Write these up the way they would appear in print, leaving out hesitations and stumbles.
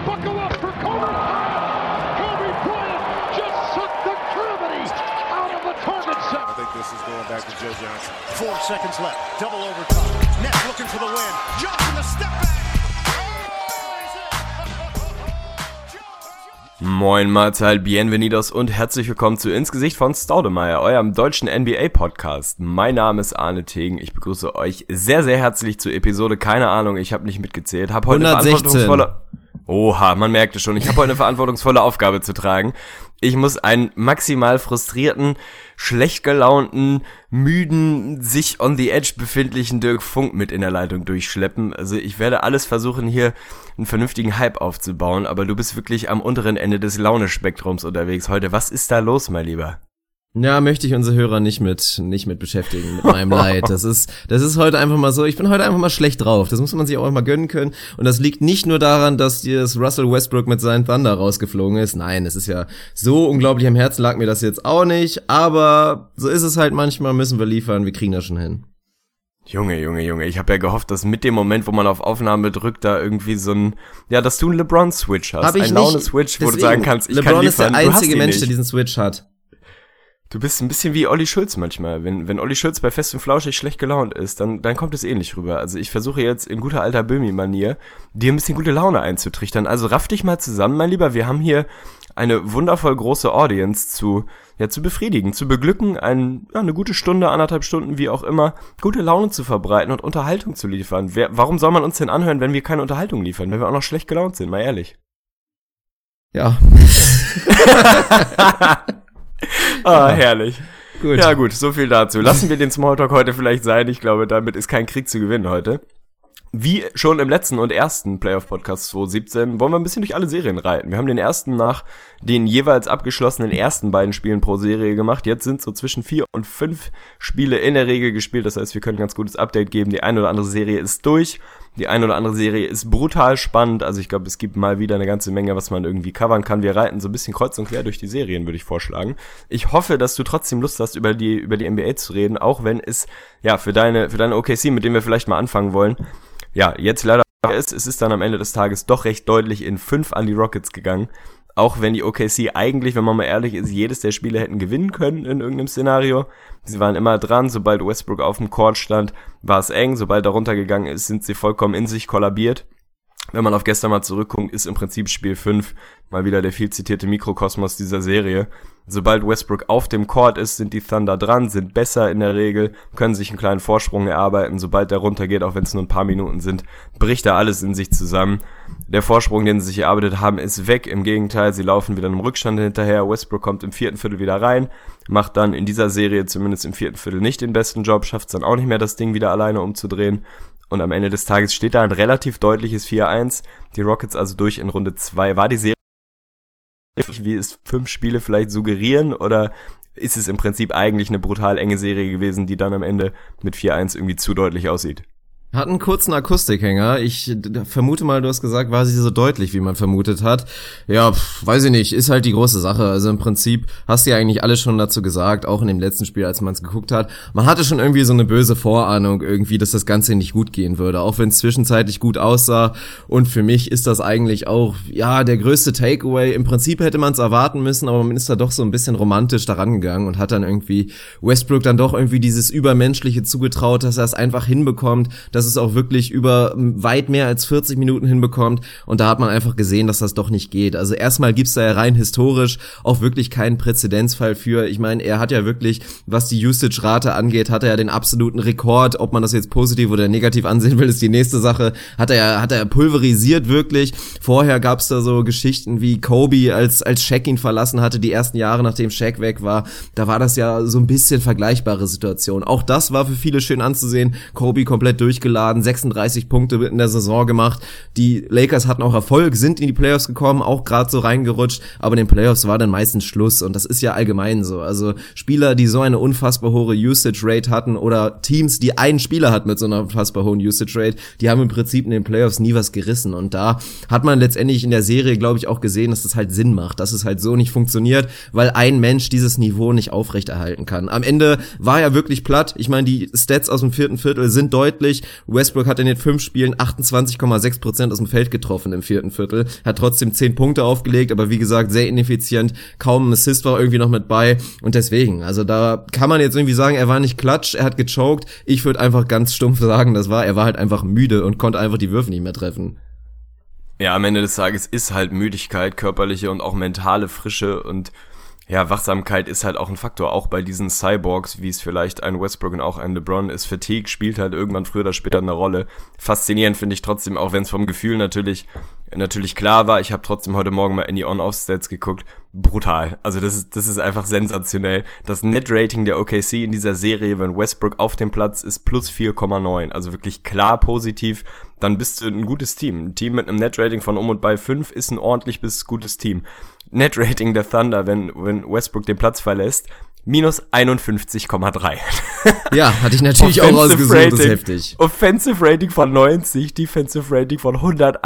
Buckle up for Kobe Bryant. Kobe Bryant just sucked the gravity out of the target set. I think this is going back to Joe Johnson. 4 seconds left. Double overtime. Nets looking for the win. Johnson the step back. Moin Mahlzeit, bienvenidos und herzlich willkommen zu Ins Gesicht von Staudemeyer, eurem deutschen NBA-Podcast. Mein Name ist Arne Tegen, ich begrüße euch sehr, sehr herzlich zur Episode, keine Ahnung, ich habe nicht mitgezählt, habe heute 116. Oha, man merkt es schon, ich habe heute eine verantwortungsvolle Aufgabe zu tragen. Ich muss einen maximal frustrierten, schlecht gelaunten, müden, sich on the edge befindlichen Dirk Funk mit in der Leitung durchschleppen. Also ich werde alles versuchen, hier einen vernünftigen Hype aufzubauen, aber du bist wirklich am unteren Ende des Launespektrums unterwegs heute. Was ist da los, mein Lieber? Ja, möchte ich unsere Hörer nicht mit beschäftigen, mit meinem Leid. Das ist heute einfach mal so, ich bin heute einfach mal schlecht drauf. Das muss man sich auch mal gönnen können. Und das liegt nicht nur daran, dass jetzt Russell Westbrook mit seinen Thunder rausgeflogen ist. Nein, es ist ja so unglaublich am Herzen lag mir das jetzt auch nicht. Aber so ist es halt manchmal, müssen wir liefern, wir kriegen das schon hin. Junge, ich habe ja gehofft, dass mit dem Moment, wo man auf Aufnahme drückt, da irgendwie so ein, ja, dass du einen LeBron-Switch hast. Ein Laune-Switch, wo du sagen kannst, ich kann liefern. LeBron ist der einzige Mensch, der diesen Switch hat. Du bist ein bisschen wie Olli Schulz manchmal. Wenn Olli Schulz bei Fest und Flauschig schlecht gelaunt ist, dann kommt es ähnlich rüber. Also ich versuche jetzt in guter alter Böhmi-Manier, dir ein bisschen gute Laune einzutrichtern. Also raff dich mal zusammen, mein Lieber. Wir haben hier eine wundervoll große Audience zu befriedigen, zu beglücken, eine gute Stunde, 1,5 Stunden, wie auch immer, gute Laune zu verbreiten und Unterhaltung zu liefern. Warum soll man uns denn anhören, wenn wir keine Unterhaltung liefern, wenn wir auch noch schlecht gelaunt sind, mal ehrlich? Ja. Ah, herrlich. Gut. Ja gut, so viel dazu. Lassen wir den Smalltalk heute vielleicht sein. Ich glaube, damit ist kein Krieg zu gewinnen heute. Wie schon im letzten und ersten Playoff-Podcast 2017 wollen wir ein bisschen durch alle Serien reiten. Wir haben den ersten nach den jeweils abgeschlossenen ersten beiden Spielen pro Serie gemacht. Jetzt sind so zwischen 4 und 5 Spiele in der Regel gespielt. Das heißt, wir können ein ganz gutes Update geben. Die eine oder andere Serie ist durch. Die eine oder andere Serie ist brutal spannend. Also ich glaube, es gibt mal wieder eine ganze Menge, was man irgendwie covern kann. Wir reiten so ein bisschen kreuz und quer durch die Serien, würde ich vorschlagen. Ich hoffe, dass du trotzdem Lust hast, über die NBA zu reden, auch wenn es ja für deine OKC, mit dem wir vielleicht mal anfangen wollen, ja, jetzt leider es ist dann am Ende des Tages doch recht deutlich in 5 an die Rockets gegangen. Auch wenn die OKC eigentlich, wenn man mal ehrlich ist, jedes der Spiele hätten gewinnen können in irgendeinem Szenario. Sie waren immer dran, sobald Westbrook auf dem Court stand, war es eng. Sobald er runtergegangen ist, sind sie vollkommen in sich kollabiert. Wenn man auf gestern mal zurückguckt, ist im Prinzip Spiel 5 mal wieder der viel zitierte Mikrokosmos dieser Serie. Sobald Westbrook auf dem Court ist, sind die Thunder dran, sind besser in der Regel, können sich einen kleinen Vorsprung erarbeiten. Sobald der runtergeht, auch wenn es nur ein paar Minuten sind, bricht da alles in sich zusammen. Der Vorsprung, den sie sich erarbeitet haben, ist weg. Im Gegenteil, sie laufen wieder einem Rückstand hinterher. Westbrook kommt im 4. Viertel wieder rein, macht dann in dieser Serie zumindest im 4. Viertel nicht den besten Job, schafft es dann auch nicht mehr, das Ding wieder alleine umzudrehen. Und am Ende des Tages steht da ein relativ deutliches 4-1. Die Rockets also durch in Runde 2. War die Serie, wie es 5 Spiele vielleicht suggerieren, oder ist es im Prinzip eigentlich eine brutal enge Serie gewesen, die dann am Ende mit 4-1 irgendwie zu deutlich aussieht? Hat einen kurzen Akustikhänger. Ich vermute mal, du hast gesagt, war sie so deutlich, wie man vermutet hat. Ja, weiß ich nicht, ist halt die große Sache. Also im Prinzip hast du ja eigentlich alles schon dazu gesagt, auch in dem letzten Spiel, als man es geguckt hat. Man hatte schon irgendwie so eine böse Vorahnung irgendwie, dass das Ganze nicht gut gehen würde, auch wenn es zwischenzeitlich gut aussah. Und für mich ist das eigentlich auch, ja, der größte Takeaway. Im Prinzip hätte man es erwarten müssen, aber man ist da doch so ein bisschen romantisch daran gegangen und hat dann irgendwie Westbrook dann doch irgendwie dieses Übermenschliche zugetraut, dass er es einfach hinbekommt, dass es auch wirklich über weit mehr als 40 Minuten hinbekommt, und da hat man einfach gesehen, dass das doch nicht geht. Also erstmal gibt's da ja rein historisch auch wirklich keinen Präzedenzfall für. Ich meine, er hat ja wirklich, was die Usage-Rate angeht, hat er ja den absoluten Rekord. Ob man das jetzt positiv oder negativ ansehen will, ist die nächste Sache. Hat er pulverisiert wirklich. Vorher gab's da so Geschichten wie Kobe, als Shaq ihn verlassen hatte, die ersten Jahre, nachdem Shaq weg war. Da war das ja so ein bisschen vergleichbare Situation. Auch das war für viele schön anzusehen. Kobe komplett durchgeladen, 36 Punkte in der Saison gemacht. Die Lakers hatten auch Erfolg, sind in die Playoffs gekommen, auch gerade so reingerutscht, aber in den Playoffs war dann meistens Schluss, und das ist ja allgemein so. Also Spieler, die so eine unfassbar hohe Usage-Rate hatten, oder Teams, die einen Spieler hatten mit so einer unfassbar hohen Usage-Rate, die haben im Prinzip in den Playoffs nie was gerissen, und da hat man letztendlich in der Serie, glaube ich, auch gesehen, dass das halt Sinn macht, dass es halt so nicht funktioniert, weil ein Mensch dieses Niveau nicht aufrechterhalten kann. Am Ende war er wirklich platt. Ich meine, die Stats aus dem 4. Viertel sind deutlich. Westbrook hat in den 5 Spielen 28,6% aus dem Feld getroffen im 4. Viertel, hat trotzdem 10 Punkte aufgelegt, aber wie gesagt, sehr ineffizient, kaum ein Assist war irgendwie noch mit bei und deswegen, also da kann man jetzt irgendwie sagen, er war nicht klatsch, er hat gechoked, ich würde einfach ganz stumpf sagen, er war halt einfach müde und konnte einfach die Würfe nicht mehr treffen. Ja, am Ende des Tages ist halt Müdigkeit, körperliche und auch mentale Frische und ja, Wachsamkeit ist halt auch ein Faktor, auch bei diesen Cyborgs, wie es vielleicht ein Westbrook und auch ein LeBron ist. Fatigue spielt halt irgendwann früher oder später eine Rolle. Faszinierend finde ich trotzdem, auch wenn es vom Gefühl natürlich klar war. Ich habe trotzdem heute Morgen mal in die On-Off-Stats geguckt. Brutal. Also das ist einfach sensationell. Das Net-Rating der OKC in dieser Serie, wenn Westbrook auf dem Platz ist, plus 4,9. Also wirklich klar positiv. Dann bist du ein gutes Team. Ein Team mit einem Net-Rating von und bei 5 ist ein ordentlich bis gutes Team. Net-Rating der Thunder, wenn Westbrook den Platz verlässt, minus 51,3. Ja, hatte ich natürlich auch rausgesucht, das ist heftig. Offensive Rating von 90, Defensive Rating von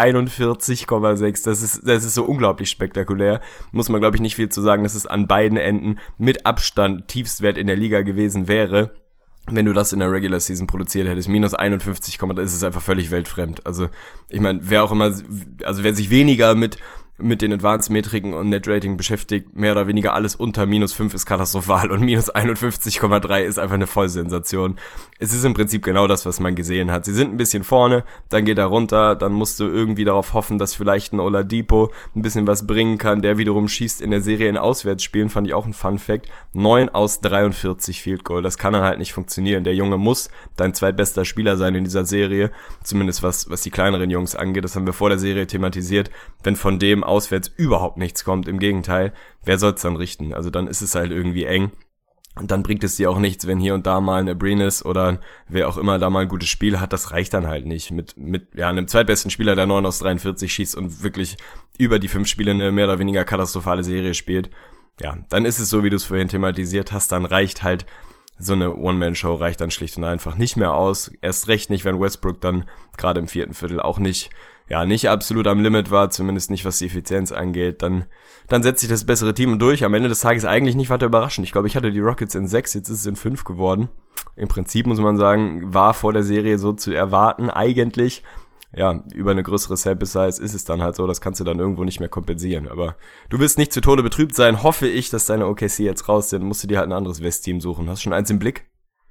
141,6. Das ist so unglaublich spektakulär. Muss man, glaube ich, nicht viel zu sagen, dass es an beiden Enden mit Abstand Tiefstwert in der Liga gewesen wäre. Wenn du das in der Regular Season produziert hättest, minus 51,3, ist es einfach völlig weltfremd. Also, ich meine, wer sich weniger mit den Advanced-Metriken und Net-Rating beschäftigt, mehr oder weniger alles unter minus 5 ist katastrophal und minus 51,3 ist einfach eine Vollsensation. Es ist im Prinzip genau das, was man gesehen hat. Sie sind ein bisschen vorne, dann geht er runter, dann musst du irgendwie darauf hoffen, dass vielleicht ein Oladipo ein bisschen was bringen kann, der wiederum schießt in der Serie in Auswärtsspielen, fand ich auch ein Fun-Fact, 9 aus 43 Field Goal, das kann dann halt nicht funktionieren. Der Junge muss dein zweitbester Spieler sein in dieser Serie, zumindest was die kleineren Jungs angeht, das haben wir vor der Serie thematisiert, wenn von dem auswärts überhaupt nichts kommt, im Gegenteil, wer soll's dann richten? Also dann ist es halt irgendwie eng und dann bringt es dir auch nichts, wenn hier und da mal ein Abrines oder wer auch immer da mal ein gutes Spiel hat, das reicht dann halt nicht mit einem zweitbesten Spieler, der 9 aus 43 schießt und wirklich über die 5 Spiele eine mehr oder weniger katastrophale Serie spielt. Ja, dann ist es so, wie du es vorhin thematisiert hast, dann reicht halt so eine One-Man-Show reicht dann schlicht und einfach nicht mehr aus. Erst recht nicht, wenn Westbrook dann gerade im 4. Viertel auch nicht absolut am Limit war, zumindest nicht, was die Effizienz angeht, dann setzt sich das bessere Team durch. Am Ende des Tages eigentlich nicht weiter überraschend. Ich glaube, ich hatte die Rockets in 6, jetzt ist es in 5 geworden. Im Prinzip muss man sagen, war vor der Serie so zu erwarten. Eigentlich, ja, über eine größere Sample Size ist es dann halt so, das kannst du dann irgendwo nicht mehr kompensieren. Aber du wirst nicht zu Tode betrübt sein. Hoffe ich, dass deine OKC jetzt raus sind. Musst du dir halt ein anderes West-Team suchen. Hast du schon eins im Blick?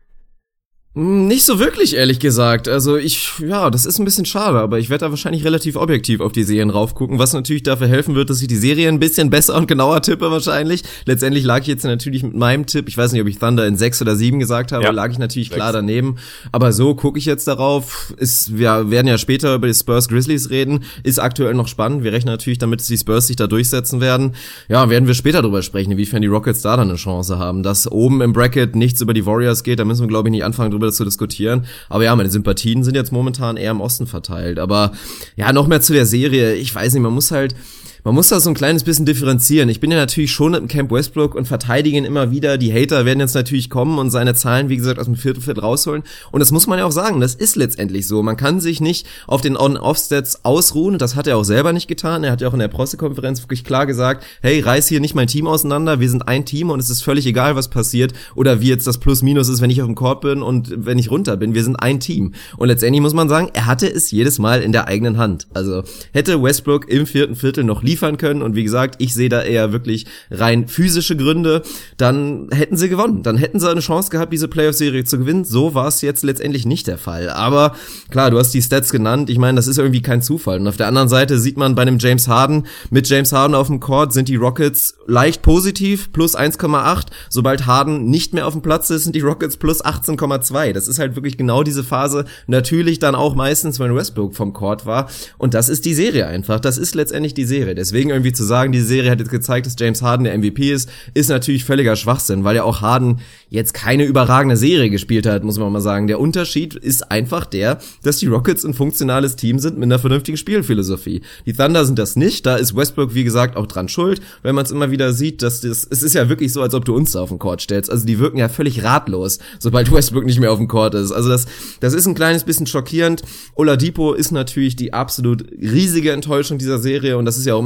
Nicht so wirklich, ehrlich gesagt. Also das ist ein bisschen schade, aber ich werde da wahrscheinlich relativ objektiv auf die Serien raufgucken, was natürlich dafür helfen wird, dass ich die Serie ein bisschen besser und genauer tippe wahrscheinlich. Letztendlich lag ich jetzt natürlich mit meinem Tipp, ich weiß nicht, ob ich Thunder in 6 oder 7 gesagt habe, lag ich natürlich 6. Klar daneben. Aber so gucke ich jetzt darauf. Wir werden ja später über die Spurs-Grizzlies reden, ist aktuell noch spannend. Wir rechnen natürlich damit, dass die Spurs sich da durchsetzen werden. Ja, werden wir später drüber sprechen, inwiefern die Rockets da dann eine Chance haben. Dass oben im Bracket nichts über die Warriors geht, da müssen wir, glaube ich, nicht anfangen, drüber zu diskutieren. Aber ja, meine Sympathien sind jetzt momentan eher im Osten verteilt. Aber ja, noch mehr zu der Serie. Ich weiß nicht, man muss da so ein kleines bisschen differenzieren. Ich bin ja natürlich schon im Camp Westbrook und verteidige ihn immer wieder. Die Hater werden jetzt natürlich kommen und seine Zahlen, wie gesagt, aus dem 4. Viertel rausholen. Und das muss man ja auch sagen, das ist letztendlich so. Man kann sich nicht auf den On-Off-Stats ausruhen. Das hat er auch selber nicht getan. Er hat ja auch in der Pressekonferenz wirklich klar gesagt, hey, reiß hier nicht mein Team auseinander. Wir sind ein Team und es ist völlig egal, was passiert oder wie jetzt das Plus-Minus ist, wenn ich auf dem Court bin und wenn ich runter bin. Wir sind ein Team. Und letztendlich muss man sagen, er hatte es jedes Mal in der eigenen Hand. Also hätte Westbrook im 4. Viertel noch liefern können und wie gesagt, ich sehe da eher wirklich rein physische Gründe, dann hätten sie gewonnen. Dann hätten sie eine Chance gehabt, diese Playoff-Serie zu gewinnen. So war es jetzt letztendlich nicht der Fall. Aber klar, du hast die Stats genannt. Ich meine, das ist irgendwie kein Zufall. Und auf der anderen Seite sieht man bei einem James Harden, mit James Harden auf dem Court sind die Rockets leicht positiv, plus 1,8. Sobald Harden nicht mehr auf dem Platz ist, sind die Rockets plus 18,2. Das ist halt wirklich genau diese Phase. Natürlich dann auch meistens, wenn Westbrook vom Court war. Und das ist die Serie einfach. Das ist letztendlich die Serie. Deswegen irgendwie zu sagen, diese Serie hat jetzt gezeigt, dass James Harden der MVP ist natürlich völliger Schwachsinn, weil ja auch Harden jetzt keine überragende Serie gespielt hat, muss man mal sagen. Der Unterschied ist einfach der, dass die Rockets ein funktionales Team sind mit einer vernünftigen Spielphilosophie. Die Thunder sind das nicht, da ist Westbrook, wie gesagt, auch dran schuld, wenn man es immer wieder sieht, dass es ist ja wirklich so, als ob du uns da auf den Court stellst. Also die wirken ja völlig ratlos, sobald Westbrook nicht mehr auf dem Court ist. Also das ist ein kleines bisschen schockierend. Oladipo ist natürlich die absolut riesige Enttäuschung dieser Serie und das ist ja auch immer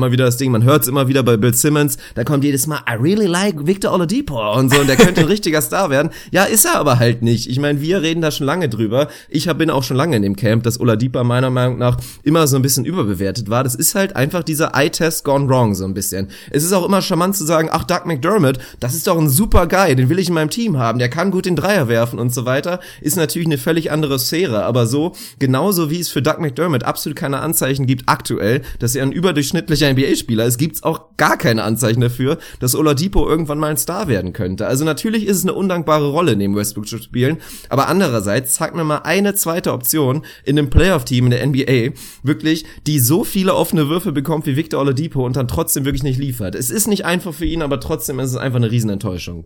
immer wieder das Ding, man hört es immer wieder bei Bill Simmons, da kommt jedes Mal, I really like Victor Oladipo und so, und der könnte ein richtiger Star werden. Ja, ist er aber halt nicht. Ich meine, wir reden da schon lange drüber. Ich bin auch schon lange in dem Camp, dass Oladipo meiner Meinung nach immer so ein bisschen überbewertet war. Das ist halt einfach dieser Eye-Test gone wrong so ein bisschen. Es ist auch immer charmant zu sagen, ach, Doug McDermott, das ist doch ein super Guy, den will ich in meinem Team haben, der kann gut den Dreier werfen und so weiter, ist natürlich eine völlig andere Sphäre, aber so, genauso wie es für Doug McDermott absolut keine Anzeichen gibt aktuell, dass er ein überdurchschnittlicher NBA-Spieler ist, gibt's auch gar keine Anzeichen dafür, dass Oladipo irgendwann mal ein Star werden könnte. Also natürlich ist es eine undankbare Rolle, neben Westbrook zu spielen, aber andererseits, zeig mir mal eine zweite Option in einem Playoff-Team in der NBA, wirklich, die so viele offene Würfe bekommt wie Victor Oladipo und dann trotzdem wirklich nicht liefert. Es ist nicht einfach für ihn, aber trotzdem ist es einfach eine Riesenenttäuschung.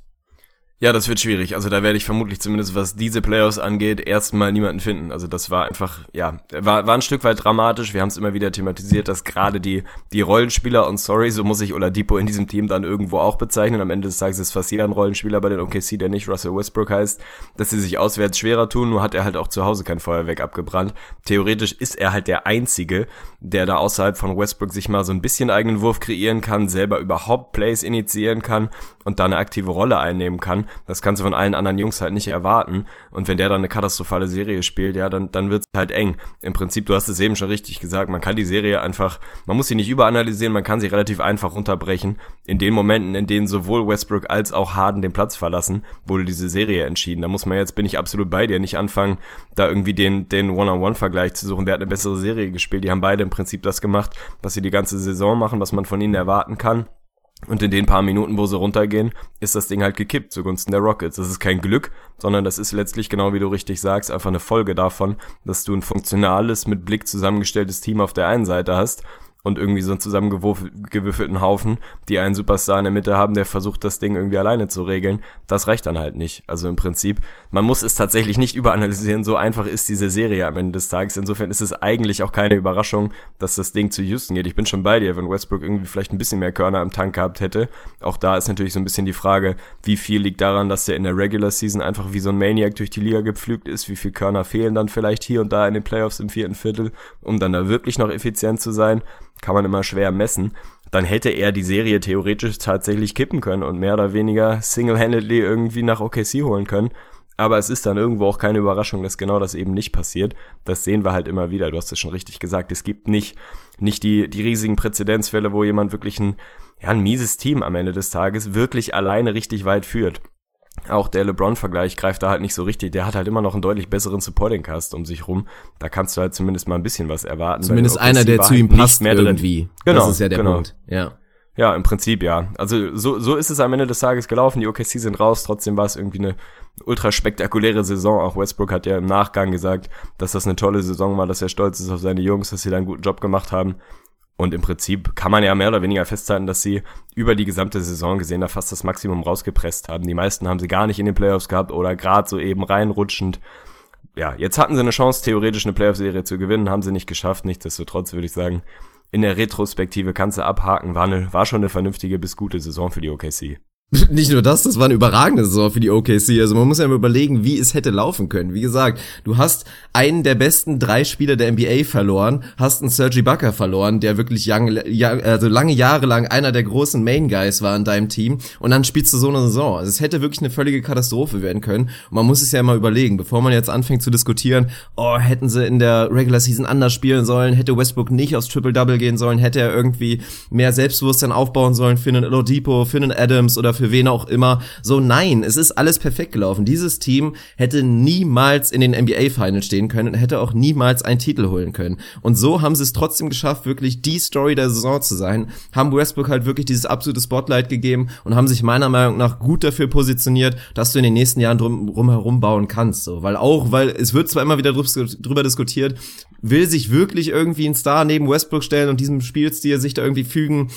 Ja, das wird schwierig. Also da werde ich vermutlich zumindest, was diese Playoffs angeht, erstmal niemanden finden. Also das war einfach, ja, war ein Stück weit dramatisch. Wir haben es immer wieder thematisiert, dass gerade die Rollenspieler, und sorry, so muss ich Oladipo in diesem Team dann irgendwo auch bezeichnen. Am Ende des Tages ist fast jeder ein Rollenspieler bei den OKC, der nicht Russell Westbrook heißt, dass sie sich auswärts schwerer tun. Nur hat er halt auch zu Hause kein Feuerwerk abgebrannt. Theoretisch ist er halt der Einzige, der da außerhalb von Westbrook sich mal so ein bisschen eigenen Wurf kreieren kann, selber überhaupt Plays initiieren kann und da eine aktive Rolle einnehmen kann. Das kannst du von allen anderen Jungs halt nicht erwarten. Und wenn der dann eine katastrophale Serie spielt, ja, dann wird's halt eng. Im Prinzip, du hast es eben schon richtig gesagt, man kann die Serie einfach, man muss sie nicht überanalysieren, man kann sie relativ einfach runterbrechen. In den Momenten, in denen sowohl Westbrook als auch Harden den Platz verlassen, wurde diese Serie entschieden. Da muss man jetzt, bin ich absolut bei dir, nicht anfangen, da irgendwie den One-on-One-Vergleich zu suchen. Wer hat eine bessere Serie gespielt? Die haben beide im Prinzip das gemacht, was sie die ganze Saison machen, was man von ihnen erwarten kann. Und in den paar Minuten, wo sie runtergehen, ist das Ding halt gekippt zugunsten der Rockets. Das ist kein Glück, sondern das ist letztlich, genau wie du richtig sagst, einfach eine Folge davon, dass du ein funktionales, mit Blick zusammengestelltes Team auf der einen Seite hast und irgendwie so einen zusammengewürfelten Haufen, die einen Superstar in der Mitte haben, der versucht, das Ding irgendwie alleine zu regeln. Das reicht dann halt nicht. Also im Prinzip, man muss es tatsächlich nicht überanalysieren, so einfach ist diese Serie am Ende des Tages. Insofern ist es eigentlich auch keine Überraschung, dass das Ding zu Houston geht. Ich bin schon bei dir, wenn Westbrook irgendwie vielleicht ein bisschen mehr Körner im Tank gehabt hätte. Auch da ist natürlich so ein bisschen die Frage, wie viel liegt daran, dass der in der Regular Season einfach wie so ein Maniac durch die Liga gepflügt ist, wie viel Körner fehlen dann vielleicht hier und da in den Playoffs im 4. Viertel, um dann da wirklich noch effizient zu sein. Kann man immer schwer messen, dann hätte er die Serie theoretisch tatsächlich kippen können und mehr oder weniger single-handedly irgendwie nach OKC holen können. Aber es ist dann irgendwo auch keine Überraschung, dass genau das eben nicht passiert. Das sehen wir halt immer wieder. Du hast es schon richtig gesagt. Es gibt nicht die riesigen Präzedenzfälle, wo jemand wirklich ein mieses Team am Ende des Tages wirklich alleine richtig weit führt. Auch der LeBron-Vergleich greift da halt nicht so richtig. Der hat halt immer noch einen deutlich besseren Supporting-Cast um sich rum. Da kannst du halt zumindest mal ein bisschen was erwarten. Zumindest einer, der zu ihm passt irgendwie. Genau, das ist ja der Punkt. Ja, im Prinzip ja. Also so ist es am Ende des Tages gelaufen. Die OKC sind raus. Trotzdem war es irgendwie eine ultra spektakuläre Saison. Auch Westbrook hat ja im Nachgang gesagt, dass das eine tolle Saison war, dass er stolz ist auf seine Jungs, dass sie da einen guten Job gemacht haben. Und im Prinzip kann man ja mehr oder weniger festhalten, dass sie über die gesamte Saison gesehen da fast das Maximum rausgepresst haben. Die meisten haben sie gar nicht in den Playoffs gehabt oder gerade so eben reinrutschend. Ja, jetzt hatten sie eine Chance, theoretisch eine Playoff-Serie zu gewinnen, haben sie nicht geschafft. Nichtsdestotrotz würde ich sagen, in der Retrospektive kannst du abhaken, war schon eine vernünftige bis gute Saison für die OKC. Nicht nur das war eine überragende Saison für die OKC. Also man muss ja mal überlegen, wie es hätte laufen können. Wie gesagt, du hast einen der besten 3 Spieler der NBA verloren, hast einen Serge Ibaka verloren, der wirklich lange Jahre lang einer der großen Main Guys war in deinem Team, und dann spielst du so eine Saison. Also es hätte wirklich eine völlige Katastrophe werden können. Und man muss es ja mal überlegen, bevor man jetzt anfängt zu diskutieren, hätten sie in der Regular Season anders spielen sollen, hätte Westbrook nicht aufs Triple-Double gehen sollen, hätte er irgendwie mehr Selbstbewusstsein aufbauen sollen für einen Oladipo, für einen Adams oder für wen auch immer. So, nein, es ist alles perfekt gelaufen. Dieses Team hätte niemals in den NBA-Finals stehen können und hätte auch niemals einen Titel holen können. Und so haben sie es trotzdem geschafft, wirklich die Story der Saison zu sein, haben Westbrook halt wirklich dieses absolute Spotlight gegeben und haben sich meiner Meinung nach gut dafür positioniert, dass du in den nächsten Jahren drumherum bauen kannst. So, weil es wird zwar immer wieder drüber diskutiert, will sich wirklich irgendwie ein Star neben Westbrook stellen und diesem Spielstil sich da irgendwie fügen.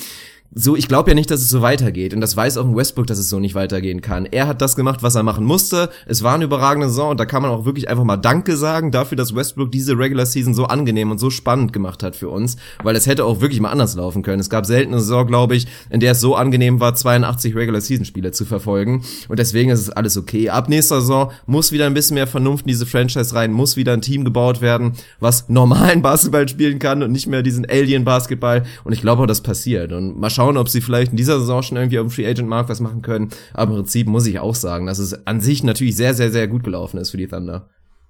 so, ich glaube ja nicht, dass es so weitergeht. Und das weiß auch ein Westbrook, dass es so nicht weitergehen kann. Er hat das gemacht, was er machen musste. Es war eine überragende Saison und da kann man auch wirklich einfach mal Danke sagen dafür, dass Westbrook diese Regular Season so angenehm und so spannend gemacht hat für uns. Weil es hätte auch wirklich mal anders laufen können. Es gab selten eine Saison, glaube ich, in der es so angenehm war, 82 Regular Season Spiele zu verfolgen. Und deswegen ist es alles okay. Ab nächster Saison muss wieder ein bisschen mehr Vernunft in diese Franchise rein, muss wieder ein Team gebaut werden, was normalen Basketball spielen kann und nicht mehr diesen Alien-Basketball. Und ich glaube auch, das passiert. Und mal schauen, ob sie vielleicht in dieser Saison schon irgendwie auf dem Free Agent Markt was machen können. Aber im Prinzip muss ich auch sagen, dass es an sich natürlich sehr, sehr, sehr gut gelaufen ist für die Thunder.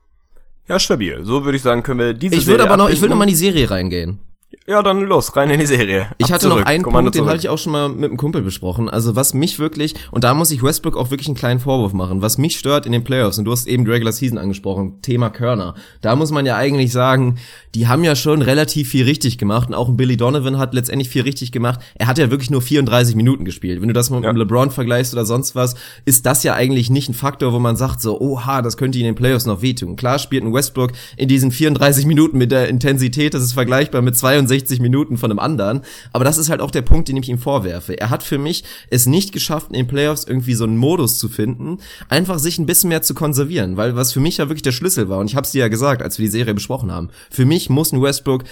Ja, stabil. So würde ich sagen, können wir diese Ich will noch mal in die Serie reingehen. Ja, dann los, rein in die Serie. Ich hatte noch einen Punkt, den hatte ich auch schon mal mit einem Kumpel besprochen. Also was mich wirklich, und da muss ich Westbrook auch wirklich einen kleinen Vorwurf machen, was mich stört in den Playoffs, und du hast eben die Regular Season angesprochen, Thema Körner. Da muss man ja eigentlich sagen, die haben ja schon relativ viel richtig gemacht und auch ein Billy Donovan hat letztendlich viel richtig gemacht. Er hat ja wirklich nur 34 Minuten gespielt. Wenn du das mit einem LeBron vergleichst oder sonst was, ist das ja eigentlich nicht ein Faktor, wo man sagt so, oha, das könnte in den Playoffs noch wehtun. Klar spielt ein Westbrook in diesen 34 Minuten mit der Intensität, das ist vergleichbar mit 62 Minuten von einem anderen, aber das ist halt auch der Punkt, den ich ihm vorwerfe. Er hat für mich es nicht geschafft, in den Playoffs irgendwie so einen Modus zu finden, einfach sich ein bisschen mehr zu konservieren, weil was für mich ja wirklich der Schlüssel war, und ich hab's dir ja gesagt, als wir die Serie besprochen haben, für mich muss ein Westbrook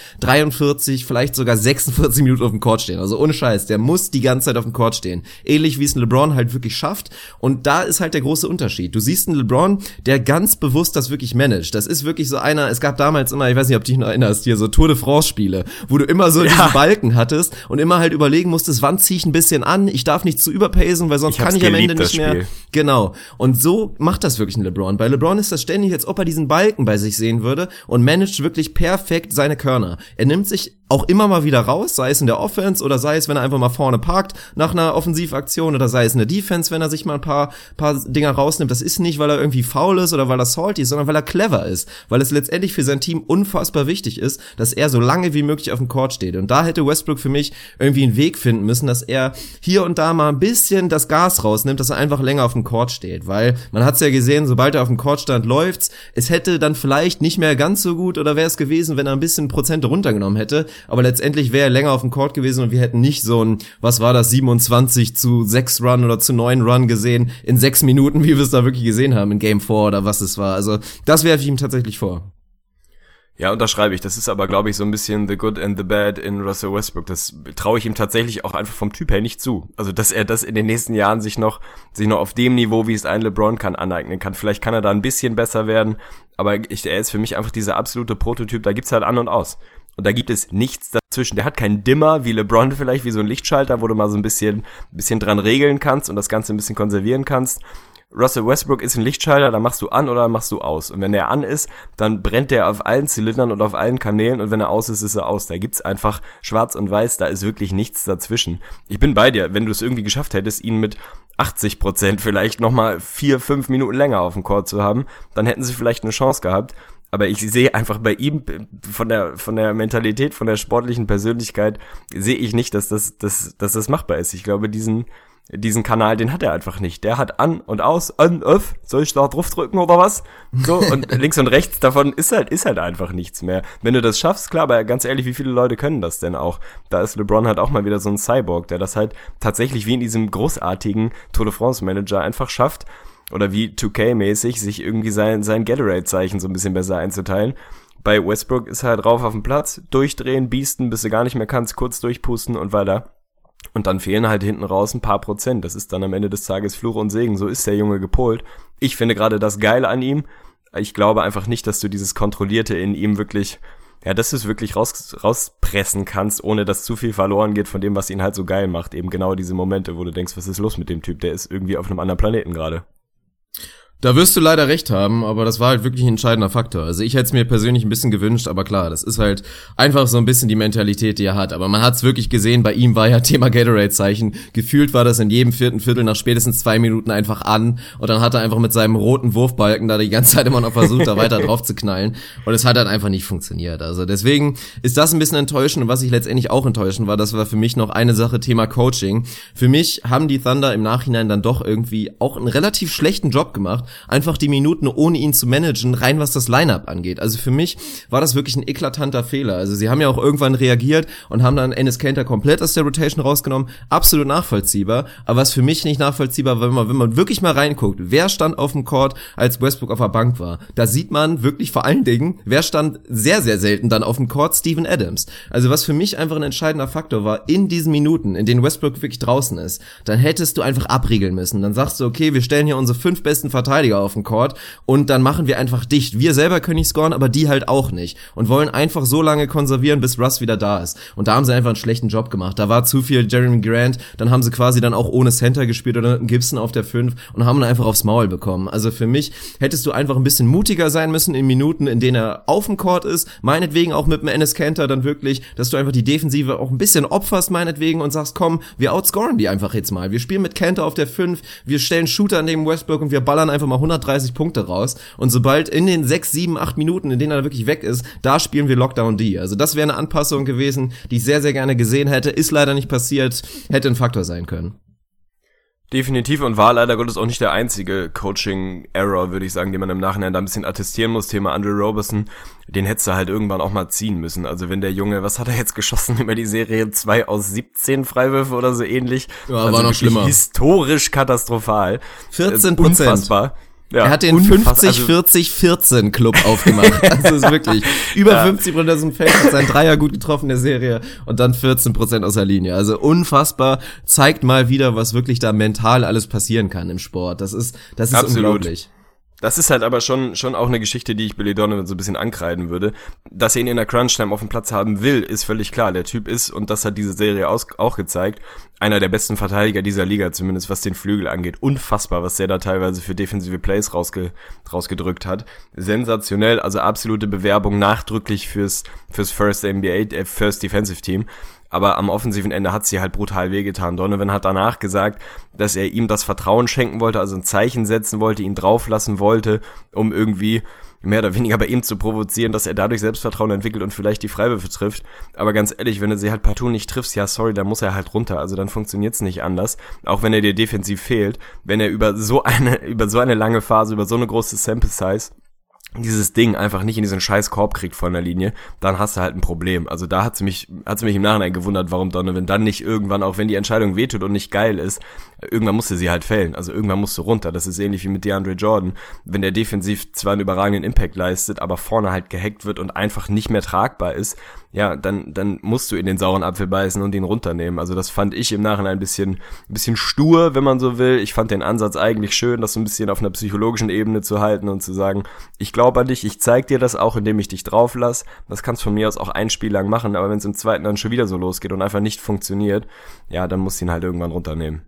43, vielleicht sogar 46 Minuten auf dem Court stehen, also ohne Scheiß, der muss die ganze Zeit auf dem Court stehen, ähnlich wie es ein LeBron halt wirklich schafft, und da ist halt der große Unterschied. Du siehst einen LeBron, der ganz bewusst das wirklich managt, das ist wirklich so einer, es gab damals immer, ich weiß nicht, ob du dich noch erinnerst, hier so Tour de France Spiele, wo du immer so diesen Balken hattest und immer halt überlegen musstest, wann ziehe ich ein bisschen an, ich darf nicht zu überpacen, weil sonst kann ich am Ende nicht mehr. Spiel. Genau. Und so macht das wirklich ein LeBron. Bei LeBron ist das ständig, als ob er diesen Balken bei sich sehen würde und managt wirklich perfekt seine Körner. Er nimmt sich auch immer mal wieder raus, sei es in der Offense oder sei es, wenn er einfach mal vorne parkt nach einer Offensivaktion oder sei es in der Defense, wenn er sich mal ein paar Dinger rausnimmt. Das ist nicht, weil er irgendwie faul ist oder weil er salty ist, sondern weil er clever ist. Weil es letztendlich für sein Team unfassbar wichtig ist, dass er so lange wie möglich auf dem Court steht. Und da hätte Westbrook für mich irgendwie einen Weg finden müssen, dass er hier und da mal ein bisschen das Gas rausnimmt, dass er einfach länger auf dem Court steht. Weil man hat's ja gesehen, sobald er auf dem Court stand, läuft's. Es hätte dann vielleicht nicht mehr ganz so gut oder wäre es gewesen, wenn er ein bisschen Prozente runtergenommen hätte. Aber letztendlich wäre er länger auf dem Court gewesen und wir hätten nicht so ein, was war das, 27-6 Run oder zu 9 Run gesehen in 6 Minuten, wie wir es da wirklich gesehen haben in Game 4 oder was es war. Also das werfe ich ihm tatsächlich vor. Ja, unterschreibe ich. Das ist aber, glaube ich, so ein bisschen the good and the bad in Russell Westbrook. Das traue ich ihm tatsächlich auch einfach vom Typ her nicht zu. Also, dass er das in den nächsten Jahren sich noch auf dem Niveau, wie es ein LeBron kann, aneignen kann. Vielleicht kann er da ein bisschen besser werden, aber er ist für mich einfach dieser absolute Prototyp. Da gibt's halt an und aus. Und da gibt es nichts dazwischen. Der hat keinen Dimmer wie LeBron vielleicht, wie so ein Lichtschalter, wo du mal so ein bisschen dran regeln kannst und das Ganze ein bisschen konservieren kannst. Russell Westbrook ist ein Lichtschalter, da machst du an oder machst du aus. Und wenn der an ist, dann brennt der auf allen Zylindern und auf allen Kanälen und wenn er aus ist, ist er aus. Da gibt's einfach schwarz und weiß, da ist wirklich nichts dazwischen. Ich bin bei dir, wenn du es irgendwie geschafft hättest, ihn mit 80% vielleicht nochmal 4-5 Minuten länger auf dem Court zu haben, dann hätten sie vielleicht eine Chance gehabt. Aber ich sehe einfach bei ihm von der Mentalität, von der sportlichen Persönlichkeit sehe ich nicht, dass das machbar ist. Ich glaube, diesen Kanal, den hat er einfach nicht. Der hat an und aus, an, off. Soll ich da drauf drücken oder was? So, und links und rechts davon ist halt einfach nichts mehr. Wenn du das schaffst, klar, aber ganz ehrlich, wie viele Leute können das denn auch? Da ist LeBron halt auch mal wieder so ein Cyborg, der das halt tatsächlich wie in diesem großartigen Tour de France Manager einfach schafft, oder wie 2K-mäßig, sich irgendwie sein Gatorade-Zeichen so ein bisschen besser einzuteilen. Bei Westbrook ist er halt drauf auf dem Platz, durchdrehen, biesten, bis du gar nicht mehr kannst, kurz durchpusten und weiter. Und dann fehlen halt hinten raus ein paar Prozent. Das ist dann am Ende des Tages Fluch und Segen. So ist der Junge gepolt. Ich finde gerade das Geile an ihm. Ich glaube einfach nicht, dass du dieses Kontrollierte in ihm wirklich, ja, dass du es wirklich rauspressen kannst, ohne dass zu viel verloren geht von dem, was ihn halt so geil macht. Eben genau diese Momente, wo du denkst, was ist los mit dem Typ? Der ist irgendwie auf einem anderen Planeten gerade. Da wirst du leider recht haben, aber das war halt wirklich ein entscheidender Faktor. Also ich hätte es mir persönlich ein bisschen gewünscht, aber klar, das ist halt einfach so ein bisschen die Mentalität, die er hat. Aber man hat es wirklich gesehen, bei ihm war ja Thema Gatorade-Zeichen. Gefühlt war das in jedem vierten Viertel nach spätestens 2 Minuten einfach an und dann hat er einfach mit seinem roten Wurfbalken da die ganze Zeit immer noch versucht, da weiter drauf zu knallen und es hat halt einfach nicht funktioniert. Also deswegen ist das ein bisschen enttäuschend und was ich letztendlich auch enttäuschend war, das war für mich noch eine Sache, Thema Coaching. Für mich haben die Thunder im Nachhinein dann doch irgendwie auch einen relativ schlechten Job gemacht, einfach die Minuten ohne ihn zu managen, rein was das Lineup angeht. Also für mich war das wirklich ein eklatanter Fehler. Also sie haben ja auch irgendwann reagiert und haben dann Enes Kanter komplett aus der Rotation rausgenommen. Absolut nachvollziehbar. Aber was für mich nicht nachvollziehbar war, wenn man wirklich mal reinguckt, wer stand auf dem Court, als Westbrook auf der Bank war. Da sieht man wirklich vor allen Dingen, wer stand sehr, sehr selten dann auf dem Court, Steven Adams. Also was für mich einfach ein entscheidender Faktor war, in diesen Minuten, in denen Westbrook wirklich draußen ist, dann hättest du einfach abriegeln müssen. Dann sagst du, okay, wir stellen hier unsere 5 besten Verteidiger auf den Court und dann machen wir einfach dicht. Wir selber können nicht scoren, aber die halt auch nicht. Und wollen einfach so lange konservieren, bis Russ wieder da ist. Und da haben sie einfach einen schlechten Job gemacht. Da war zu viel Jeremy Grant, dann haben sie quasi dann auch ohne Center gespielt oder mit einem Gibson auf der 5 und haben ihn einfach aufs Maul bekommen. Also für mich hättest du einfach ein bisschen mutiger sein müssen in Minuten, in denen er auf dem Court ist. Meinetwegen auch mit dem Enes Kanter dann wirklich, dass du einfach die Defensive auch ein bisschen opferst meinetwegen und sagst, komm, wir outscoren die einfach jetzt mal. Wir spielen mit Kanter auf der 5, wir stellen Shooter neben Westbrook und wir ballern einfach mal 130 Punkte raus. Und sobald in den 6, 7, 8 Minuten, in denen er wirklich weg ist, da spielen wir Lockdown D. Also das wäre eine Anpassung gewesen, die ich sehr, sehr gerne gesehen hätte. Ist leider nicht passiert, hätte ein Faktor sein können. Definitiv und war leider Gottes auch nicht der einzige Coaching-Error, würde ich sagen, den man im Nachhinein da ein bisschen attestieren muss. Thema Andre Roberson, den hättest du halt irgendwann auch mal ziehen müssen. Also wenn der Junge, was hat er jetzt geschossen über die Serie? 2 aus 17 Freiwürfe oder so ähnlich. Ja, also war noch schlimmer. Historisch katastrophal. 14%. Unfassbar. Ja, er hat den 50-40-14 Club aufgemacht. Also ist wirklich über 50% aus dem Feld, hat seinen Dreier gut getroffen in der Serie und dann 14% aus der Linie. Also unfassbar, zeigt mal wieder, was wirklich da mental alles passieren kann im Sport. Das ist unglaublich. Das ist halt aber schon auch eine Geschichte, die ich Billy Donovan so ein bisschen ankreiden würde. Dass er ihn in der Crunch-Time auf dem Platz haben will, ist völlig klar. Der Typ ist, und das hat diese Serie auch gezeigt, einer der besten Verteidiger dieser Liga, zumindest was den Flügel angeht. Unfassbar, was der da teilweise für defensive Plays rausgedrückt hat. Sensationell, also absolute Bewerbung nachdrücklich fürs First Defensive Team. Aber am offensiven Ende hat sie halt brutal wehgetan. Donovan hat danach gesagt, dass er ihm das Vertrauen schenken wollte, also ein Zeichen setzen wollte, ihn drauflassen wollte, um irgendwie mehr oder weniger bei ihm zu provozieren, dass er dadurch Selbstvertrauen entwickelt und vielleicht die Freiwürfe trifft. Aber ganz ehrlich, wenn du sie halt partout nicht triffst, ja sorry, dann muss er halt runter. Also dann funktioniert's nicht anders. Auch wenn er dir defensiv fehlt, wenn er über so eine lange Phase, über so eine große Sample Size dieses Ding einfach nicht in diesen scheiß Korb kriegt von der Linie, dann hast du halt ein Problem. Also da hat sie mich im Nachhinein gewundert, warum Donovan dann nicht irgendwann, auch wenn die Entscheidung wehtut und nicht geil ist, irgendwann musste sie halt fällen. Also irgendwann musst du runter. Das ist ähnlich wie mit DeAndre Jordan. Wenn der defensiv zwar einen überragenden Impact leistet, aber vorne halt gehackt wird und einfach nicht mehr tragbar ist, ja, dann musst du in den sauren Apfel beißen und ihn runternehmen. Also das fand ich im Nachhinein ein bisschen stur, wenn man so will. Ich fand den Ansatz eigentlich schön, das so ein bisschen auf einer psychologischen Ebene zu halten und zu sagen, ich glaube an dich, ich zeig dir das auch, indem ich dich drauf lasse. Das kannst von mir aus auch ein Spiel lang machen, aber wenn es im zweiten dann schon wieder so losgeht und einfach nicht funktioniert, ja, dann musst du ihn halt irgendwann runternehmen.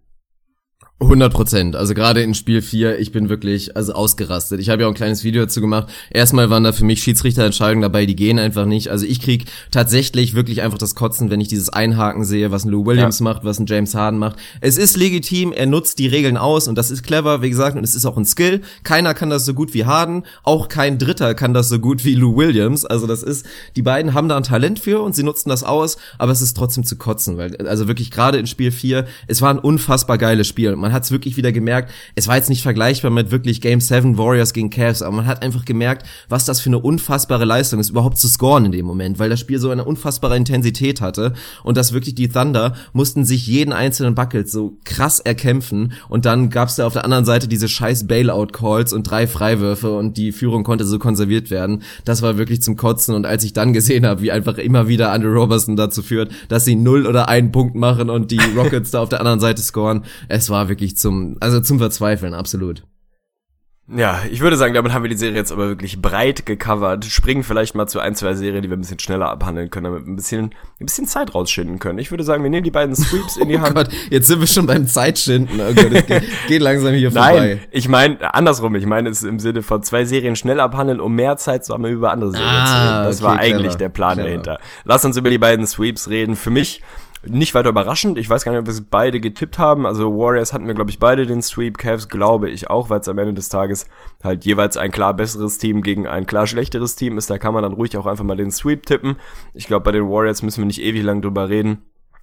100%. Also gerade in Spiel 4, ich bin wirklich ausgerastet. Ich habe ja auch ein kleines Video dazu gemacht. Erstmal waren da für mich Schiedsrichterentscheidungen dabei, die gehen einfach nicht. Also ich krieg tatsächlich wirklich einfach das Kotzen, wenn ich dieses Einhaken sehe, was ein Lou Williams macht, was ein James Harden macht. Es ist legitim, er nutzt die Regeln aus und das ist clever, wie gesagt, und es ist auch ein Skill. Keiner kann das so gut wie Harden, auch kein Dritter kann das so gut wie Lou Williams. Also die beiden haben da ein Talent für und sie nutzen das aus, aber es ist trotzdem zu kotzen, weil also wirklich gerade in Spiel 4, es war ein unfassbar geiles Spiel. Man hat es wirklich wieder gemerkt, es war jetzt nicht vergleichbar mit wirklich Game 7 Warriors gegen Cavs, aber man hat einfach gemerkt, was das für eine unfassbare Leistung ist, überhaupt zu scoren in dem Moment, weil das Spiel so eine unfassbare Intensität hatte und dass wirklich die Thunder mussten sich jeden einzelnen Bucket so krass erkämpfen und dann gab's da auf der anderen Seite diese scheiß Bailout-Calls und 3 Freiwürfe und die Führung konnte so konserviert werden. Das war wirklich zum Kotzen und als ich dann gesehen habe, wie einfach immer wieder Andre Roberson dazu führt, dass sie 0 oder 1 Punkt machen und die Rockets da auf der anderen Seite scoren, es war wirklich zum Verzweifeln, absolut. Ja, ich würde sagen, damit haben wir die Serie jetzt aber wirklich breit gecovert. Springen vielleicht mal zu 1, 2 Serien, die wir ein bisschen schneller abhandeln können, damit wir ein bisschen Zeit rausschinden können. Ich würde sagen, wir nehmen die beiden Sweeps in die Hand. Oh Gott, jetzt sind wir schon beim Zeitschinden. Oh Gott, es geht langsam hier vorbei. Nein, ich meine, andersrum. Ich meine es im Sinne von 2 Serien schnell abhandeln, um mehr Zeit zu haben, über andere Serien zu reden. Das war eigentlich der Plan dahinter. Lass uns über die beiden Sweeps reden. Für mich nicht weiter überraschend. Ich weiß gar nicht, ob wir es beide getippt haben. Also Warriors hatten wir, glaube ich, beide den Sweep. Cavs glaube ich auch, weil es am Ende des Tages halt jeweils ein klar besseres Team gegen ein klar schlechteres Team ist. Da kann man dann ruhig auch einfach mal den Sweep tippen. Ich glaube, bei den Warriors müssen wir nicht ewig lang drüber reden.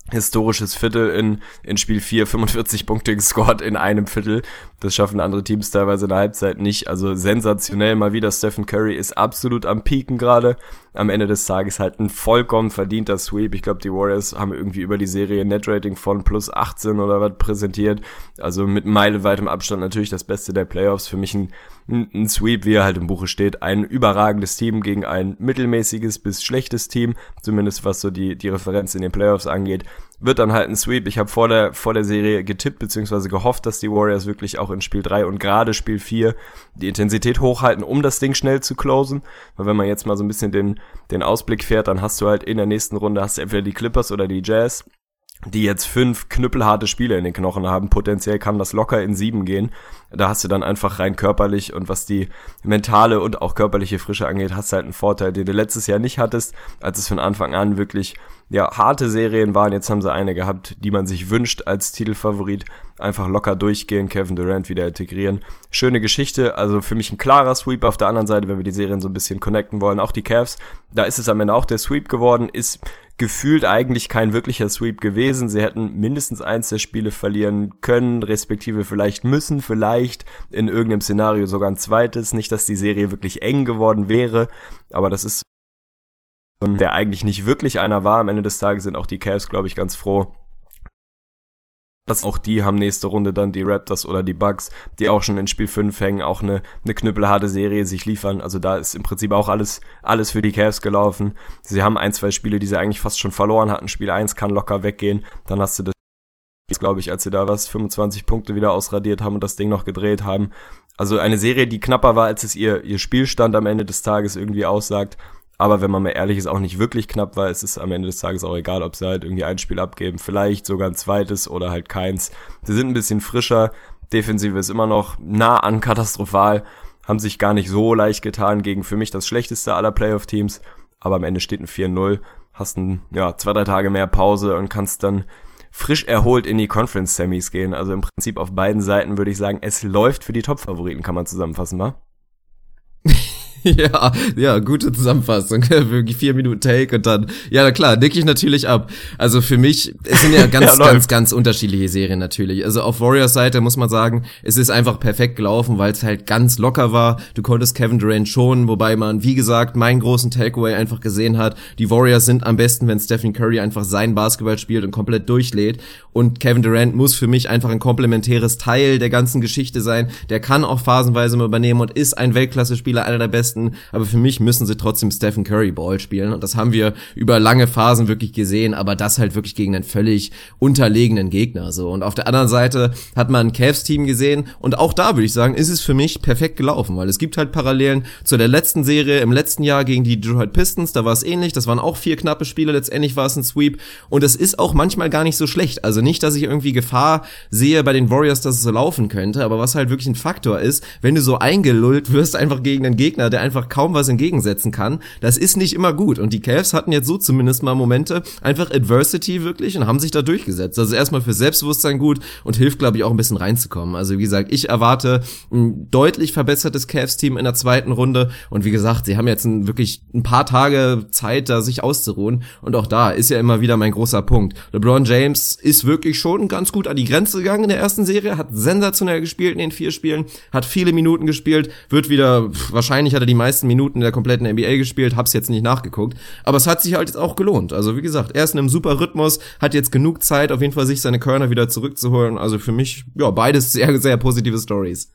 historisches Viertel in Spiel 4, 45 Punkte gescored in einem Viertel. Das schaffen andere Teams teilweise in der Halbzeit nicht. Also sensationell mal wieder. Stephen Curry ist absolut am Pieken gerade. Am Ende des Tages halt ein vollkommen verdienter Sweep. Ich glaube, die Warriors haben irgendwie über die Serie ein Netrating von plus 18 oder was präsentiert. Also mit meilenweitem Abstand natürlich das Beste der Playoffs. Für mich ein Sweep, wie er halt im Buche steht. Ein überragendes Team gegen ein mittelmäßiges bis schlechtes Team. Zumindest was so die Referenz in den Playoffs angeht. Wird dann halt ein Sweep. Ich habe vor der Serie getippt bzw. gehofft, dass die Warriors wirklich auch in Spiel 3 und gerade Spiel 4 die Intensität hochhalten, um das Ding schnell zu closen. Weil wenn man jetzt mal so ein bisschen den Ausblick fährt, dann hast du halt in der nächsten Runde hast du entweder die Clippers oder die Jazz, die jetzt 5 knüppelharte Spiele in den Knochen haben. Potenziell kann das locker in 7 gehen. Da hast du dann einfach rein körperlich und was die mentale und auch körperliche Frische angeht, hast du halt einen Vorteil, den du letztes Jahr nicht hattest, als es von Anfang an wirklich harte Serien waren. Jetzt haben sie eine gehabt, die man sich wünscht als Titelfavorit. Einfach locker durchgehen, Kevin Durant wieder integrieren. Schöne Geschichte, also für mich ein klarer Sweep. Auf der anderen Seite, wenn wir die Serien so ein bisschen connecten wollen, auch die Cavs, da ist es am Ende auch der Sweep geworden, ist gefühlt eigentlich kein wirklicher Sweep gewesen. Sie hätten mindestens eins der Spiele verlieren können, respektive vielleicht müssen, vielleicht in irgendeinem Szenario sogar ein zweites. Nicht, dass die Serie wirklich eng geworden wäre, aber das ist der eigentlich nicht wirklich einer war. Am Ende des Tages sind auch die Cavs, glaube ich, ganz froh. Auch die haben nächste Runde dann die Raptors oder die Bucks, die auch schon in Spiel 5 hängen, auch eine knüppelharte Serie sich liefern. Also da ist im Prinzip auch alles für die Cavs gelaufen. Sie haben 1-2 Spiele, die sie eigentlich fast schon verloren hatten. Spiel 1 kann locker weggehen. Dann hast du das, glaube ich, als sie da 25 Punkte wieder ausradiert haben und das Ding noch gedreht haben. Also eine Serie, die knapper war, als es ihr Spielstand am Ende des Tages irgendwie aussagt. Aber wenn man mal ehrlich ist, auch nicht wirklich knapp war, ist es am Ende des Tages auch egal, ob sie halt irgendwie ein Spiel abgeben, vielleicht sogar ein zweites oder halt keins. Sie sind ein bisschen frischer, Defensive ist immer noch nah an katastrophal, haben sich gar nicht so leicht getan gegen für mich das schlechteste aller Playoff-Teams, aber am Ende steht ein 4-0, hast 2-3 Tage mehr Pause und kannst dann frisch erholt in die Conference-Semis gehen. Also im Prinzip auf beiden Seiten würde ich sagen, es läuft für die Top-Favoriten, kann man zusammenfassen, wa? Ja, gute Zusammenfassung. 4 Minuten Take und dann, ja, na klar, nick ich natürlich ab. Also für mich, es sind ja ganz unterschiedliche Serien natürlich. Also auf Warriors Seite muss man sagen, es ist einfach perfekt gelaufen, weil es halt ganz locker war. Du konntest Kevin Durant schonen, wobei man, wie gesagt, meinen großen Takeaway einfach gesehen hat. Die Warriors sind am besten, wenn Stephen Curry einfach sein Basketball spielt und komplett durchlädt. Und Kevin Durant muss für mich einfach ein komplementäres Teil der ganzen Geschichte sein. Der kann auch phasenweise mal übernehmen und ist ein Weltklasse-Spieler, einer der besten. Aber für mich müssen sie trotzdem Stephen Curry Ball spielen und das haben wir über lange Phasen wirklich gesehen, aber das halt wirklich gegen einen völlig unterlegenen Gegner so. Und auf der anderen Seite hat man ein Cavs-Team gesehen und auch da würde ich sagen, ist es für mich perfekt gelaufen, weil es gibt halt Parallelen zu der letzten Serie im letzten Jahr gegen die Detroit Pistons, da war es ähnlich, das waren auch 4 knappe Spiele, letztendlich war es ein Sweep und es ist auch manchmal gar nicht so schlecht, also nicht, dass ich irgendwie Gefahr sehe bei den Warriors, dass es so laufen könnte, aber was halt wirklich ein Faktor ist, wenn du so eingelullt wirst einfach gegen einen Gegner, der einfach kaum was entgegensetzen kann, das ist nicht immer gut. Und die Cavs hatten jetzt so zumindest mal Momente, einfach Adversity wirklich und haben sich da durchgesetzt. Also erstmal für Selbstbewusstsein gut und hilft, glaube ich, auch ein bisschen reinzukommen. Also wie gesagt, ich erwarte ein deutlich verbessertes Cavs-Team in der zweiten Runde und wie gesagt, sie haben jetzt wirklich ein paar Tage Zeit, da sich auszuruhen und auch da ist ja immer wieder mein großer Punkt. LeBron James ist wirklich schon ganz gut an die Grenze gegangen in der ersten Serie, hat sensationell gespielt in den 4 Spielen, hat viele Minuten gespielt, wird wieder, wahrscheinlich hat er die meisten Minuten in der kompletten NBA gespielt, hab's jetzt nicht nachgeguckt, aber es hat sich halt jetzt auch gelohnt. Also wie gesagt, er ist in einem super Rhythmus, hat jetzt genug Zeit, auf jeden Fall sich seine Körner wieder zurückzuholen. Also für mich, ja, beides sehr, sehr positive Stories.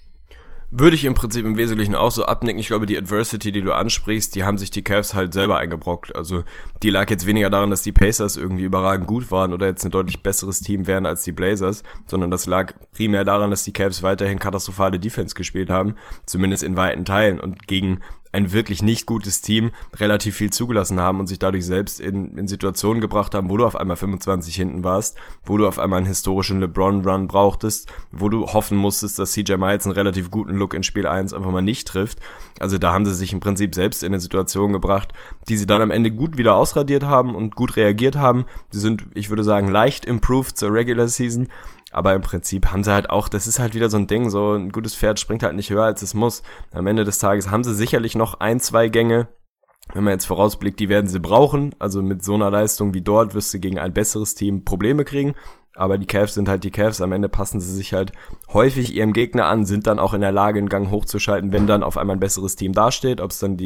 Würde ich im Prinzip im Wesentlichen auch so abnicken. Ich glaube, die Adversity, die du ansprichst, die haben sich die Cavs halt selber eingebrockt. Also die lag jetzt weniger daran, dass die Pacers irgendwie überragend gut waren oder jetzt ein deutlich besseres Team wären als die Blazers, sondern das lag primär daran, dass die Cavs weiterhin katastrophale Defense gespielt haben, zumindest in weiten Teilen und gegen ein wirklich nicht gutes Team relativ viel zugelassen haben und sich dadurch selbst in Situationen gebracht haben, wo du auf einmal 25 hinten warst, wo du auf einmal einen historischen LeBron-Run brauchtest, wo du hoffen musstest, dass CJ Miles einen relativ guten Look in Spiel 1 einfach mal nicht trifft. Also da haben sie sich im Prinzip selbst in eine Situation gebracht, die sie dann am Ende gut wieder ausradiert haben und gut reagiert haben. Sie sind, ich würde sagen, leicht improved zur Regular Season. Aber im Prinzip haben sie halt auch, das ist halt wieder so ein Ding, so ein gutes Pferd springt halt nicht höher, als es muss. Am Ende des Tages haben sie sicherlich noch 1-2 Gänge, Wenn man jetzt vorausblickt, die werden sie brauchen, also mit so einer Leistung wie dort wirst du gegen ein besseres Team Probleme kriegen, aber die Cavs sind halt die Cavs, am Ende passen sie sich halt häufig ihrem Gegner an, sind dann auch in der Lage, einen Gang hochzuschalten, wenn dann auf einmal ein besseres Team dasteht, ob es dann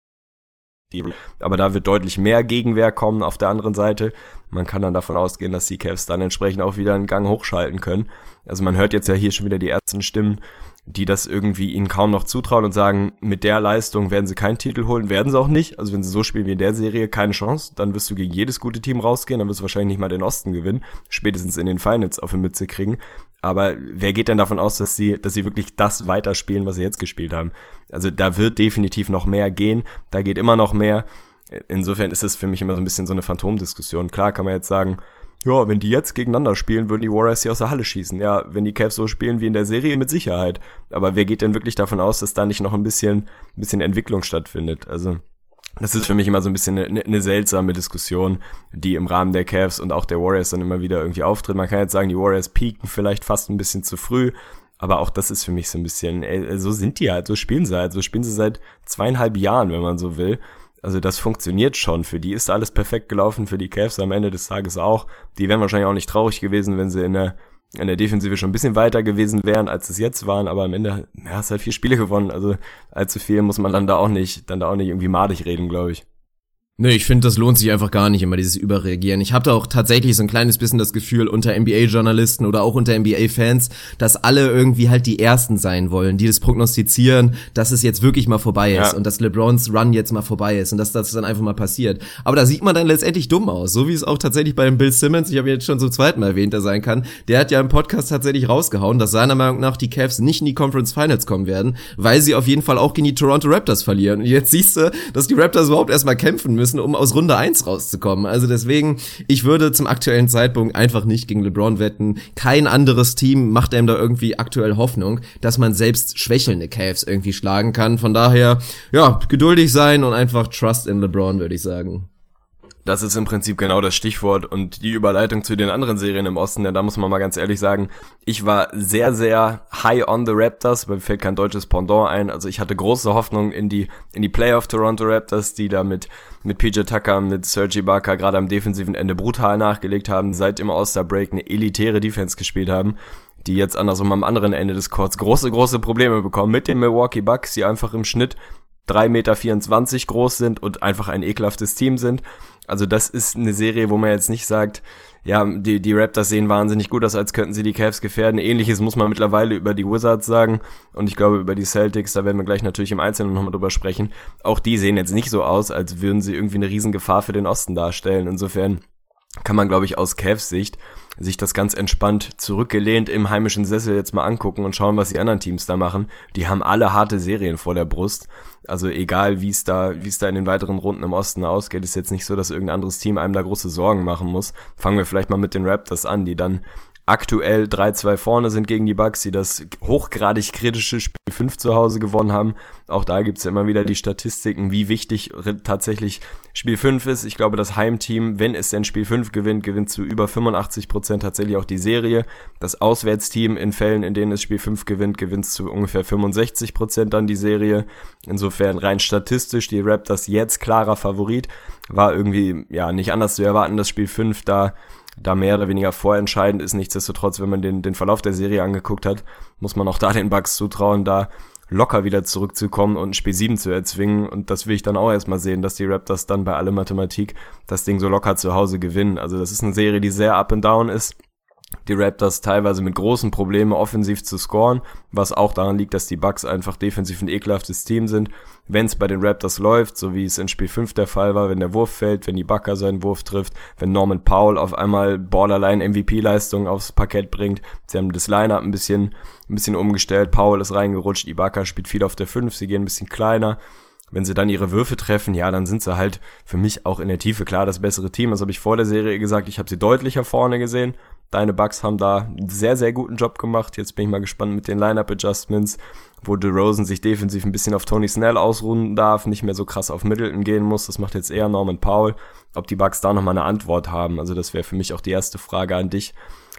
aber da wird deutlich mehr Gegenwehr kommen auf der anderen Seite. Man kann dann davon ausgehen, dass die Cavs dann entsprechend auch wieder einen Gang hochschalten können. Also man hört jetzt ja hier schon wieder die ersten Stimmen, die das irgendwie ihnen kaum noch zutrauen und sagen, mit der Leistung werden sie keinen Titel holen, werden sie auch nicht. Also wenn sie so spielen wie in der Serie, keine Chance. Dann wirst du gegen jedes gute Team rausgehen, dann wirst du wahrscheinlich nicht mal den Osten gewinnen, spätestens in den Finals auf die Mütze kriegen. Aber wer geht denn davon aus, dass sie wirklich das weiterspielen, was sie jetzt gespielt haben? Also da wird definitiv noch mehr gehen, da geht immer noch mehr. Insofern ist es für mich immer so ein bisschen so eine Phantomdiskussion. Klar kann man jetzt sagen, ja, wenn die jetzt gegeneinander spielen, würden die Warriors hier aus der Halle schießen. Ja, wenn die Cavs so spielen wie in der Serie, mit Sicherheit. Aber wer geht denn wirklich davon aus, dass da nicht noch ein bisschen Entwicklung stattfindet? Also das ist für mich immer so ein bisschen eine seltsame Diskussion, die im Rahmen der Cavs und auch der Warriors dann immer wieder irgendwie auftritt. Man kann jetzt sagen, die Warriors peaken vielleicht fast ein bisschen zu früh, aber auch das ist für mich so ein bisschen, so sind die halt, so spielen sie seit 2,5 Jahren, wenn man so will. Also das funktioniert schon, für die ist alles perfekt gelaufen, für die Cavs am Ende des Tages auch. Die wären wahrscheinlich auch nicht traurig gewesen, wenn sie in der Defensive schon ein bisschen weiter gewesen wären, als es jetzt waren, aber am Ende, ja, hast halt 4 Spiele gewonnen, also allzu viel muss man dann da auch nicht irgendwie madig reden, glaube ich. Nee, ich finde, das lohnt sich einfach gar nicht immer, dieses Überreagieren. Ich habe da auch tatsächlich so ein kleines bisschen das Gefühl unter NBA-Journalisten oder auch unter NBA-Fans, dass alle irgendwie halt die Ersten sein wollen, die das prognostizieren, dass es jetzt wirklich mal vorbei ist und dass LeBrons Run jetzt mal vorbei ist und dass das dann einfach mal passiert. Aber da sieht man dann letztendlich dumm aus, so wie es auch tatsächlich bei dem Bill Simmons, ich habe jetzt schon zum zweiten Mal erwähnt, sein kann, der hat ja im Podcast tatsächlich rausgehauen, dass seiner Meinung nach die Cavs nicht in die Conference Finals kommen werden, weil sie auf jeden Fall auch gegen die Toronto Raptors verlieren. Und jetzt siehst du, dass die Raptors überhaupt erstmal kämpfen müssen, um aus Runde 1 rauszukommen. Also deswegen, ich würde zum aktuellen Zeitpunkt einfach nicht gegen LeBron wetten. Kein anderes Team macht einem da irgendwie aktuell Hoffnung, dass man selbst schwächelnde Cavs irgendwie schlagen kann. Von daher, ja, geduldig sein und einfach Trust in LeBron, würde ich sagen. Das ist im Prinzip genau das Stichwort und die Überleitung zu den anderen Serien im Osten, denn da muss man mal ganz ehrlich sagen, ich war sehr, sehr high on the Raptors, mir fällt kein deutsches Pendant ein, also ich hatte große Hoffnung in die Playoff Toronto Raptors, die da mit PJ Tucker, mit Serge Ibaka gerade am defensiven Ende brutal nachgelegt haben, seit dem All-Star-Break eine elitäre Defense gespielt haben, die jetzt andersrum am anderen Ende des Courts große Probleme bekommen mit den Milwaukee Bucks, die einfach im Schnitt 3,24 Meter groß sind und einfach ein ekelhaftes Team sind. Also das ist eine Serie, wo man jetzt nicht sagt, ja, die Raptors sehen wahnsinnig gut aus, als könnten sie die Cavs gefährden. Ähnliches muss man mittlerweile über die Wizards sagen und ich glaube über die Celtics, da werden wir gleich natürlich im Einzelnen nochmal drüber sprechen. Auch die sehen jetzt nicht so aus, als würden sie irgendwie eine Riesengefahr für den Osten darstellen. Insofern kann man, glaube ich, aus Cavs Sicht sich das ganz entspannt zurückgelehnt im heimischen Sessel jetzt mal angucken und schauen, was die anderen Teams da machen. Die haben alle harte Serien vor der Brust. Also egal, wie es da in den weiteren Runden im Osten ausgeht, ist jetzt nicht so, dass irgendein anderes Team einem da große Sorgen machen muss. Fangen wir vielleicht mal mit den Raptors an, die dann aktuell 3-2 vorne sind gegen die Bucks, die das hochgradig kritische Spiel 5 zu Hause gewonnen haben. Auch da gibt's ja immer wieder die Statistiken, wie wichtig tatsächlich Spiel 5 ist. Ich glaube, das Heimteam, wenn es denn Spiel 5 gewinnt zu über 85% tatsächlich auch die Serie. Das Auswärtsteam in Fällen, in denen es Spiel 5 gewinnt zu ungefähr 65% dann die Serie. Insofern rein statistisch die Raptors jetzt klarer Favorit. War irgendwie ja nicht anders zu erwarten, dass Spiel 5 da mehr oder weniger vorentscheidend ist. Nichtsdestotrotz, wenn man den Verlauf der Serie angeguckt hat, muss man auch da den Bucks zutrauen, da locker wieder zurückzukommen und ein Spiel 7 zu erzwingen. Und das will ich dann auch erstmal sehen, dass die Raptors dann bei aller Mathematik das Ding so locker zu Hause gewinnen. Also das ist eine Serie, die sehr up and down ist. Die Raptors teilweise mit großen Problemen offensiv zu scoren, was auch daran liegt, dass die Bucks einfach defensiv ein ekelhaftes Team sind. Wenn es bei den Raptors läuft, so wie es in Spiel 5 der Fall war, wenn der Wurf fällt, wenn Ibaka seinen Wurf trifft, wenn Norman Powell auf einmal Borderline MVP-Leistung aufs Parkett bringt. Sie haben das Line-Up ein bisschen umgestellt, Powell ist reingerutscht, Ibaka spielt viel auf der 5, sie gehen ein bisschen kleiner. Wenn sie dann ihre Würfe treffen, ja, dann sind sie halt für mich auch in der Tiefe klar das bessere Team. Das habe ich vor der Serie gesagt, ich habe sie deutlicher vorne gesehen. Deine Bucks haben da einen sehr, sehr guten Job gemacht. Jetzt bin ich mal gespannt mit den Line-Up-Adjustments, wo DeRozan sich defensiv ein bisschen auf Tony Snell ausruhen darf, nicht mehr so krass auf Middleton gehen muss. Das macht jetzt eher Norman Powell. Ob die Bucks da nochmal eine Antwort haben, also das wäre für mich auch die erste Frage an dich.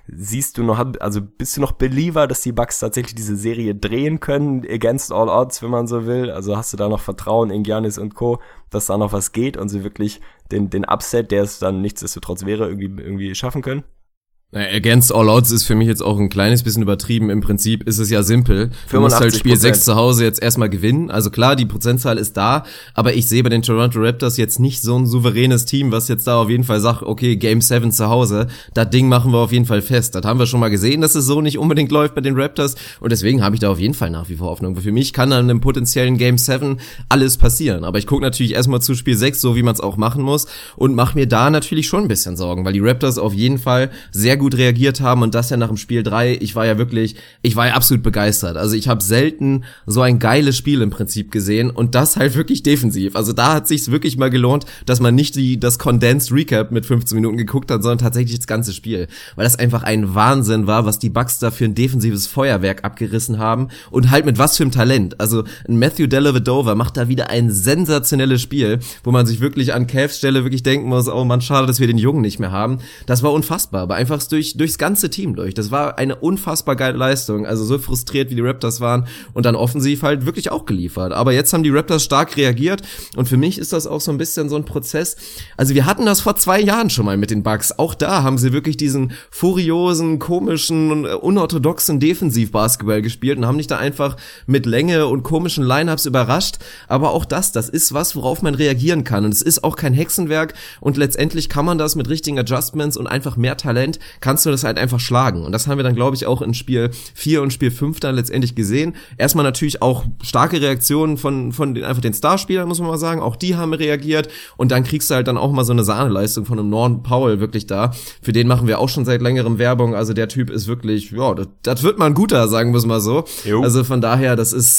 bist du noch Believer, dass die Bucks tatsächlich diese Serie drehen können, against all odds, wenn man so will? Also hast du da noch Vertrauen in Giannis und Co., dass da noch was geht und sie wirklich den Upset, der es dann nichtsdestotrotz wäre, irgendwie schaffen können? Against all odds ist für mich jetzt auch ein kleines bisschen übertrieben. Im Prinzip ist es ja simpel. Du musst halt Spiel 6 zu Hause jetzt erstmal gewinnen. Also klar, die Prozentzahl ist da, aber ich sehe bei den Toronto Raptors jetzt nicht so ein souveränes Team, was jetzt da auf jeden Fall sagt, okay, Game 7 zu Hause, das Ding machen wir auf jeden Fall fest. Das haben wir schon mal gesehen, dass es so nicht unbedingt läuft bei den Raptors und deswegen habe ich da auf jeden Fall nach wie vor Hoffnung. Für mich kann an einem potenziellen Game 7 alles passieren, aber ich gucke natürlich erstmal zu Spiel 6, so wie man es auch machen muss und mache mir da natürlich schon ein bisschen Sorgen, weil die Raptors auf jeden Fall sehr gut reagiert haben und das ja nach dem Spiel 3. Ich war ja absolut begeistert. Also ich habe selten so ein geiles Spiel im Prinzip gesehen und das halt wirklich defensiv. Also da hat sich's wirklich mal gelohnt, dass man nicht das Condensed Recap mit 15 Minuten geguckt hat, sondern tatsächlich das ganze Spiel. Weil das einfach ein Wahnsinn war, was die Bucks da für ein defensives Feuerwerk abgerissen haben und halt mit was für einem Talent. Also ein Matthew Dellavedova macht da wieder ein sensationelles Spiel, wo man sich wirklich an Cavs Stelle wirklich denken muss, oh Mann, schade, dass wir den Jungen nicht mehr haben. Das war unfassbar, aber einfach durchs ganze Team durch. Das war eine unfassbar geile Leistung. Also so frustriert, wie die Raptors waren und dann offensiv halt wirklich auch geliefert. Aber jetzt haben die Raptors stark reagiert und für mich ist das auch so ein bisschen so ein Prozess. Also wir hatten das vor 2 Jahren schon mal mit den Bucks. Auch da haben sie wirklich diesen furiosen, komischen, unorthodoxen Defensivbasketball gespielt und haben dich da einfach mit Länge und komischen Lineups überrascht. Aber auch das ist was, worauf man reagieren kann. Und es ist auch kein Hexenwerk und letztendlich kann man das mit richtigen Adjustments und einfach mehr Talent, kannst du das halt einfach schlagen. Und das haben wir dann, glaube ich, auch in Spiel 4 und Spiel 5 dann letztendlich gesehen. Erstmal natürlich auch starke Reaktionen von den Starspielern, muss man mal sagen. Auch die haben reagiert. Und dann kriegst du halt dann auch mal so eine Sahneleistung von einem Norman Powell wirklich da. Für den machen wir auch schon seit längerem Werbung. Also der Typ ist wirklich, ja, das wird mal ein guter, sagen wir es mal so. Jo. Also von daher,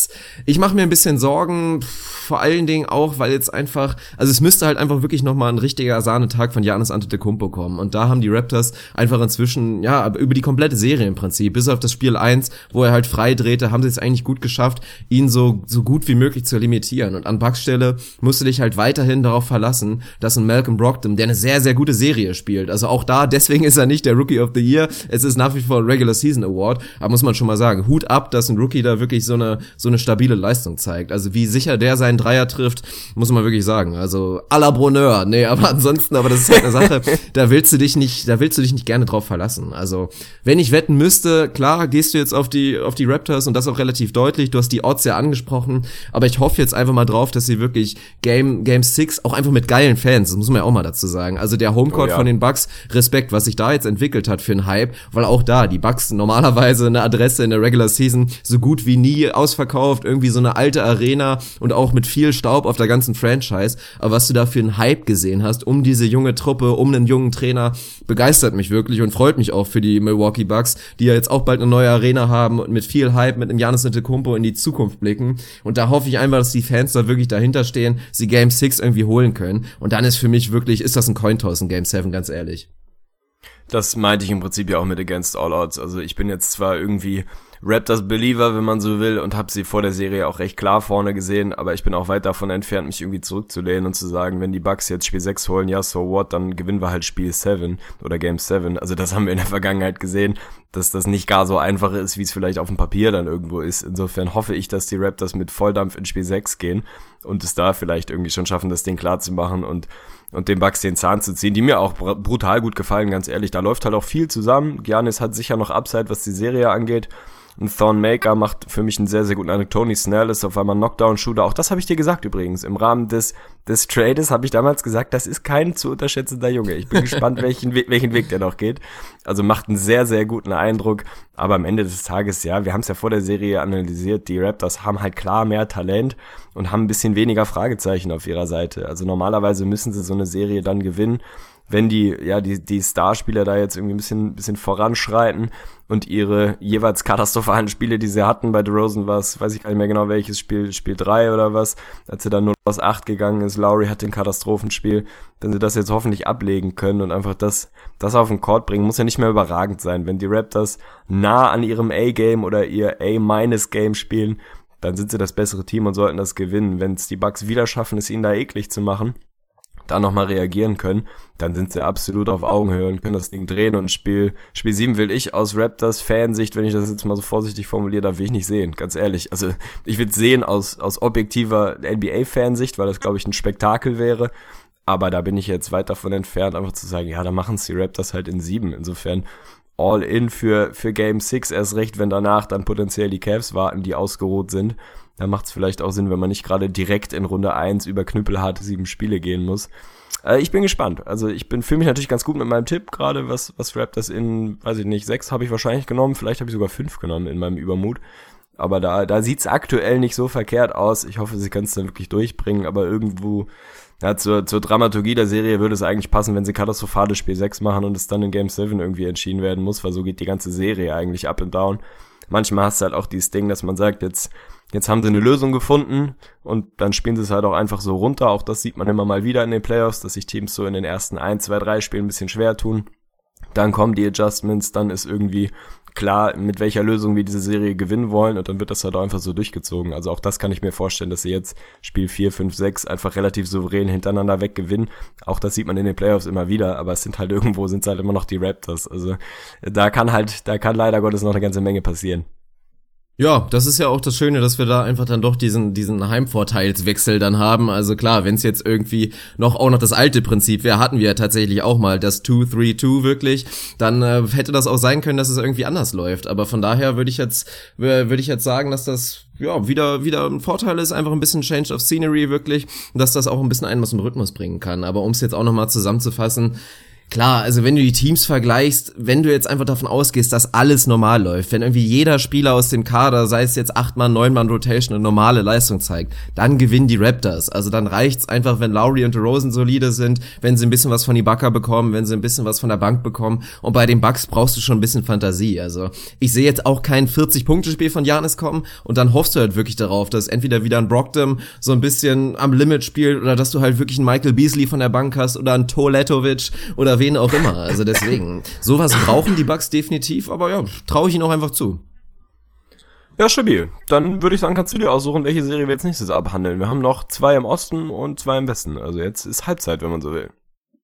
ich mache mir ein bisschen Sorgen, vor allen Dingen auch, weil jetzt einfach, also es müsste halt einfach wirklich nochmal ein richtiger Sahnetag von Giannis Antetokounmpo kommen. Und da haben die Raptors einfach inzwischen, ja, über die komplette Serie im Prinzip, bis auf das Spiel 1, wo er halt frei drehte, haben sie es eigentlich gut geschafft, ihn so gut wie möglich zu limitieren. Und an Bucks Stelle musst du dich halt weiterhin darauf verlassen, dass ein Malcolm Brogdon, der eine sehr, sehr gute Serie spielt, also auch da, deswegen ist er nicht der Rookie of the Year, es ist nach wie vor ein Regular Season Award, aber muss man schon mal sagen, Hut ab, dass ein Rookie da wirklich so eine stabile Leistung zeigt. Also wie sicher der seinen Dreier trifft, muss man wirklich sagen. Also à la Bonheur, nee, aber ansonsten, aber das ist halt eine Sache, da willst du dich nicht gerne drauf verlassen. Also, wenn ich wetten müsste, klar, gehst du jetzt auf die Raptors und das auch relativ deutlich. Du hast die Odds ja angesprochen, aber ich hoffe jetzt einfach mal drauf, dass sie wirklich Game 6 auch einfach mit geilen Fans, das muss man ja auch mal dazu sagen. Also der Homecourt von den Bucks, Respekt, was sich da jetzt entwickelt hat für einen Hype, weil auch da die Bucks normalerweise eine Adresse in der Regular Season so gut wie nie ausverkauft, irgendwie so eine alte Arena und auch mit viel Staub auf der ganzen Franchise. Aber was du da für einen Hype gesehen hast, um diese junge Truppe, um einen jungen Trainer, begeistert mich wirklich und freut mich auch für die Milwaukee Bucks, die ja jetzt auch bald eine neue Arena haben und mit viel Hype, mit einem Giannis Antetokounmpo in die Zukunft blicken. Und da hoffe ich einfach, dass die Fans da wirklich dahinter stehen, sie Game 6 irgendwie holen können. Und dann ist für mich wirklich, ist das ein Cointoss in Game 7, ganz ehrlich. Das meinte ich im Prinzip ja auch mit Against All Odds. Also ich bin jetzt zwar irgendwie Raptors Believer, wenn man so will, und habe sie vor der Serie auch recht klar vorne gesehen, aber ich bin auch weit davon entfernt, mich irgendwie zurückzulehnen und zu sagen, wenn die Bucks jetzt Spiel 6 holen, ja, so what, dann gewinnen wir halt Spiel 7 oder Game 7. Also das haben wir in der Vergangenheit gesehen, dass das nicht gar so einfach ist, wie es vielleicht auf dem Papier dann irgendwo ist. Insofern hoffe ich, dass die Raptors mit Volldampf in Spiel 6 gehen und es da vielleicht irgendwie schon schaffen, das Ding klar zu machen und den Bucks den Zahn zu ziehen, die mir auch brutal gut gefallen, ganz ehrlich. Da läuft halt auch viel zusammen. Giannis hat sicher noch Upside, was die Serie angeht. Und Thon Maker macht für mich einen sehr, sehr guten Eindruck. Tony Snell ist auf einmal ein Knockdown-Shooter. Auch das habe ich dir gesagt übrigens. Im Rahmen des Trades habe ich damals gesagt, das ist kein zu unterschätzender Junge. Ich bin gespannt, welchen Weg der noch geht. Also macht einen sehr, sehr guten Eindruck. Aber am Ende des Tages, ja, wir haben es ja vor der Serie analysiert, die Raptors haben halt klar mehr Talent und haben ein bisschen weniger Fragezeichen auf ihrer Seite. Also normalerweise müssen sie so eine Serie dann gewinnen, wenn die Starspieler da jetzt irgendwie ein bisschen voranschreiten und ihre jeweils katastrophalen Spiele, die sie hatten, bei DeRozan war es, weiß ich gar nicht mehr genau welches Spiel 3 oder was, als er dann 0 aus 8 gegangen ist, Lowry hat ein Katastrophenspiel, wenn sie das jetzt hoffentlich ablegen können und einfach das auf den Court bringen, muss ja nicht mehr überragend sein. Wenn die Raptors nah an ihrem A-Game oder ihr A-Game spielen, dann sind sie das bessere Team und sollten das gewinnen. Wenn es die Bucks wieder schaffen, es ihnen da eklig zu machen, da nochmal reagieren können, dann sind sie absolut auf Augenhöhe und können das Ding drehen. Und Spiel 7 will ich aus Raptors-Fansicht, wenn ich das jetzt mal so vorsichtig formuliere, da will ich nicht sehen, ganz ehrlich. Also ich will es sehen aus objektiver NBA-Fansicht, weil das, glaube ich, ein Spektakel wäre. Aber da bin ich jetzt weit davon entfernt, einfach zu sagen, ja, da machen es die Raptors halt in 7. Insofern all in für Game 6, erst recht, wenn danach dann potenziell die Cavs warten, die ausgeruht sind. Da macht es vielleicht auch Sinn, wenn man nicht gerade direkt in Runde 1 über knüppelharte 7 Spiele gehen muss. Ich bin gespannt. Also fühle mich natürlich ganz gut mit meinem Tipp, gerade was Raptors in, weiß ich nicht, 6 habe ich wahrscheinlich genommen, vielleicht habe ich sogar 5 genommen in meinem Übermut. Aber da sieht's aktuell nicht so verkehrt aus. Ich hoffe, sie können es dann wirklich durchbringen, aber irgendwo, ja, zur Dramaturgie der Serie würde es eigentlich passen, wenn sie katastrophales Spiel 6 machen und es dann in Game 7 irgendwie entschieden werden muss, weil so geht die ganze Serie eigentlich up and down. Manchmal hast du halt auch dieses Ding, dass man sagt, jetzt haben sie eine Lösung gefunden und dann spielen sie es halt auch einfach so runter. Auch das sieht man immer mal wieder in den Playoffs, dass sich Teams so in den ersten 1, 2, 3 Spielen ein bisschen schwer tun. Dann kommen die Adjustments, dann ist irgendwie klar, mit welcher Lösung wir diese Serie gewinnen wollen und dann wird das halt auch einfach so durchgezogen. Also auch das kann ich mir vorstellen, dass sie jetzt Spiel 4, 5, 6 einfach relativ souverän hintereinander weggewinnen. Auch das sieht man in den Playoffs immer wieder, aber es sind halt halt immer noch die Raptors. Also da kann leider Gottes noch eine ganze Menge passieren. Ja, das ist ja auch das Schöne, dass wir da einfach dann doch diesen Heimvorteilswechsel dann haben. Also klar, wenn es jetzt irgendwie auch noch das alte Prinzip wäre, hatten wir ja tatsächlich auch mal das 2-3-2 wirklich, dann hätte das auch sein können, dass es irgendwie anders läuft. Aber von daher würde ich jetzt sagen, dass das ja wieder ein Vorteil ist, einfach ein bisschen Change of Scenery wirklich, dass das auch ein bisschen einen aus dem Rhythmus bringen kann. Aber um es jetzt auch nochmal zusammenzufassen, klar, also wenn du die Teams vergleichst, wenn du jetzt einfach davon ausgehst, dass alles normal läuft, wenn irgendwie jeder Spieler aus dem Kader, sei es jetzt 8-Mann, 9-Mann Rotation, eine normale Leistung zeigt, dann gewinnen die Raptors. Also dann reicht's einfach, wenn Lowry und DeRozan solide sind, wenn sie ein bisschen was von Ibaka bekommen, wenn sie ein bisschen was von der Bank bekommen. Und bei den Bucks brauchst du schon ein bisschen Fantasie. Also ich sehe jetzt auch kein 40-Punkte-Spiel von Giannis kommen und dann hoffst du halt wirklich darauf, dass entweder wieder ein Brogdon so ein bisschen am Limit spielt oder dass du halt wirklich einen Michael Beasley von der Bank hast oder einen Toletovic oder wen auch immer. Also deswegen, sowas brauchen die Bucks definitiv, aber ja, traue ich ihnen auch einfach zu. Ja, stabil. Dann würde ich sagen, kannst du dir aussuchen, welche Serie wir jetzt nächstes abhandeln. Wir haben noch 2 im Osten und 2 im Westen. Also jetzt ist Halbzeit, wenn man so will.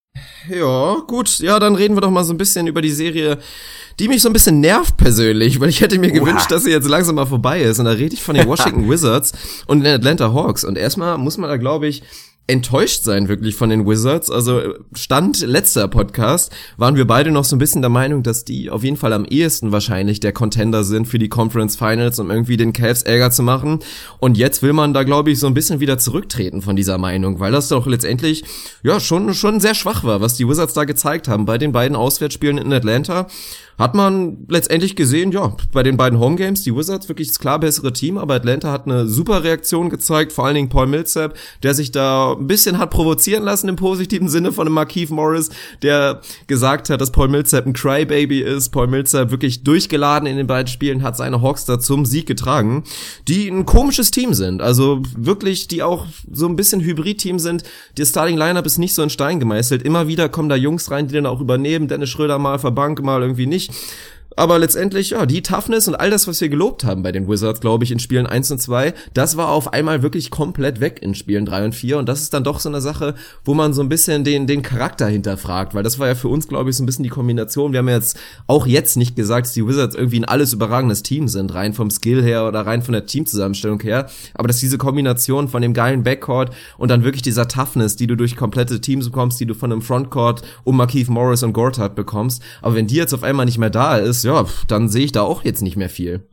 Ja, gut. Ja, dann reden wir doch mal so ein bisschen über die Serie, die mich so ein bisschen nervt persönlich, weil ich hätte mir gewünscht, dass sie jetzt langsam mal vorbei ist. Und da rede ich von den Washington Wizards und den Atlanta Hawks. Und erstmal muss man da, glaube ich, enttäuscht sein wirklich von den Wizards. Also Stand letzter Podcast waren wir beide noch so ein bisschen der Meinung, dass die auf jeden Fall am ehesten wahrscheinlich der Contender sind für die Conference Finals, um irgendwie den Cavs Ärger zu machen. Und jetzt will man da, glaube ich, so ein bisschen wieder zurücktreten von dieser Meinung, weil das doch letztendlich ja schon sehr schwach war, was die Wizards da gezeigt haben bei den beiden Auswärtsspielen in Atlanta. Hat man letztendlich gesehen, ja, bei den beiden Homegames, die Wizards wirklich das klar bessere Team, aber Atlanta hat eine super Reaktion gezeigt, vor allen Dingen Paul Millsap, der sich da ein bisschen hat provozieren lassen im positiven Sinne von dem Markieff Morris, der gesagt hat, dass Paul Millsap ein Crybaby ist. Paul Millsap wirklich durchgeladen in den beiden Spielen, hat seine Hawks da zum Sieg getragen, die ein komisches Team sind, also wirklich, die auch so ein bisschen Hybrid-Team sind. Die Starting Lineup ist nicht so in Stein gemeißelt, immer wieder kommen da Jungs rein, die dann auch übernehmen, Dennis Schröder mal verbank, mal irgendwie nicht. Aber letztendlich, ja, die Toughness und all das, was wir gelobt haben bei den Wizards, glaube ich, in Spielen 1 und 2, das war auf einmal wirklich komplett weg in Spielen 3 und 4. Und das ist dann doch so eine Sache, wo man so ein bisschen den Charakter hinterfragt, weil das war ja für uns, glaube ich, so ein bisschen die Kombination. Wir haben ja jetzt auch jetzt nicht gesagt, dass die Wizards irgendwie ein alles überragendes Team sind, rein vom Skill her oder rein von der Teamzusammenstellung her. Aber dass diese Kombination von dem geilen Backcourt und dann wirklich dieser Toughness, die du durch komplette Teams bekommst, die du von einem Frontcourt um Markieff Morris und Gortat bekommst. Aber wenn die jetzt auf einmal nicht mehr da ist, ja, dann sehe ich da auch jetzt nicht mehr viel.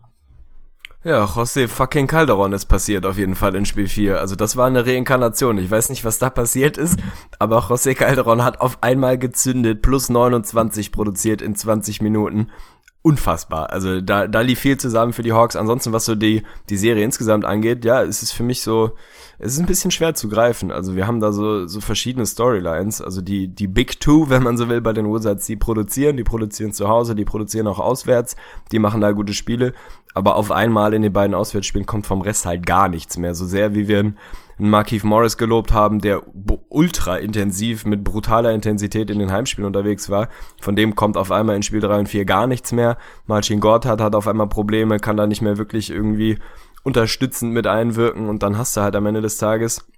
Ja, José fucking Calderon ist passiert auf jeden Fall in Spiel 4. Also das war eine Reinkarnation. Ich weiß nicht, was da passiert ist, aber José Calderon hat auf einmal gezündet, plus 29 produziert in 20 Minuten. Unfassbar. Also da lief viel zusammen für die Hawks. Ansonsten, was so die Serie insgesamt angeht, ja, es ist für mich so, es ist ein bisschen schwer zu greifen. Also wir haben da so verschiedene Storylines. Also die Big Two, wenn man so will, bei den Wizards, die produzieren zu Hause, die produzieren auch auswärts, die machen da gute Spiele. Aber auf einmal in den beiden Auswärtsspielen kommt vom Rest halt gar nichts mehr. So sehr wie wir einen Markieff Morris gelobt haben, der ultra intensiv mit brutaler Intensität in den Heimspielen unterwegs war. Von dem kommt auf einmal in Spiel 3 und 4 gar nichts mehr. Marcin Gortat hat auf einmal Probleme, kann da nicht mehr wirklich irgendwie unterstützend mit einwirken und dann hast du halt am Ende des Tages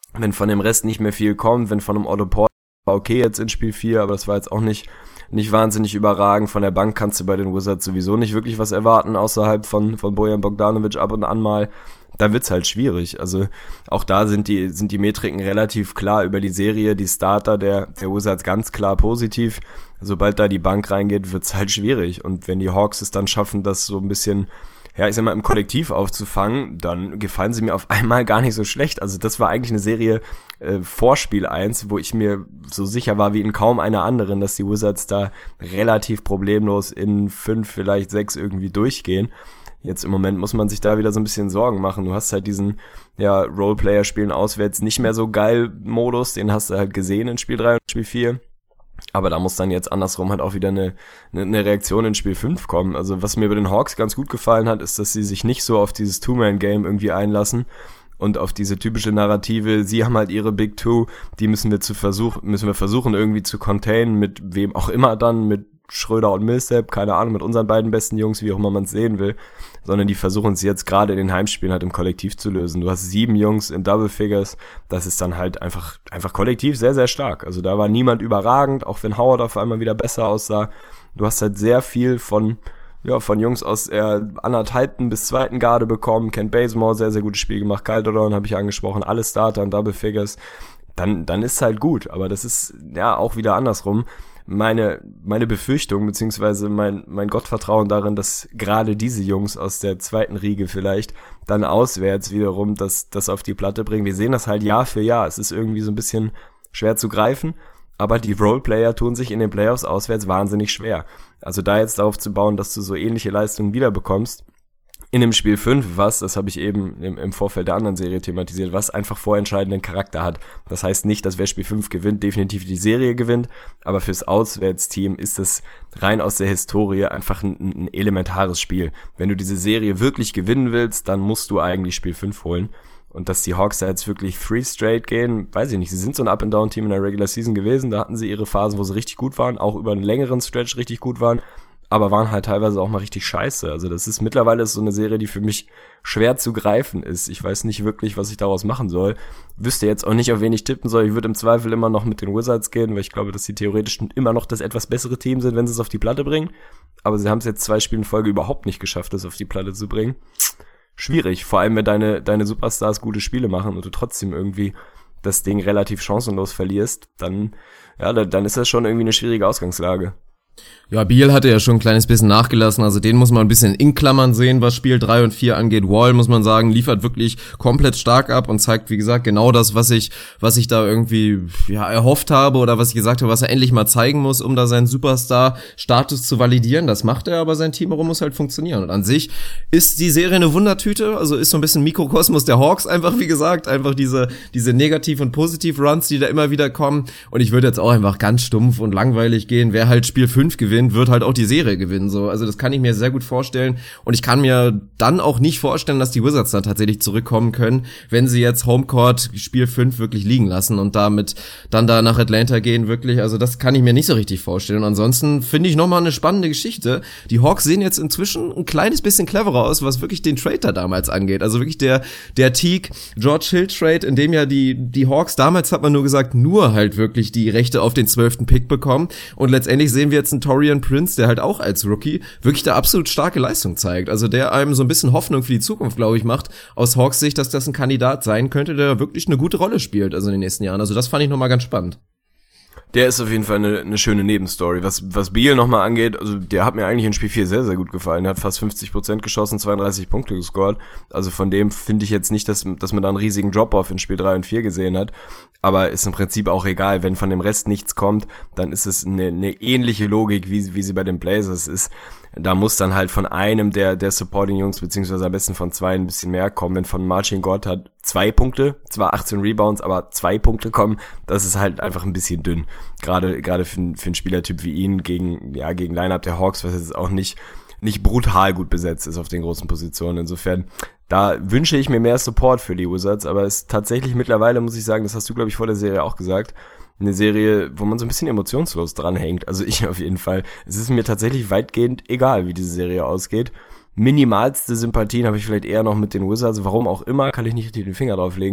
wenn von dem Rest nicht mehr viel kommt, wenn von einem Otto Porter war okay jetzt in Spiel 4, aber das war jetzt auch nicht wahnsinnig überragend. Von der Bank kannst du bei den Wizards sowieso nicht wirklich was erwarten, außerhalb von Bojan Bogdanovic ab und an mal. Da wird's halt schwierig. Also auch da sind die Metriken relativ klar über die Serie, die Starter der Wizards ganz klar positiv. Sobald da die Bank reingeht, wird's halt schwierig. Und wenn die Hawks es dann schaffen, das so ein bisschen, ja, ich sag mal, im Kollektiv aufzufangen, dann gefallen sie mir auf einmal gar nicht so schlecht. Also das war eigentlich eine Serie vor Spiel 1, wo ich mir so sicher war wie in kaum einer anderen, dass die Wizards da relativ problemlos in 5, vielleicht 6 irgendwie durchgehen. Jetzt im Moment muss man sich da wieder so ein bisschen Sorgen machen. Du hast halt diesen, ja, Roleplayer-Spielen auswärts nicht mehr so geil Modus, den hast du halt gesehen in Spiel 3 und Spiel 4. Aber da muss dann jetzt andersrum halt auch wieder eine Reaktion in Spiel 5 kommen. Also was mir bei den Hawks ganz gut gefallen hat, ist, dass sie sich nicht so auf dieses Two-Man-Game irgendwie einlassen und auf diese typische Narrative, sie haben halt ihre Big Two, die müssen wir versuchen irgendwie zu containen, mit wem auch immer dann, mit Schröder und Millsap, keine Ahnung, mit unseren beiden besten Jungs, wie auch immer man es sehen will, sondern die versuchen es jetzt gerade in den Heimspielen halt im Kollektiv zu lösen. Du hast 7 Jungs in Double Figures, das ist dann halt einfach kollektiv sehr, sehr stark. Also da war niemand überragend, auch wenn Howard auf einmal wieder besser aussah. Du hast halt sehr viel von Jungs aus der 1,5. bis 2. Garde bekommen. Kent Bazemore, sehr, sehr gutes Spiel gemacht. Calderon habe ich angesprochen, alle Starter in Double Figures. Dann ist es halt gut, aber das ist ja auch wieder andersrum. Meine Befürchtung, beziehungsweise mein Gottvertrauen darin, dass gerade diese Jungs aus der 2. Riege vielleicht dann auswärts wiederum das auf die Platte bringen. Wir sehen das halt Jahr für Jahr. Es ist irgendwie so ein bisschen schwer zu greifen, aber die Roleplayer tun sich in den Playoffs auswärts wahnsinnig schwer. Also da jetzt darauf zu bauen, dass du so ähnliche Leistungen wiederbekommst, in dem Spiel 5, das habe ich eben im Vorfeld der anderen Serie thematisiert, was einfach vorentscheidenden Charakter hat. Das heißt nicht, dass wer Spiel 5 gewinnt, definitiv die Serie gewinnt, aber fürs Auswärtsteam ist es rein aus der Historie einfach ein elementares Spiel. Wenn du diese Serie wirklich gewinnen willst, dann musst du eigentlich Spiel 5 holen. Und dass die Hawks da jetzt wirklich 3 straight gehen, weiß ich nicht. Sie sind so ein Up-and-Down-Team in der Regular Season gewesen, da hatten sie ihre Phasen, wo sie richtig gut waren, auch über einen längeren Stretch richtig gut waren, aber waren halt teilweise auch mal richtig scheiße. Also das ist mittlerweile so eine Serie, die für mich schwer zu greifen ist. Ich weiß nicht wirklich, was ich daraus machen soll. Wüsste jetzt auch nicht, auf wen ich tippen soll. Ich würde im Zweifel immer noch mit den Wizards gehen, weil ich glaube, dass sie theoretisch immer noch das etwas bessere Team sind, wenn sie es auf die Platte bringen. Aber sie haben es jetzt 2 Spiele in Folge überhaupt nicht geschafft, es auf die Platte zu bringen. Schwierig, vor allem wenn deine Superstars gute Spiele machen und du trotzdem irgendwie das Ding relativ chancenlos verlierst, dann ist das schon irgendwie eine schwierige Ausgangslage. Ja, Beal hatte ja schon ein kleines bisschen nachgelassen, also den muss man ein bisschen in Klammern sehen, was Spiel 3 und 4 angeht. Wall, muss man sagen, liefert wirklich komplett stark ab und zeigt, wie gesagt, genau das, was ich da irgendwie erhofft habe oder was ich gesagt habe, was er endlich mal zeigen muss, um da seinen Superstar-Status zu validieren. Das macht er, aber sein Team herum muss halt funktionieren. Und an sich ist die Serie eine Wundertüte, also ist so ein bisschen Mikrokosmos der Hawks einfach, wie gesagt, einfach diese Negativ- und Positiv-Runs, die da immer wieder kommen. Und ich würde jetzt auch einfach ganz stumpf und langweilig gehen. Wer halt Spiel 5 gewinnt, wird halt auch die Serie gewinnen, so. Also das kann ich mir sehr gut vorstellen und ich kann mir dann auch nicht vorstellen, dass die Wizards dann tatsächlich zurückkommen können, wenn sie jetzt Homecourt Spiel 5 wirklich liegen lassen und damit dann da nach Atlanta gehen, wirklich. Also das kann ich mir nicht so richtig vorstellen. Und ansonsten finde ich nochmal eine spannende Geschichte. Die Hawks sehen jetzt inzwischen ein kleines bisschen cleverer aus, was wirklich den Trade da damals angeht. Also wirklich der Teague-George Hill-Trade, in dem ja die Hawks damals, hat man nur gesagt, nur halt wirklich die Rechte auf den 12. Pick bekommen und letztendlich sehen wir jetzt einen Taurean Prince, der halt auch als Rookie wirklich da absolut starke Leistung zeigt. Also der einem so ein bisschen Hoffnung für die Zukunft, glaube ich, macht aus Hawks Sicht, dass das ein Kandidat sein könnte, der wirklich eine gute Rolle spielt, also in den nächsten Jahren. Also das fand ich nochmal ganz spannend. Der ist auf jeden Fall eine schöne Nebenstory. Was Beal nochmal angeht, also der hat mir eigentlich in Spiel 4 sehr, sehr gut gefallen. Er hat fast 50% geschossen, 32 Punkte gescored. Also von dem finde ich jetzt nicht, dass man da einen riesigen Drop-Off in Spiel 3 und 4 gesehen hat. Aber ist im Prinzip auch egal. Wenn von dem Rest nichts kommt, dann ist es eine ähnliche Logik, wie sie bei den Blazers ist. Da muss dann halt von einem der Supporting-Jungs, beziehungsweise am besten von 2 ein bisschen mehr kommen. Wenn von Marcin Gortat hat 2 Punkte, zwar 18 Rebounds, aber 2 Punkte kommen, das ist halt einfach ein bisschen dünn. Gerade für einen Spielertyp wie ihn gegen Line-Up der Hawks, was jetzt auch nicht brutal gut besetzt ist auf den großen Positionen. Insofern, da wünsche ich mir mehr Support für die Wizards, aber es ist tatsächlich mittlerweile, muss ich sagen, das hast du, glaube ich, vor der Serie auch gesagt, eine Serie, wo man so ein bisschen emotionslos dranhängt. Also ich auf jeden Fall. Es ist mir tatsächlich weitgehend egal, wie diese Serie ausgeht. Minimalste Sympathien habe ich vielleicht eher noch mit den Wizards. Warum auch immer, kann ich nicht richtig den Finger drauf legen.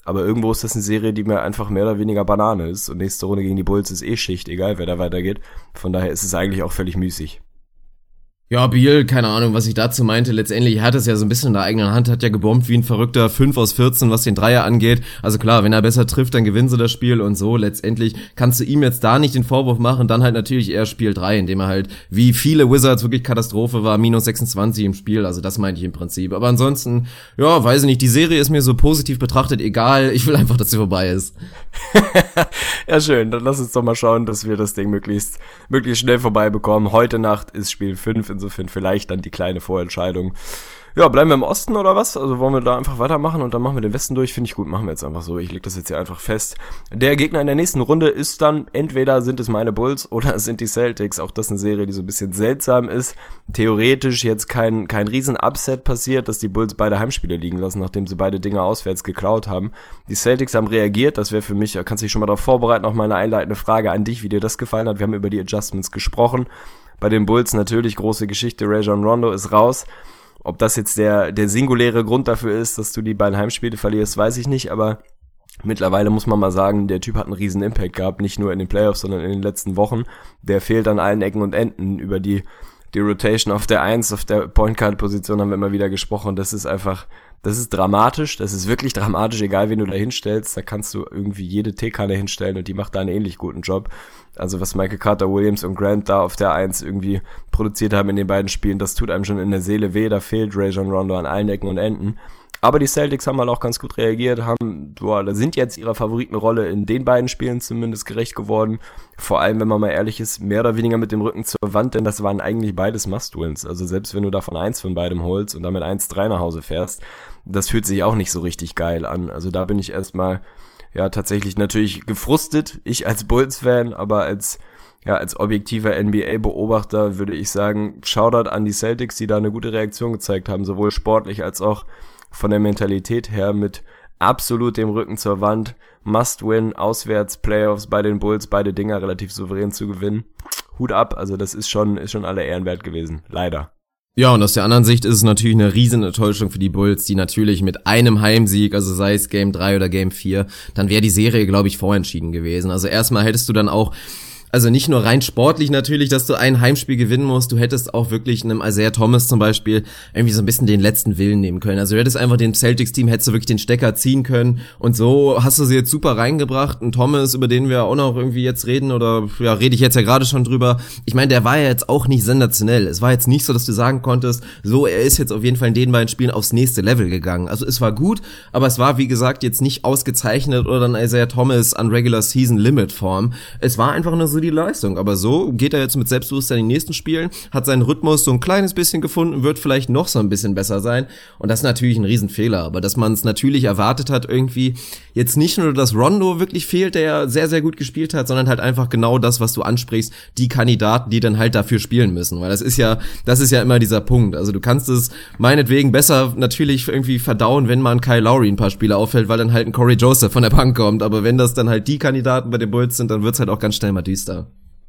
Aber irgendwo ist das eine Serie, die mir einfach mehr oder weniger Banane ist. Und nächste Runde gegen die Bulls ist Schicht, egal wer da weitergeht. Von daher ist es eigentlich auch völlig müßig. Ja, Beal, keine Ahnung, was ich dazu meinte. Letztendlich, er hat es ja so ein bisschen in der eigenen Hand, hat ja gebombt wie ein Verrückter, 5 aus 14, was den Dreier angeht. Also klar, wenn er besser trifft, dann gewinnen sie das Spiel und so. Letztendlich kannst du ihm jetzt da nicht den Vorwurf machen, dann halt natürlich eher Spiel 3, indem er halt, wie viele Wizards, wirklich Katastrophe war, minus 26 im Spiel. Also das meinte ich im Prinzip. Aber ansonsten, ja, weiß ich nicht, die Serie ist mir so positiv betrachtet egal. Ich will einfach, dass sie vorbei ist. Ja, schön. Dann lass uns doch mal schauen, dass wir das Ding möglichst schnell vorbei bekommen. Heute Nacht ist Spiel 5, insofern vielleicht dann die kleine Vorentscheidung. Ja, bleiben wir im Osten oder was? Also wollen wir da einfach weitermachen und dann machen wir den Westen durch? Finde ich gut, machen wir jetzt einfach so. Ich leg das jetzt hier einfach fest. Der Gegner in der nächsten Runde ist dann, entweder sind es meine Bulls oder es sind die Celtics. Auch das eine Serie, die so ein bisschen seltsam ist. Theoretisch jetzt kein riesen Upset passiert, dass die Bulls beide Heimspiele liegen lassen, nachdem sie beide Dinger auswärts geklaut haben. Die Celtics haben reagiert, das wäre für mich, da kannst du dich schon mal darauf vorbereiten, auch mal eine einleitende Frage an dich, wie dir das gefallen hat. Wir haben über die Adjustments gesprochen. Bei den Bulls natürlich große Geschichte, Rajon Rondo ist raus. Ob das jetzt der singuläre Grund dafür ist, dass du die beiden Heimspiele verlierst, weiß ich nicht, aber mittlerweile muss man mal sagen, der Typ hat einen riesen Impact gehabt, nicht nur in den Playoffs, sondern in den letzten Wochen. Der fehlt an allen Ecken und Enden. Über die Rotation auf der 1, auf der Point Guard Position haben wir immer wieder gesprochen. Das ist dramatisch, das ist wirklich dramatisch, egal wen du da hinstellst, da kannst du irgendwie jede Teekanne hinstellen und die macht da einen ähnlich guten Job. Also was Michael Carter Williams und Grant da auf der 1 irgendwie produziert haben in den beiden Spielen, das tut einem schon in der Seele weh, da fehlt Rajon Rondo an allen Ecken und Enden. Aber die Celtics haben halt auch ganz gut reagiert, sind jetzt ihrer Favoritenrolle in den beiden Spielen zumindest gerecht geworden. Vor allem, wenn man mal ehrlich ist, mehr oder weniger mit dem Rücken zur Wand, denn das waren eigentlich beides Must-Wins. Also selbst wenn du davon 1 von beidem holst und damit 1-3 nach Hause fährst, das fühlt sich auch nicht so richtig geil an. Also da bin ich erstmal, ja, tatsächlich natürlich gefrustet. Ich als Bulls-Fan, aber als objektiver NBA-Beobachter würde ich sagen, Shoutout an die Celtics, die da eine gute Reaktion gezeigt haben, sowohl sportlich als auch von der Mentalität her, mit absolut dem Rücken zur Wand, Must-Win, auswärts, Playoffs bei den Bulls, beide Dinger relativ souverän zu gewinnen. Hut ab, also das ist schon aller Ehren wert gewesen, leider. Ja, und aus der anderen Sicht ist es natürlich eine riesen Enttäuschung für die Bulls, die natürlich mit einem Heimsieg, also sei es Game 3 oder Game 4, dann wäre die Serie, glaube ich, vorentschieden gewesen. Also erstmal hättest du dann auch, also nicht nur rein sportlich natürlich, dass du ein Heimspiel gewinnen musst, du hättest auch wirklich einem Isaiah Thomas zum Beispiel irgendwie so ein bisschen den letzten Willen nehmen können. Also du hättest einfach dem Celtics-Team, hättest du wirklich den Stecker ziehen können und so hast du sie jetzt super reingebracht. Und Thomas, über den wir auch noch irgendwie jetzt reden, oder ja, rede ich jetzt ja gerade schon drüber. Ich meine, der war ja jetzt auch nicht sensationell. Es war jetzt nicht so, dass du sagen konntest, so, er ist jetzt auf jeden Fall in den beiden Spielen aufs nächste Level gegangen. Also es war gut, aber es war, wie gesagt, jetzt nicht ausgezeichnet oder dann Isaiah Thomas an Regular Season Limit Form. Es war einfach nur so die Leistung, aber so geht er jetzt mit Selbstbewusstsein in den nächsten Spielen, hat seinen Rhythmus so ein kleines bisschen gefunden, wird vielleicht noch so ein bisschen besser sein und das ist natürlich ein Riesenfehler, aber dass man es natürlich erwartet hat irgendwie, jetzt nicht nur, dass Rondo wirklich fehlt, der ja sehr, sehr gut gespielt hat, sondern halt einfach genau das, was du ansprichst, die Kandidaten, die dann halt dafür spielen müssen, weil das ist ja immer dieser Punkt, also du kannst es meinetwegen besser natürlich irgendwie verdauen, wenn mal ein Kyle Lowry ein paar Spiele auffällt, weil dann halt ein Corey Joseph von der Bank kommt, aber wenn das dann halt die Kandidaten bei den Bulls sind, dann wird's halt auch ganz schnell mal düster.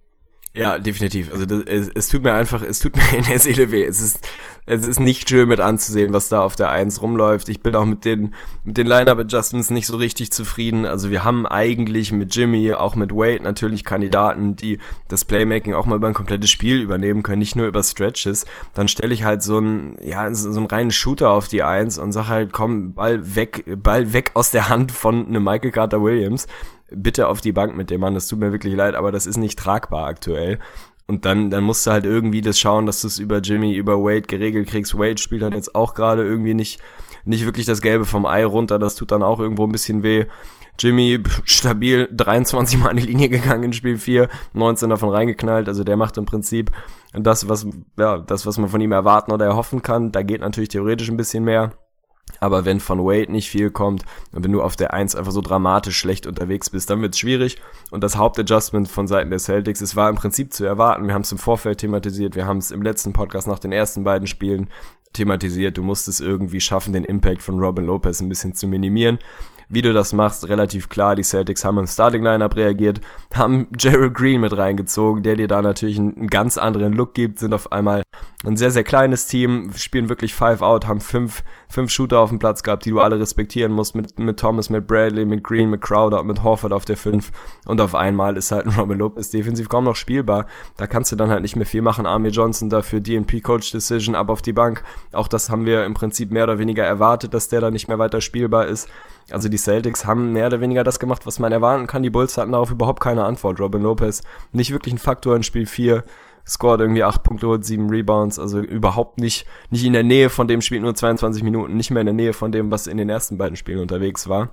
Ja, definitiv. Also es tut mir in der Seele weh. Es ist nicht schön mit anzusehen, was da auf der 1 rumläuft. Ich bin auch mit den Line-Up-Adjustments nicht so richtig zufrieden. Also wir haben eigentlich mit Jimmy, auch mit Wade natürlich Kandidaten, die das Playmaking auch mal über ein komplettes Spiel übernehmen können, nicht nur über Stretches. Dann stelle ich halt so einen reinen Shooter auf die 1 und sag halt, komm, Ball weg aus der Hand von einem Michael Carter Williams. Bitte auf die Bank mit dem Mann, das tut mir wirklich leid, aber das ist nicht tragbar aktuell. Und dann musst du halt irgendwie das schauen, dass du es über Jimmy, über Wade geregelt kriegst. Wade spielt dann jetzt auch gerade irgendwie nicht wirklich das Gelbe vom Ei runter, das tut dann auch irgendwo ein bisschen weh. Jimmy stabil 23 Mal an die Linie gegangen in Spiel 4, 19 davon reingeknallt, also der macht im Prinzip das, was man von ihm erwarten oder erhoffen kann. Da geht natürlich theoretisch ein bisschen mehr. Aber wenn von Wade nicht viel kommt und wenn du auf der 1 einfach so dramatisch schlecht unterwegs bist, dann wird's schwierig. Und das Hauptadjustment von Seiten der Celtics, es war im Prinzip zu erwarten. Wir haben es im Vorfeld thematisiert, wir haben es im letzten Podcast nach den ersten beiden Spielen thematisiert. Du musst es irgendwie schaffen, den Impact von Robin Lopez ein bisschen zu minimieren. Wie du das machst, relativ klar. Die Celtics haben im Starting-Lineup reagiert, haben Gerald Green mit reingezogen, der dir da natürlich einen ganz anderen Look gibt, sind auf einmal ein sehr, sehr kleines Team, spielen wirklich 5 out, haben fünf Shooter auf dem Platz gehabt, die du alle respektieren musst, mit Thomas, mit Bradley, mit Green, mit Crowder und mit Horford auf der 5 und auf einmal ist halt ein Robin Lopez defensiv kaum noch spielbar, da kannst du dann halt nicht mehr viel machen. Amir Johnson dafür DNP-Coach-Decision ab auf die Bank, auch das haben wir im Prinzip mehr oder weniger erwartet, dass der da nicht mehr weiter spielbar ist. Also die Celtics haben mehr oder weniger das gemacht, was man erwarten kann, die Bulls hatten darauf überhaupt keine Antwort. Robin Lopez nicht wirklich ein Faktor in Spiel 4, scored irgendwie 8 Punkte, holt 7 Rebounds, also überhaupt nicht in der Nähe von dem, spielt nur 22 Minuten, nicht mehr in der Nähe von dem, was in den ersten beiden Spielen unterwegs war.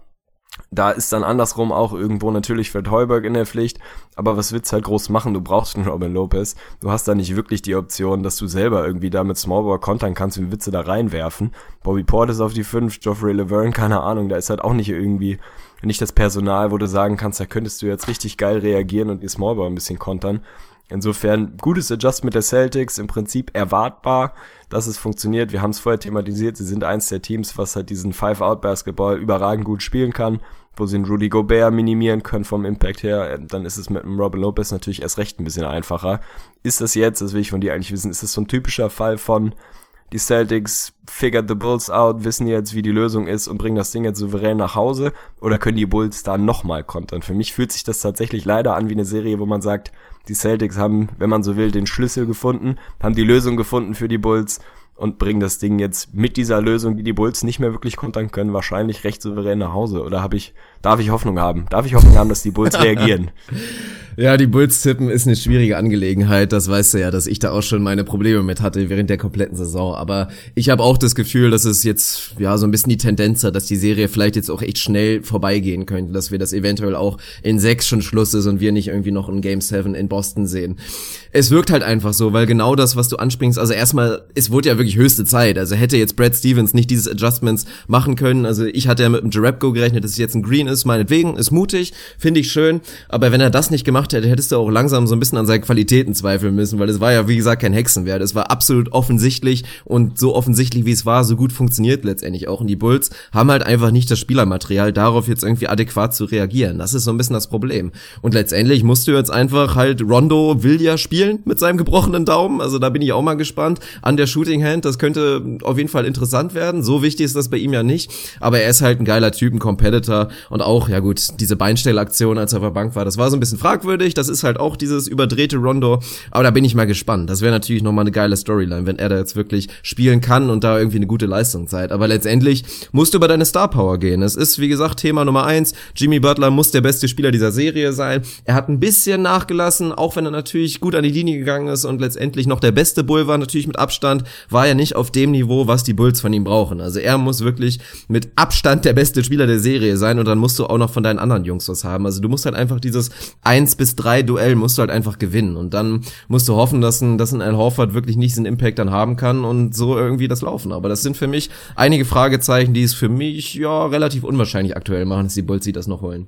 Da ist dann andersrum auch irgendwo natürlich Fred Hoiberg in der Pflicht, aber was willst du halt groß machen? Du brauchst einen Robin Lopez. Du hast da nicht wirklich die Option, dass du selber irgendwie da mit Smallball kontern kannst, wie Witze da reinwerfen. Bobby Portis auf die 5, Joffrey Laverne, keine Ahnung, da ist halt auch nicht irgendwie, nicht das Personal, wo du sagen kannst, da könntest du jetzt richtig geil reagieren und die Smallball ein bisschen kontern. Insofern, gutes Adjustment der Celtics, im Prinzip erwartbar, dass es funktioniert. Wir haben es vorher thematisiert, sie sind eins der Teams, was halt diesen 5-Out-Basketball überragend gut spielen kann, wo sie den Rudy Gobert minimieren können vom Impact her. Dann ist es mit dem Robin Lopez natürlich erst recht ein bisschen einfacher. Ist das jetzt, das will ich von dir eigentlich wissen, ist das so ein typischer Fall von die Celtics figured the Bulls out, wissen jetzt, wie die Lösung ist und bringen das Ding jetzt souverän nach Hause, oder können die Bulls da nochmal kontern? Für mich fühlt sich das tatsächlich leider an wie eine Serie, wo man sagt, die Celtics haben, wenn man so will, den Schlüssel gefunden, haben die Lösung gefunden für die Bulls und bringen das Ding jetzt mit dieser Lösung, die Bulls nicht mehr wirklich kontern können, wahrscheinlich recht souverän nach Hause. Oder darf ich Hoffnung haben? Darf ich Hoffnung haben, dass die Bulls reagieren? Ja, die Bulls tippen ist eine schwierige Angelegenheit. Das weißt du ja, dass ich da auch schon meine Probleme mit hatte während der kompletten Saison. Aber ich habe auch das Gefühl, dass es jetzt ja so ein bisschen die Tendenz hat, dass die Serie vielleicht jetzt auch echt schnell vorbeigehen könnte, dass wir das eventuell auch in 6 schon Schluss ist und wir nicht irgendwie noch ein Game 7 in Boston sehen. Es wirkt halt einfach so, weil genau das, was du anspringst, also erstmal, es wurde ja wirklich höchste Zeit. Also hätte jetzt Brad Stevens nicht dieses Adjustments machen können. Also ich hatte ja mit dem Jerebko gerechnet, dass es jetzt ein Green ist, meinetwegen, ist mutig, finde ich schön. Aber wenn er das nicht gemacht hätte, hättest du auch langsam so ein bisschen an seinen Qualitäten zweifeln müssen, weil es war ja, wie gesagt, kein Hexenwerk. Es war absolut offensichtlich und so offensichtlich, wie es war, so gut funktioniert letztendlich auch. Und die Bulls haben halt einfach nicht das Spielermaterial, darauf jetzt irgendwie adäquat zu reagieren. Das ist so ein bisschen das Problem. Und letztendlich musst du jetzt einfach halt, Rondo will ja spielen mit seinem gebrochenen Daumen, also da bin ich auch mal gespannt. An der Shooting Hand, das könnte auf jeden Fall interessant werden. So wichtig ist das bei ihm ja nicht, aber er ist halt ein geiler Typ, ein Competitor und auch, ja gut, diese Beinstellaktion, als er auf der Bank war, das war so ein bisschen fragwürdig, das ist halt auch dieses überdrehte Rondo, aber da bin ich mal gespannt. Das wäre natürlich nochmal eine geile Storyline, wenn er da jetzt wirklich spielen kann und da irgendwie eine gute Leistung zeigt. Aber letztendlich musst du über deine Star Power gehen. Es ist, wie gesagt, Thema Nummer 1. Jimmy Butler muss der beste Spieler dieser Serie sein. Er hat ein bisschen nachgelassen, auch wenn er natürlich gut an die Linie gegangen ist und letztendlich noch der beste Bull war, natürlich mit Abstand, war er nicht auf dem Niveau, was die Bulls von ihm brauchen. Also er muss wirklich mit Abstand der beste Spieler der Serie sein und dann musst du auch noch von deinen anderen Jungs was haben. Also du musst halt einfach dieses 1-3 Duell musst du halt einfach gewinnen und dann musst du hoffen, dass ein Al Horford wirklich nicht diesen Impact dann haben kann und so irgendwie das laufen. Aber das sind für mich einige Fragezeichen, die es für mich ja relativ unwahrscheinlich aktuell machen, dass die Bulls das noch holen.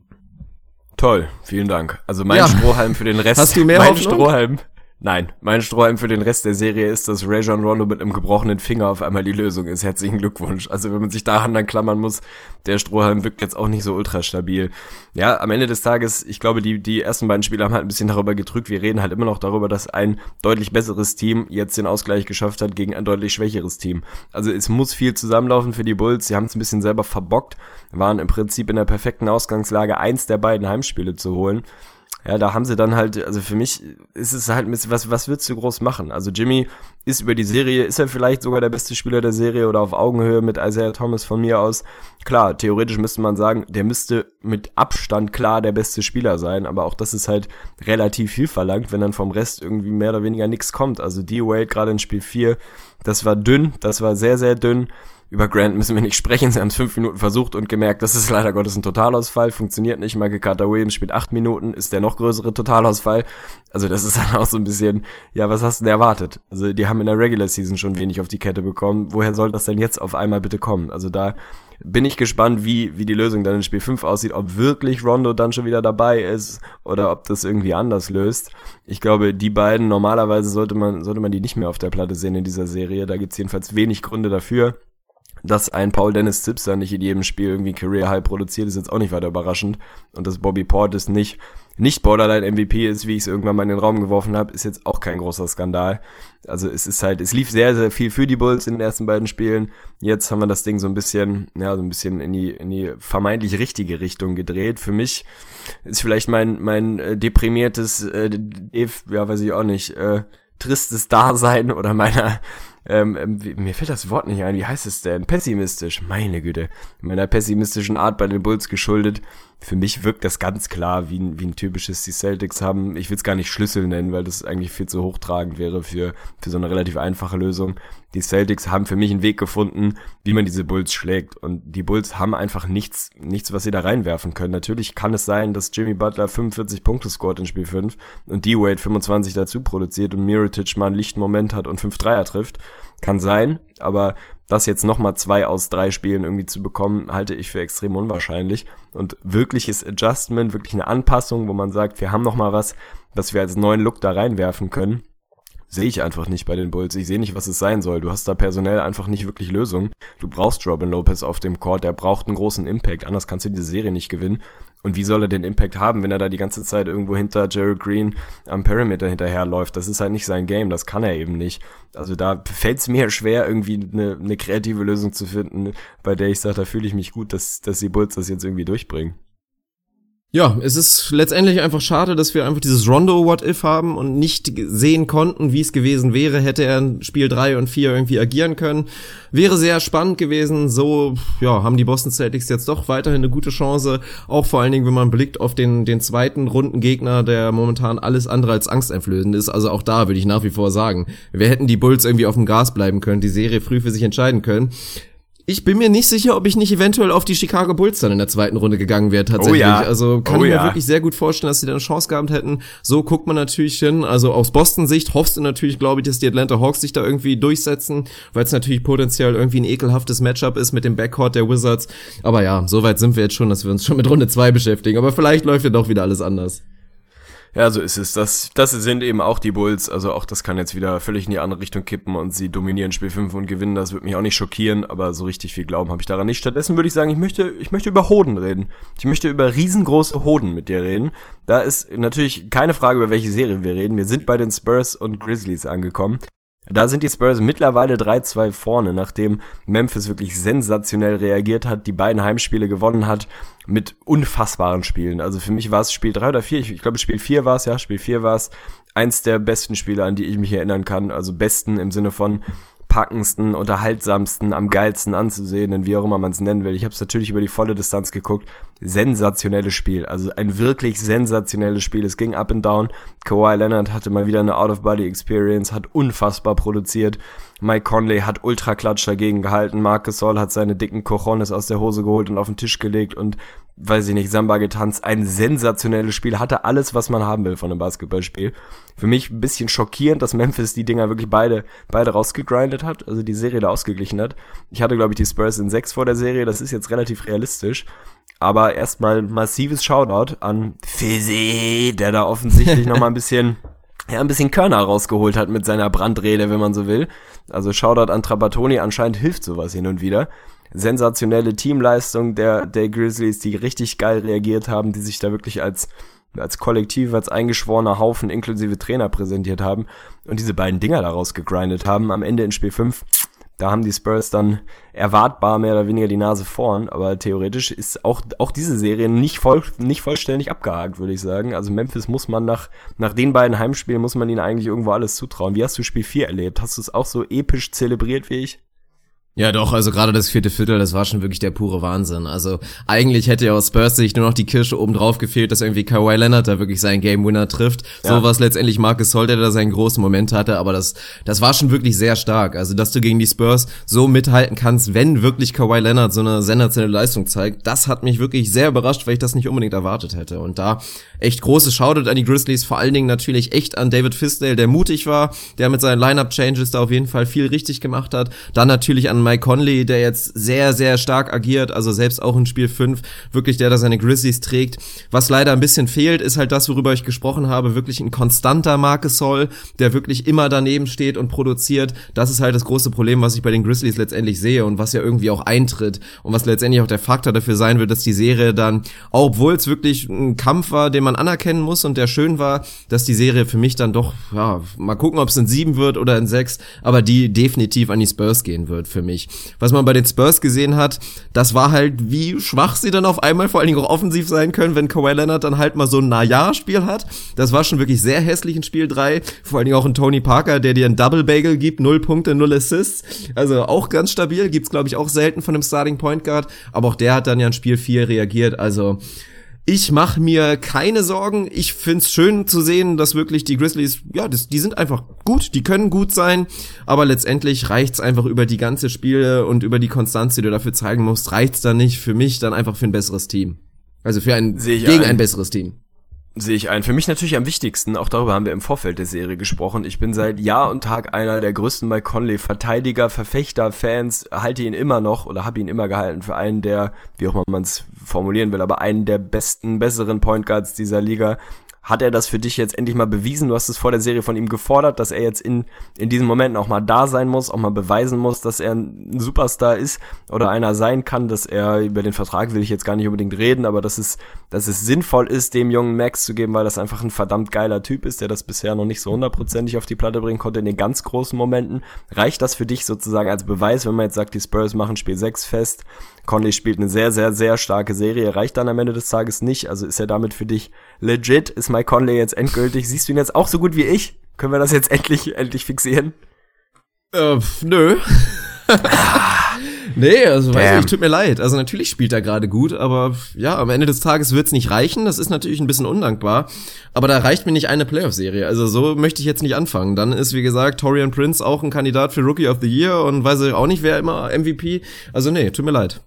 Toll, vielen Dank. Also mein Strohhalm für den Rest. Hast du mehr Hoffnung? Mein Strohhalm für den Rest der Serie ist, dass Rajon Rondo mit einem gebrochenen Finger auf einmal die Lösung ist. Herzlichen Glückwunsch. Also wenn man sich daran dann klammern muss, der Strohhalm wirkt jetzt auch nicht so ultra stabil. Ja, am Ende des Tages, ich glaube, die ersten beiden Spiele haben halt ein bisschen darüber gedrückt. Wir reden halt immer noch darüber, dass ein deutlich besseres Team jetzt den Ausgleich geschafft hat gegen ein deutlich schwächeres Team. Also es muss viel zusammenlaufen für die Bulls. Sie haben es ein bisschen selber verbockt, waren im Prinzip in der perfekten Ausgangslage, eins der beiden Heimspiele zu holen. Ja, da haben sie dann halt, also für mich ist es halt, was willst du groß machen? Also Jimmy ist über die Serie, ist er vielleicht sogar der beste Spieler der Serie oder auf Augenhöhe mit Isaiah Thomas von mir aus. Klar, theoretisch müsste man sagen, der müsste mit Abstand klar der beste Spieler sein, aber auch das ist halt relativ viel verlangt, wenn dann vom Rest irgendwie mehr oder weniger nichts kommt. Also D-Wade gerade in Spiel 4, das war dünn, das war sehr, sehr dünn. Über Grant müssen wir nicht sprechen, sie haben es 5 Minuten versucht und gemerkt, das ist leider Gottes ein Totalausfall, funktioniert nicht. Michael Carter-Williams spielt 8 Minuten, ist der noch größere Totalausfall. Also das ist dann auch so ein bisschen, ja, was hast du denn erwartet? Also die haben in der Regular Season schon wenig auf die Kette bekommen. Woher soll das denn jetzt auf einmal bitte kommen? Also da bin ich gespannt, wie die Lösung dann in Spiel 5 aussieht, ob wirklich Rondo dann schon wieder dabei ist oder ob das irgendwie anders löst. Ich glaube, die beiden, normalerweise sollte man die nicht mehr auf der Platte sehen in dieser Serie. Da gibt's jedenfalls wenig Gründe dafür. Dass ein Paul Dennis Zipser nicht in jedem Spiel irgendwie Career High produziert, ist jetzt auch nicht weiter überraschend. Und dass Bobby Portis nicht Borderline MVP ist, wie ich es irgendwann mal in den Raum geworfen habe, ist jetzt auch kein großer Skandal. Also es lief sehr, sehr viel für die Bulls in den ersten beiden Spielen. Jetzt haben wir das Ding so ein bisschen in die vermeintlich richtige Richtung gedreht. Für mich ist vielleicht mein deprimiertes, tristes Dasein oder meiner mir fällt das Wort nicht ein, wie heißt es denn? Pessimistisch, meine Güte. Meiner pessimistischen Art bei den Bulls geschuldet. Für mich wirkt das ganz klar wie ein typisches, die Celtics haben. Ich will es gar nicht Schlüssel nennen, weil das eigentlich viel zu hochtragend wäre für so eine relativ einfache Lösung. Die Celtics haben für mich einen Weg gefunden, wie man diese Bulls schlägt. Und die Bulls haben einfach nichts, was sie da reinwerfen können. Natürlich kann es sein, dass Jimmy Butler 45 Punkte scoret in Spiel 5 und D-Wade 25 dazu produziert und Mirotic mal einen lichten Moment hat und 5 Dreier trifft. Kann sein, aber das jetzt nochmal 2 aus 3 Spielen irgendwie zu bekommen, halte ich für extrem unwahrscheinlich. Und wirkliches Adjustment, wirklich eine Anpassung, wo man sagt, wir haben nochmal was wir als neuen Look da reinwerfen können, sehe ich einfach nicht bei den Bulls. Ich sehe nicht, was es sein soll. Du hast da personell einfach nicht wirklich Lösungen. Du brauchst Robin Lopez auf dem Court, der braucht einen großen Impact, anders kannst du diese Serie nicht gewinnen. Und wie soll er den Impact haben, wenn er da die ganze Zeit irgendwo hinter Gerald Green am Perimeter hinterherläuft? Das ist halt nicht sein Game, das kann er eben nicht. Also da fällt es mir schwer, irgendwie eine kreative Lösung zu finden, bei der ich sage, da fühle ich mich gut, dass die Bulls das jetzt irgendwie durchbringen. Ja, es ist letztendlich einfach schade, dass wir einfach dieses Rondo-What-If haben und nicht sehen konnten, wie es gewesen wäre, hätte er in Spiel 3 und 4 irgendwie agieren können. Wäre sehr spannend gewesen. So, ja, haben die Boston Celtics jetzt doch weiterhin eine gute Chance. Auch vor allen Dingen, wenn man blickt auf den zweiten Rundengegner, der momentan alles andere als angsteinflößend ist. Also auch da würde ich nach wie vor sagen, wir hätten die Bulls irgendwie auf dem Gas bleiben können, die Serie früh für sich entscheiden können. Ich bin mir nicht sicher, ob ich nicht eventuell auf die Chicago Bulls dann in der zweiten Runde gegangen wäre tatsächlich. Also kann ich mir wirklich sehr gut vorstellen, dass sie da eine Chance gehabt hätten. So guckt man natürlich hin. Also aus Boston-Sicht hoffst du natürlich, glaube ich, dass die Atlanta Hawks sich da irgendwie durchsetzen, weil es natürlich potenziell irgendwie ein ekelhaftes Matchup ist mit dem Backcourt der Wizards. Aber ja, so weit sind wir jetzt schon, dass wir uns schon mit Runde 2 beschäftigen. Aber vielleicht läuft ja doch wieder alles anders. Ja, so ist es. Das sind eben auch die Bulls. Also auch das kann jetzt wieder völlig in die andere Richtung kippen und sie dominieren Spiel 5 und gewinnen. Das wird mich auch nicht schockieren, aber so richtig viel Glauben habe ich daran nicht. Stattdessen würde ich sagen, ich möchte über Hoden reden. Ich möchte über riesengroße Hoden mit dir reden. Da ist natürlich keine Frage, über welche Serie wir reden. Wir sind bei den Spurs und Grizzlies angekommen. Da sind die Spurs mittlerweile 3-2 vorne, nachdem Memphis wirklich sensationell reagiert hat, die beiden Heimspiele gewonnen hat, mit unfassbaren Spielen. Also für mich war es Spiel 3 oder 4, ich glaube Spiel 4 war es, eins der besten Spiele, an die ich mich erinnern kann, also besten im Sinne von packendsten, unterhaltsamsten, am geilsten anzusehen, wie auch immer man es nennen will. Ich habe es natürlich über die volle Distanz geguckt. Sensationelles Spiel, also ein wirklich sensationelles Spiel. Es ging up and down. Kawhi Leonard hatte mal wieder eine Out-of-Body-Experience, hat unfassbar produziert. Mike Conley hat ultra-klatsch dagegen gehalten. Marc Gasol hat seine dicken Cojones aus der Hose geholt und auf den Tisch gelegt und, weiß ich nicht, Samba getanzt. Ein sensationelles Spiel, hatte alles, was man haben will von einem Basketballspiel. Für mich ein bisschen schockierend, dass Memphis die Dinger wirklich beide rausgegrindet hat, also die Serie da ausgeglichen hat. Ich hatte, glaube ich, die Spurs in 6 vor der Serie, das ist jetzt relativ realistisch. Aber erstmal massives Shoutout an Fizzy, der da offensichtlich nochmal ein bisschen Körner rausgeholt hat mit seiner Brandrede, wenn man so will. Also Shoutout an Trapattoni, anscheinend hilft sowas hin und wieder. Sensationelle Teamleistung der Grizzlies, die richtig geil reagiert haben, die sich da wirklich als Kollektiv, als eingeschworener Haufen inklusive Trainer präsentiert haben und diese beiden Dinger daraus gegrindet haben. Am Ende in Spiel 5, da haben die Spurs dann erwartbar mehr oder weniger die Nase vorn, aber theoretisch ist auch diese Serie nicht vollständig abgehakt, würde ich sagen. Also Memphis muss man nach den beiden Heimspielen muss man ihnen eigentlich irgendwo alles zutrauen. Wie hast du Spiel 4 erlebt? Hast du es auch so episch zelebriert wie ich? Ja doch, also gerade das 4. Viertel, das war schon wirklich der pure Wahnsinn. Also eigentlich hätte ja aus Spurs Sicht nur noch die Kirsche oben drauf gefehlt, dass irgendwie Kawhi Leonard da wirklich seinen Game-Winner trifft. Ja. So war es letztendlich Marc Gasol, der da seinen großen Moment hatte, aber das war schon wirklich sehr stark. Also dass du gegen die Spurs so mithalten kannst, wenn wirklich Kawhi Leonard so eine sensationelle Leistung zeigt, das hat mich wirklich sehr überrascht, weil ich das nicht unbedingt erwartet hätte. Und da echt großes Shoutout an die Grizzlies, vor allen Dingen natürlich echt an David Fizdale, der mutig war, der mit seinen Line-Up-Changes da auf jeden Fall viel richtig gemacht hat. Dann natürlich an an Mike Conley, der jetzt sehr, sehr stark agiert, also selbst auch in Spiel 5, wirklich der da seine Grizzlies trägt. Was leider ein bisschen fehlt, ist halt das, worüber ich gesprochen habe, wirklich ein konstanter Marc Gasol, der wirklich immer daneben steht und produziert. Das ist halt das große Problem, was ich bei den Grizzlies letztendlich sehe und was ja irgendwie auch eintritt und was letztendlich auch der Faktor dafür sein wird, dass die Serie dann, obwohl es wirklich ein Kampf war, den man anerkennen muss und der schön war, dass die Serie für mich dann doch, ja, mal gucken, ob es in 7 wird oder in 6, aber die definitiv an die Spurs gehen wird für mich. Was man bei den Spurs gesehen hat, das war halt, wie schwach sie dann auf einmal vor allen Dingen auch offensiv sein können, wenn Kawhi Leonard dann halt mal so ein Na-Ja-Spiel hat. Das war schon wirklich sehr hässlich in Spiel 3, vor allen Dingen auch in Tony Parker, der dir einen Double-Bagel gibt, 0 Punkte, 0 Assists, also auch ganz stabil, gibt's glaube ich auch selten von einem Starting Point Guard, aber auch der hat dann ja in Spiel 4 reagiert, also ich mache mir keine Sorgen. Ich find's schön zu sehen, dass wirklich die Grizzlies, ja, die sind einfach gut, die können gut sein, aber letztendlich reicht's einfach über die ganze Spiele und über die Konstanz, die du dafür zeigen musst, reicht's dann nicht für mich, dann einfach für ein besseres Team. Also für ein besseres Team. Sehe ich ein. Für mich natürlich am wichtigsten, auch darüber haben wir im Vorfeld der Serie gesprochen. Ich bin seit Jahr und Tag einer der größten Mike Conley Verteidiger, Verfechter, Fans, halte ihn immer noch oder habe ihn immer gehalten für einen der, wie auch man es formulieren will, aber einen der besseren Point Guards dieser Liga. Hat er das für dich jetzt endlich mal bewiesen? Du hast es vor der Serie von ihm gefordert, dass er jetzt in diesen Momenten auch mal da sein muss, auch mal beweisen muss, dass er ein Superstar ist oder einer sein kann, dass er, über den Vertrag will ich jetzt gar nicht unbedingt reden, aber dass es sinnvoll ist, dem jungen Max zu geben, weil das einfach ein verdammt geiler Typ ist, der das bisher noch nicht so 100%ig auf die Platte bringen konnte in den ganz großen Momenten. Reicht das für dich sozusagen als Beweis, wenn man jetzt sagt, die Spurs machen Spiel 6 fest, Conley spielt eine sehr, sehr, sehr starke Serie, reicht dann am Ende des Tages nicht, also ist er damit für dich legit? Ist Mike Conley jetzt endgültig? Siehst du ihn jetzt auch so gut wie ich? Können wir das jetzt endlich fixieren? Nö. Nee, also weiß nicht, tut mir leid. Also natürlich spielt er gerade gut, aber ja, am Ende des Tages wird's nicht reichen. Das ist natürlich ein bisschen undankbar, aber da reicht mir nicht eine Playoff-Serie. Also so möchte ich jetzt nicht anfangen. Dann ist, wie gesagt, Taurean Prince auch ein Kandidat für Rookie of the Year und weiß ich auch nicht, wer immer MVP. Also nee, tut mir leid.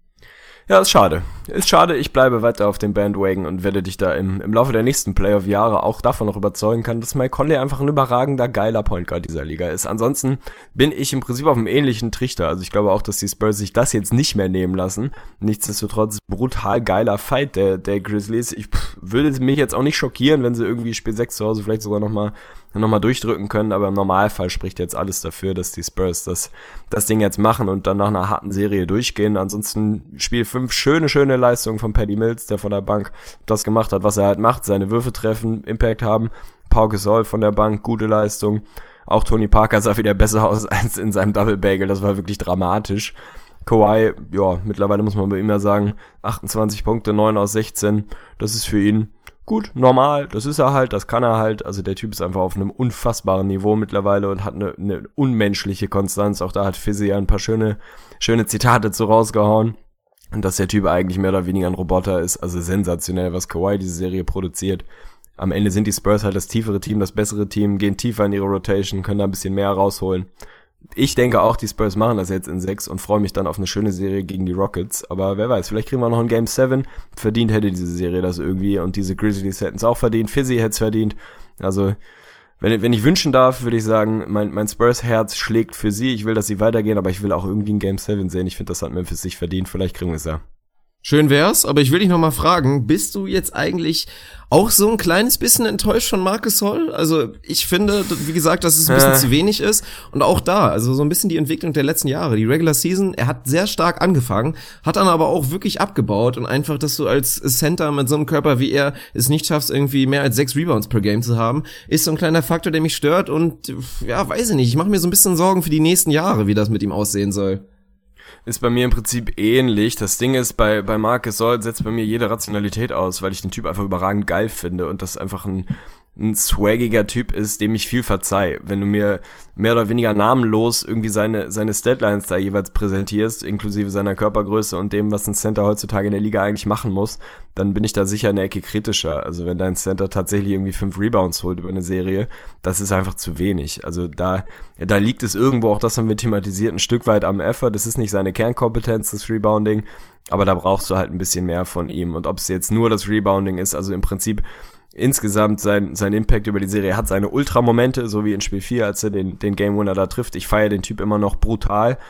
Ja, ist schade. Ist schade, ich bleibe weiter auf dem Bandwagon und werde dich da im Laufe der nächsten Playoff-Jahre auch davon noch überzeugen können, dass Mike Conley einfach ein überragender, geiler Point Guard dieser Liga ist. Ansonsten bin ich im Prinzip auf einem ähnlichen Trichter. Also ich glaube auch, dass die Spurs sich das jetzt nicht mehr nehmen lassen. Nichtsdestotrotz brutal geiler Fight der Grizzlies. Ich würde mich jetzt auch nicht schockieren, wenn sie irgendwie Spiel 6 zu Hause vielleicht sogar noch mal durchdrücken können, aber im Normalfall spricht jetzt alles dafür, dass die Spurs das Ding jetzt machen und dann nach einer harten Serie durchgehen. Ansonsten Spiel 5, schöne Leistung von Patty Mills, der von der Bank das gemacht hat, was er halt macht, seine Würfe treffen, Impact haben. Pau Gasol von der Bank, gute Leistung. Auch Tony Parker sah wieder besser aus als in seinem Double Bagel, das war wirklich dramatisch. Kawhi, ja, mittlerweile muss man bei ihm ja sagen, 28 Punkte, 9 aus 16, das ist für ihn gut, normal, das ist er halt, das kann er halt, also der Typ ist einfach auf einem unfassbaren Niveau mittlerweile und hat eine unmenschliche Konstanz, auch da hat Fizzy ein paar schöne Zitate zu rausgehauen und dass der Typ eigentlich mehr oder weniger ein Roboter ist, also sensationell, was Kawhi diese Serie produziert. Am Ende sind die Spurs halt das tiefere Team, das bessere Team, gehen tiefer in ihre Rotation, können da ein bisschen mehr rausholen. Ich denke auch, die Spurs machen das jetzt in 6 und freue mich dann auf eine schöne Serie gegen die Rockets. Aber wer weiß, vielleicht kriegen wir noch ein Game 7. Verdient hätte diese Serie das irgendwie und diese Grizzlies hätten es auch verdient. Fizzy hätte es verdient. Also, wenn ich wünschen darf, würde ich sagen, mein Spurs-Herz schlägt für sie. Ich will, dass sie weitergehen, aber ich will auch irgendwie ein Game 7 sehen. Ich finde, das hat Memphis sich verdient. Vielleicht kriegen wir es ja. Schön wär's, aber ich will dich noch mal fragen, bist du jetzt eigentlich auch so ein kleines bisschen enttäuscht von Marc Gasol? Also ich finde, wie gesagt, dass es ein bisschen zu wenig ist und auch da, also so ein bisschen die Entwicklung der letzten Jahre. Die Regular Season, er hat sehr stark angefangen, hat dann aber auch wirklich abgebaut und einfach, dass du als Center mit so einem Körper wie er es nicht schaffst, irgendwie mehr als 6 Rebounds per Game zu haben, ist so ein kleiner Faktor, der mich stört und ja, weiß ich nicht, ich mache mir so ein bisschen Sorgen für die nächsten Jahre, wie das mit ihm aussehen soll. Ist bei mir im Prinzip ähnlich. Das Ding ist, bei Marc Gasol setzt bei mir jede Rationalität aus, weil ich den Typ einfach überragend geil finde und das einfach ein swaggiger Typ ist, dem ich viel verzeih. Wenn du mir mehr oder weniger namenlos irgendwie seine Statlines da jeweils präsentierst, inklusive seiner Körpergröße und dem, was ein Center heutzutage in der Liga eigentlich machen muss, dann bin ich da sicher eine Ecke kritischer. Also wenn dein Center tatsächlich irgendwie 5 Rebounds holt über eine Serie, das ist einfach zu wenig. Also da liegt es irgendwo, auch das haben wir thematisiert, ein Stück weit am Effort. Das ist nicht seine Kernkompetenz, das Rebounding, aber da brauchst du halt ein bisschen mehr von ihm. Und ob es jetzt nur das Rebounding ist, also im Prinzip insgesamt sein Impact über die Serie hat seine Ultramomente, so wie in Spiel 4, als er den Game Winner da trifft. Ich feiere den Typ immer noch brutal,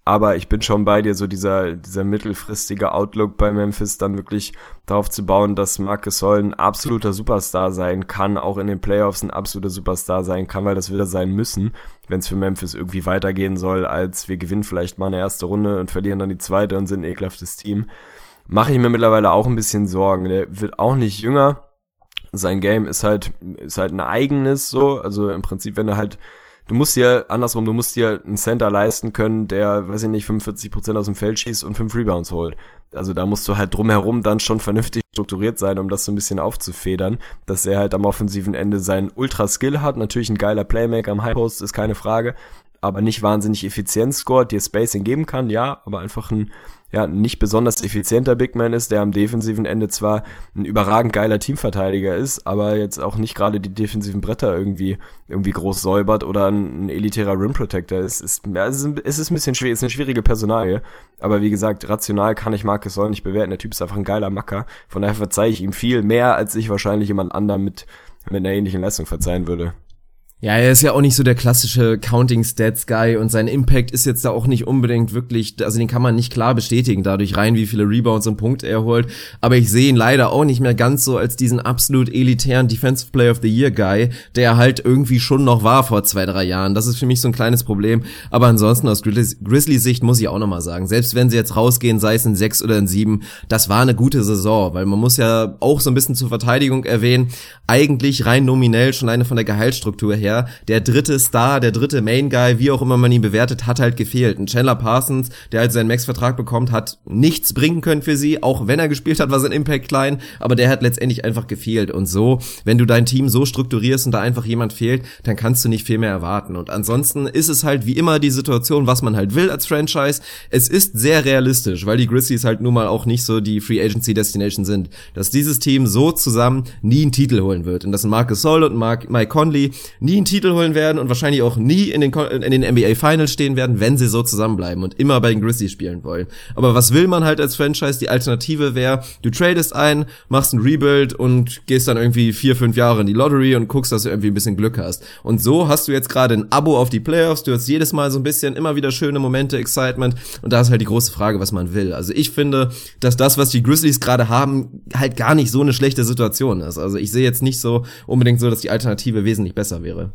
Aber ich bin schon bei dir, so dieser mittelfristige Outlook bei Memphis dann wirklich darauf zu bauen, dass Marc Gasol ein absoluter Superstar sein kann, auch in den Playoffs ein absoluter Superstar sein kann, weil das wird er sein müssen, wenn es für Memphis irgendwie weitergehen soll, als wir gewinnen vielleicht mal eine erste Runde und verlieren dann die zweite und sind ein ekelhaftes Team. Mache ich mir mittlerweile auch ein bisschen Sorgen. Der wird auch nicht jünger. Sein Game ist halt ein eigenes so, also im Prinzip, wenn er halt du musst dir einen Center leisten können, der, weiß ich nicht, 45% aus dem Feld schießt und 5 Rebounds holt. Also da musst du halt drumherum dann schon vernünftig strukturiert sein, um das so ein bisschen aufzufedern, dass er halt am offensiven Ende seinen Ultra-Skill hat. Natürlich ein geiler Playmaker am High-Post, ist keine Frage, aber nicht wahnsinnig effizient scored, dir Spacing geben kann, ja, aber einfach ein nicht besonders effizienter Big Man ist, der am defensiven Ende zwar ein überragend geiler Teamverteidiger ist, aber jetzt auch nicht gerade die defensiven Bretter irgendwie groß säubert oder ein elitärer Rim Protector ist. Es ist ein bisschen schwierig, ist eine schwierige Personalie, aber wie gesagt, rational kann ich Marc Gasol nicht bewerten, der Typ ist einfach ein geiler Macker, von daher verzeihe ich ihm viel mehr, als ich wahrscheinlich jemand anderem mit einer ähnlichen Leistung verzeihen würde. Ja, er ist ja auch nicht so der klassische Counting-Stats-Guy und sein Impact ist jetzt da auch nicht unbedingt wirklich, also den kann man nicht klar bestätigen, dadurch rein, wie viele Rebounds und Punkte er holt, aber ich sehe ihn leider auch nicht mehr ganz so als diesen absolut elitären Defensive Player of the Year-Guy, der halt irgendwie schon noch war vor 2-3 Jahren. Das ist für mich so ein kleines Problem, aber ansonsten aus Grizzlies-Sicht muss ich auch nochmal sagen, selbst wenn sie jetzt rausgehen, sei es in 6 oder in 7, das war eine gute Saison, weil man muss ja auch so ein bisschen zur Verteidigung erwähnen, eigentlich rein nominell schon eine von der Gehaltsstruktur her, der dritte Star, der dritte Main Guy, wie auch immer man ihn bewertet, hat halt gefehlt. Ein Chandler Parsons, der halt seinen Max-Vertrag bekommt, hat nichts bringen können für sie, auch wenn er gespielt hat, war sein Impact klein, aber der hat letztendlich einfach gefehlt. Und so, wenn du dein Team so strukturierst und da einfach jemand fehlt, dann kannst du nicht viel mehr erwarten. Und ansonsten ist es halt wie immer die Situation, was man halt will als Franchise. Es ist sehr realistisch, weil die Grizzlies halt nun mal auch nicht so die Free Agency Destination sind, dass dieses Team so zusammen nie einen Titel holen wird. Und dass Marc Gasol und Mike Conley nie einen Titel holen werden und wahrscheinlich auch nie in den NBA Finals stehen werden, wenn sie so zusammenbleiben und immer bei den Grizzlies spielen wollen. Aber was will man halt als Franchise? Die Alternative wäre, du tradest ein, machst ein Rebuild und gehst dann irgendwie 4-5 Jahre in die Lottery und guckst, dass du irgendwie ein bisschen Glück hast. Und so hast du jetzt gerade ein Abo auf die Playoffs, du hast jedes Mal so ein bisschen immer wieder schöne Momente, Excitement und da ist halt die große Frage, was man will. Also ich finde, dass das, was die Grizzlies gerade haben, halt gar nicht so eine schlechte Situation ist. Also ich sehe jetzt nicht so unbedingt so, dass die Alternative wesentlich besser wäre.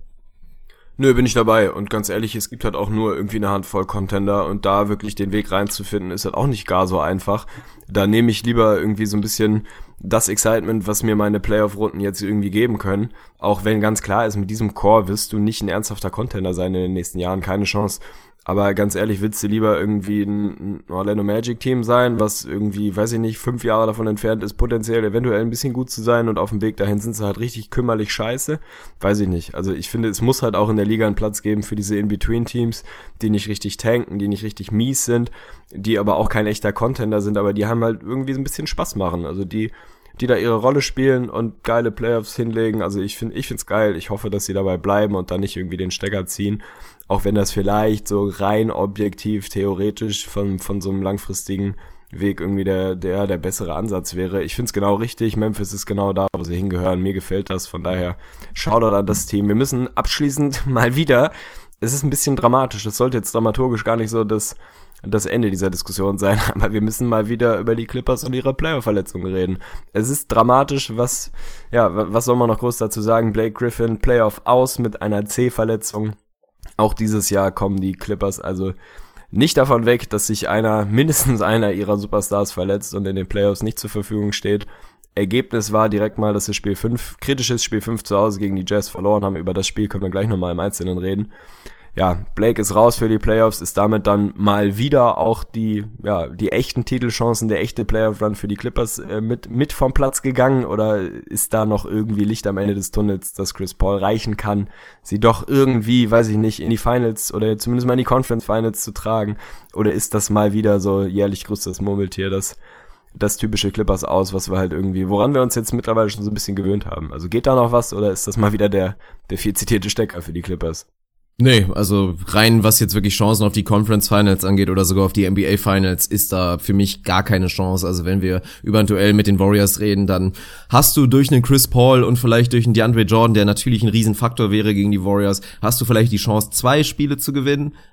Nö, bin ich dabei. Und ganz ehrlich, es gibt halt auch nur irgendwie eine Handvoll Contender und da wirklich den Weg reinzufinden, ist halt auch nicht gar so einfach. Da nehme ich lieber irgendwie so ein bisschen das Excitement, was mir meine Playoff-Runden jetzt irgendwie geben können. Auch wenn ganz klar ist, mit diesem Core wirst du nicht ein ernsthafter Contender sein in den nächsten Jahren, keine Chance. Aber ganz ehrlich, willst du lieber irgendwie ein Orlando Magic Team sein, was irgendwie, weiß ich nicht, 5 Jahre davon entfernt ist, potenziell eventuell ein bisschen gut zu sein und auf dem Weg dahin sind sie halt richtig kümmerlich scheiße? Weiß ich nicht. Also ich finde, es muss halt auch in der Liga einen Platz geben für diese In-Between-Teams, die nicht richtig tanken, die nicht richtig mies sind, die aber auch kein echter Contender sind, aber die haben halt irgendwie so ein bisschen Spaß machen. Also die da ihre Rolle spielen und geile Playoffs hinlegen. Also ich find's geil. Ich hoffe, dass sie dabei bleiben und dann nicht irgendwie den Stecker ziehen. Auch wenn das vielleicht so rein objektiv, theoretisch von so einem langfristigen Weg irgendwie der bessere Ansatz wäre. Ich find's genau richtig. Memphis ist genau da, wo sie hingehören. Mir gefällt das. Von daher Shoutout an das Team. Wir müssen abschließend mal wieder, es ist ein bisschen dramatisch. Das sollte jetzt dramaturgisch gar nicht so das Ende dieser Diskussion sein, aber wir müssen mal wieder über die Clippers und ihre Playoff-Verletzungen reden. Es ist dramatisch, was soll man noch groß dazu sagen? Blake Griffin, Playoff aus mit einer C-Verletzung. Auch dieses Jahr kommen die Clippers also nicht davon weg, dass sich mindestens einer ihrer Superstars verletzt und in den Playoffs nicht zur Verfügung steht. Ergebnis war direkt mal, dass wir kritisches Spiel 5 zu Hause gegen die Jazz verloren haben. Über das Spiel können wir gleich nochmal im Einzelnen reden. Ja, Blake ist raus für die Playoffs, ist damit dann mal wieder auch die echten Titelchancen, der echte Playoff-Run für die Clippers mit vom Platz gegangen, oder ist da noch irgendwie Licht am Ende des Tunnels, dass Chris Paul reichen kann, sie doch irgendwie, weiß ich nicht, in die Finals oder zumindest mal in die Conference Finals zu tragen, oder ist das mal wieder so jährlich größtes Murmeltier, das typische Clippers aus, was wir halt irgendwie, woran wir uns jetzt mittlerweile schon so ein bisschen gewöhnt haben. Also geht da noch was, oder ist das mal wieder der viel zitierte Stecker für die Clippers? Nee, also rein was jetzt wirklich Chancen auf die Conference Finals angeht oder sogar auf die NBA Finals, ist da für mich gar keine Chance. Also wenn wir über ein Duell mit den Warriors reden, dann hast du durch einen Chris Paul und vielleicht durch einen DeAndre Jordan, der natürlich ein Riesenfaktor wäre gegen die Warriors, hast du vielleicht die Chance, 2 Spiele zu gewinnen,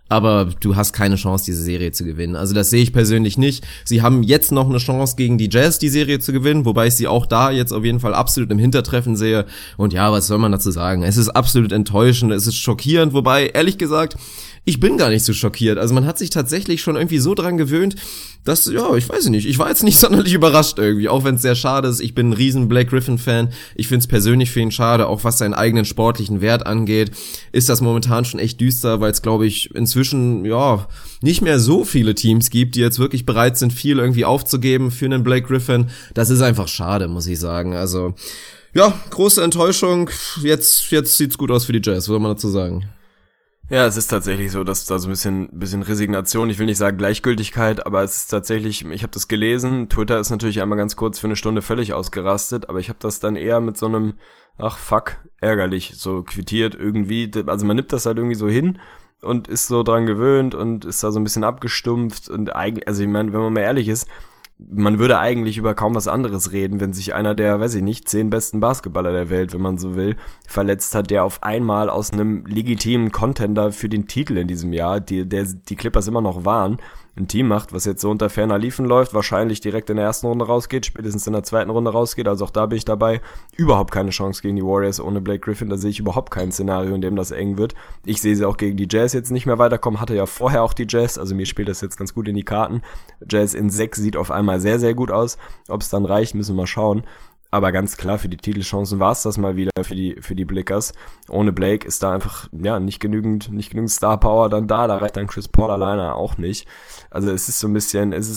aber du hast keine Chance, diese Serie zu gewinnen. Also das sehe ich persönlich nicht. Sie haben jetzt noch eine Chance gegen die Jazz, die Serie zu gewinnen, wobei ich sie auch da jetzt auf jeden Fall absolut im Hintertreffen sehe. Und ja, was soll man dazu sagen? Es ist absolut enttäuschend, es ist schockierend, wobei, ehrlich gesagt, ich bin gar nicht so schockiert. Also man hat sich tatsächlich schon irgendwie so dran gewöhnt, dass, ja, ich weiß nicht, ich war jetzt nicht sonderlich überrascht irgendwie, auch wenn es sehr schade ist. Ich bin ein riesen Blake Griffin-Fan. Ich finde es persönlich für ihn schade, auch was seinen eigenen sportlichen Wert angeht, ist das momentan schon echt düster, weil es, glaube ich, inzwischen, ja, nicht mehr so viele Teams gibt, die jetzt wirklich bereit sind, viel irgendwie aufzugeben für einen Blake Griffin. Das ist einfach schade, muss ich sagen. Also, ja, große Enttäuschung. Jetzt sieht's gut aus für die Jazz, was soll man dazu sagen? Ja, es ist tatsächlich so, dass da so ein bisschen Resignation, ich will nicht sagen Gleichgültigkeit, aber es ist tatsächlich, ich habe das gelesen, Twitter ist natürlich einmal ganz kurz für eine Stunde völlig ausgerastet, aber ich habe das dann eher mit so einem, ach fuck, ärgerlich, so quittiert irgendwie, also man nimmt das halt irgendwie so hin und ist so dran gewöhnt und ist da so ein bisschen abgestumpft und eigentlich, also ich meine, wenn man mal ehrlich ist, man würde eigentlich über kaum was anderes reden, wenn sich einer der, weiß ich nicht, 10 besten Basketballer der Welt, wenn man so will, verletzt hat, der auf einmal aus einem legitimen Contender für den Titel in diesem Jahr, die Clippers immer noch waren, ein Team macht, was jetzt so unter ferner Liefen läuft, wahrscheinlich direkt in der ersten Runde rausgeht, spätestens in der zweiten Runde rausgeht, also auch da bin ich dabei, überhaupt keine Chance gegen die Warriors ohne Blake Griffin, da sehe ich überhaupt kein Szenario, in dem das eng wird. Ich sehe sie auch gegen die Jazz jetzt nicht mehr weiterkommen, hatte ja vorher auch die Jazz, also mir spielt das jetzt ganz gut in die Karten. Jazz in 6 sieht auf einmal sehr, sehr gut aus, ob es dann reicht, müssen wir mal schauen. Aber ganz klar, für die Titelchancen war es das mal wieder für die Blickers. Ohne Blake ist da einfach, ja, nicht genügend Star Power dann da reicht dann Chris Paul alleine auch nicht. Also es ist so ein bisschen, es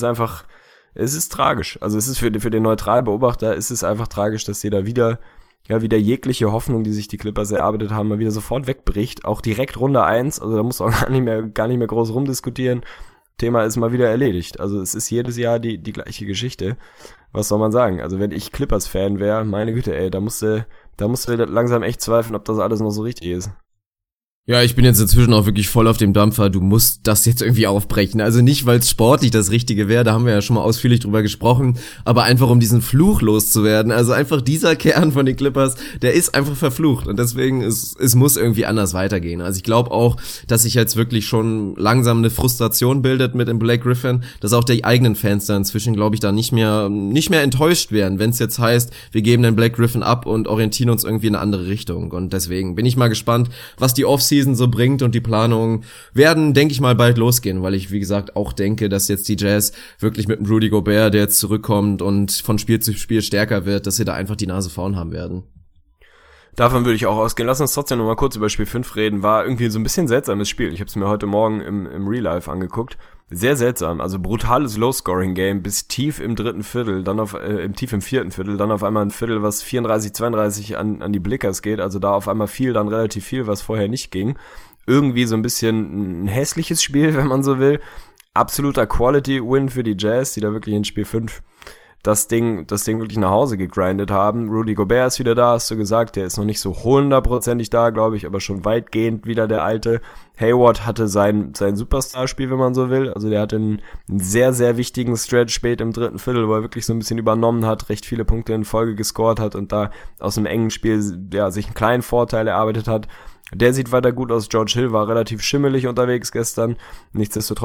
ist tragisch. Also es ist für den neutralen Beobachter ist es einfach tragisch, dass wieder wieder jegliche Hoffnung, die sich die Clippers erarbeitet haben, mal wieder sofort wegbricht. Auch direkt Runde 1, also da muss auch gar nicht mehr groß rumdiskutieren. Thema ist mal wieder erledigt. Also es ist jedes Jahr die gleiche Geschichte. Was soll man sagen? Also wenn ich Clippers-Fan wäre, meine Güte, ey, da musst du langsam echt zweifeln, ob das alles noch so richtig ist. Ja, ich bin jetzt inzwischen auch wirklich voll auf dem Dampfer. Du musst das jetzt irgendwie aufbrechen. Also nicht, weil es sportlich das Richtige wäre, da haben wir ja schon mal ausführlich drüber gesprochen, aber einfach um diesen Fluch loszuwerden. Also einfach dieser Kern von den Clippers, der ist einfach verflucht und deswegen es muss irgendwie anders weitergehen. Also ich glaube auch, dass sich jetzt wirklich schon langsam eine Frustration bildet mit dem Blake Griffin, dass auch die eigenen Fans da inzwischen, glaube ich, da nicht mehr enttäuscht werden, wenn es jetzt heißt, wir geben den Blake Griffin ab und orientieren uns irgendwie in eine andere Richtung. Und deswegen bin ich mal gespannt, was die Offseason so bringt und die Planungen werden, denke ich mal, bald losgehen, weil ich, wie gesagt, auch denke, dass jetzt die Jazz wirklich mit dem Rudy Gobert, der jetzt zurückkommt und von Spiel zu Spiel stärker wird, dass sie da einfach die Nase vorn haben werden. Davon würde ich auch ausgehen. Lass uns trotzdem noch mal kurz über Spiel 5 reden. War irgendwie so ein bisschen seltsames Spiel. Ich habe es mir heute Morgen im Real Life angeguckt. Sehr seltsam. Also brutales Low-Scoring-Game bis tief im dritten Viertel, dann tief im vierten Viertel, dann auf einmal ein Viertel, was 34-32 an die Blickers geht. Also da auf einmal dann relativ viel, was vorher nicht ging. Irgendwie so ein bisschen ein hässliches Spiel, wenn man so will. Absoluter Quality-Win für die Jazz, die da wirklich in Spiel 5 das Ding wirklich nach Hause gegrindet haben. Rudy Gobert ist wieder da, hast du gesagt, der ist noch nicht so 100%ig da, glaube ich, aber schon weitgehend wieder der alte. Hayward hatte sein Superstar-Spiel, wenn man so will, also der hatte einen sehr, sehr wichtigen Stretch spät im dritten Viertel, wo er wirklich so ein bisschen übernommen hat, recht viele Punkte in Folge gescored hat und da aus einem engen Spiel sich einen kleinen Vorteil erarbeitet hat. Der sieht weiter gut aus, George Hill war relativ schimmelig unterwegs gestern, nichtsdestotrotz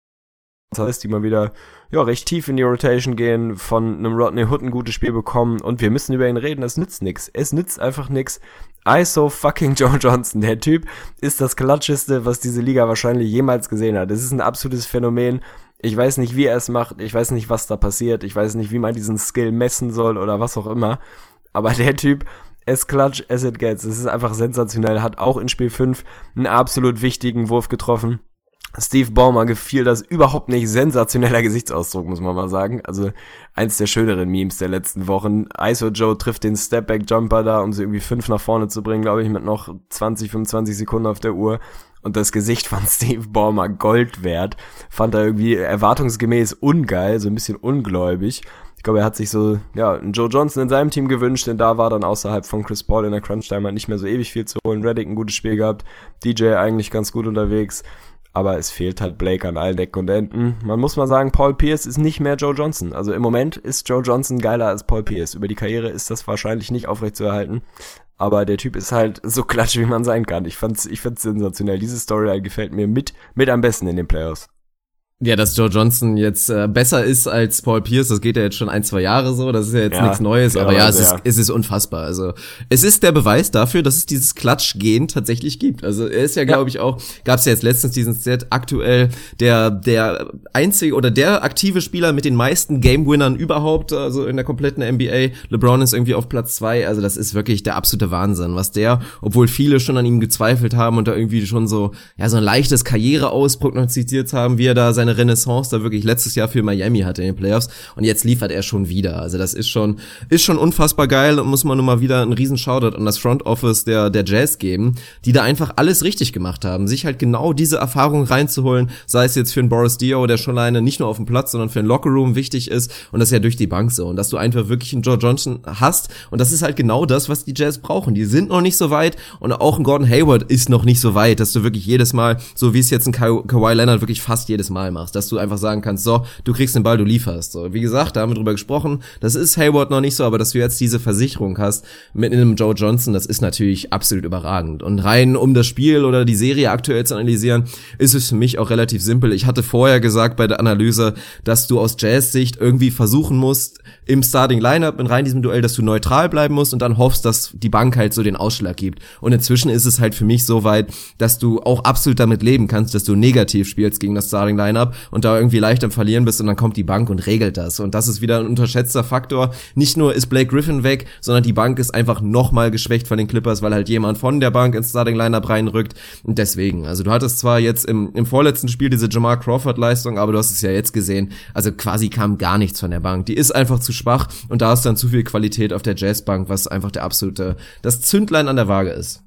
das heißt, die mal wieder recht tief in die Rotation gehen, von einem Rodney Hood ein gutes Spiel bekommen und wir müssen über ihn reden, das nützt nix. Es nützt einfach nix. ISO fucking Joe Johnson, der Typ ist das Klatscheste, was diese Liga wahrscheinlich jemals gesehen hat. Es ist ein absolutes Phänomen. Ich weiß nicht, wie er es macht, ich weiß nicht, was da passiert, ich weiß nicht, wie man diesen Skill messen soll oder was auch immer, aber der Typ, as clutch as it gets, es ist einfach sensationell, hat auch in Spiel 5 einen absolut wichtigen Wurf getroffen. Steve Ballmer gefiel das überhaupt nicht, sensationeller Gesichtsausdruck, muss man mal sagen. Also eins der schöneren Memes der letzten Wochen. ISO Joe trifft den Stepback-Jumper da, um sie irgendwie 5 nach vorne zu bringen, glaube ich, mit noch 25 Sekunden auf der Uhr. Und das Gesicht von Steve Ballmer Gold wert. Fand er irgendwie erwartungsgemäß ungeil, so ein bisschen ungläubig. Ich glaube, er hat sich so, einen Joe Johnson in seinem Team gewünscht, denn da war dann außerhalb von Chris Paul in der Crunch-Time nicht mehr so ewig viel zu holen. Redick ein gutes Spiel gehabt, DJ eigentlich ganz gut unterwegs. Aber es fehlt halt Blake an allen Ecken und Enden. Man muss mal sagen, Paul Pierce ist nicht mehr Joe Johnson. Also im Moment ist Joe Johnson geiler als Paul Pierce. Über die Karriere ist das wahrscheinlich nicht aufrechtzuerhalten. aber der Typ ist halt so klatsch, wie man sein kann. Ich fand's sensationell. Diese Storyline gefällt mir mit am besten in den Playoffs. Ja, dass Joe Johnson jetzt besser ist als Paul Pierce, das geht ja jetzt schon 1-2 Jahre so, das ist ja jetzt nichts Neues, aber ja, es ist unfassbar. Also es ist der Beweis dafür, dass es dieses Klatsch-Gen tatsächlich gibt. Also er ist ja, glaube ich, auch, gab's ja jetzt letztens diesen Set, aktuell der einzige oder der aktive Spieler mit den meisten Game-Winnern überhaupt, also in der kompletten NBA. LeBron ist irgendwie auf Platz 2, also das ist wirklich der absolute Wahnsinn, was der, obwohl viele schon an ihm gezweifelt haben und da irgendwie schon so ein leichtes Karriere-Aus prognostiziert haben, wie er da seine Renaissance da wirklich letztes Jahr für Miami hatte in den Playoffs und jetzt liefert er schon wieder. Also das ist schon unfassbar geil und muss man nur mal wieder einen riesen Shoutout an das Front Office der Jazz geben, die da einfach alles richtig gemacht haben, sich halt genau diese Erfahrung reinzuholen, sei es jetzt für einen Boris Dio, der schon alleine nicht nur auf dem Platz, sondern für den Lockerroom wichtig ist und das ist ja durch die Bank so und dass du einfach wirklich einen Joe Johnson hast und das ist halt genau das, was die Jazz brauchen. Die sind noch nicht so weit und auch ein Gordon Hayward ist noch nicht so weit, dass du wirklich jedes Mal, so wie es jetzt ein Kawhi Leonard wirklich fast jedes Mal machst, dass du einfach sagen kannst, so, du kriegst den Ball, du lieferst. So, wie gesagt, da haben wir drüber gesprochen, das ist Hayward noch nicht so, aber dass du jetzt diese Versicherung hast mit einem Joe Johnson, das ist natürlich absolut überragend. Und rein, um das Spiel oder die Serie aktuell zu analysieren, ist es für mich auch relativ simpel. Ich hatte vorher gesagt bei der Analyse, dass du aus Jazz-Sicht irgendwie versuchen musst, im Starting-Lineup, in rein diesem Duell, dass du neutral bleiben musst und dann hoffst, dass die Bank halt so den Ausschlag gibt. Und inzwischen ist es halt für mich so weit, dass du auch absolut damit leben kannst, dass du negativ spielst gegen das Starting-Lineup und da irgendwie leicht am Verlieren bist und dann kommt die Bank und regelt das. Und das ist wieder ein unterschätzter Faktor. Nicht nur ist Blake Griffin weg, sondern die Bank ist einfach nochmal geschwächt von den Clippers, weil halt jemand von der Bank ins Starting-Lineup reinrückt. Und deswegen, also du hattest zwar jetzt im vorletzten Spiel diese Jamal Crawford-Leistung, aber du hast es ja jetzt gesehen, also quasi kam gar nichts von der Bank. Die ist einfach zu schwach und da ist dann zu viel Qualität auf der Jazzbank, was einfach das Zündlein an der Waage ist.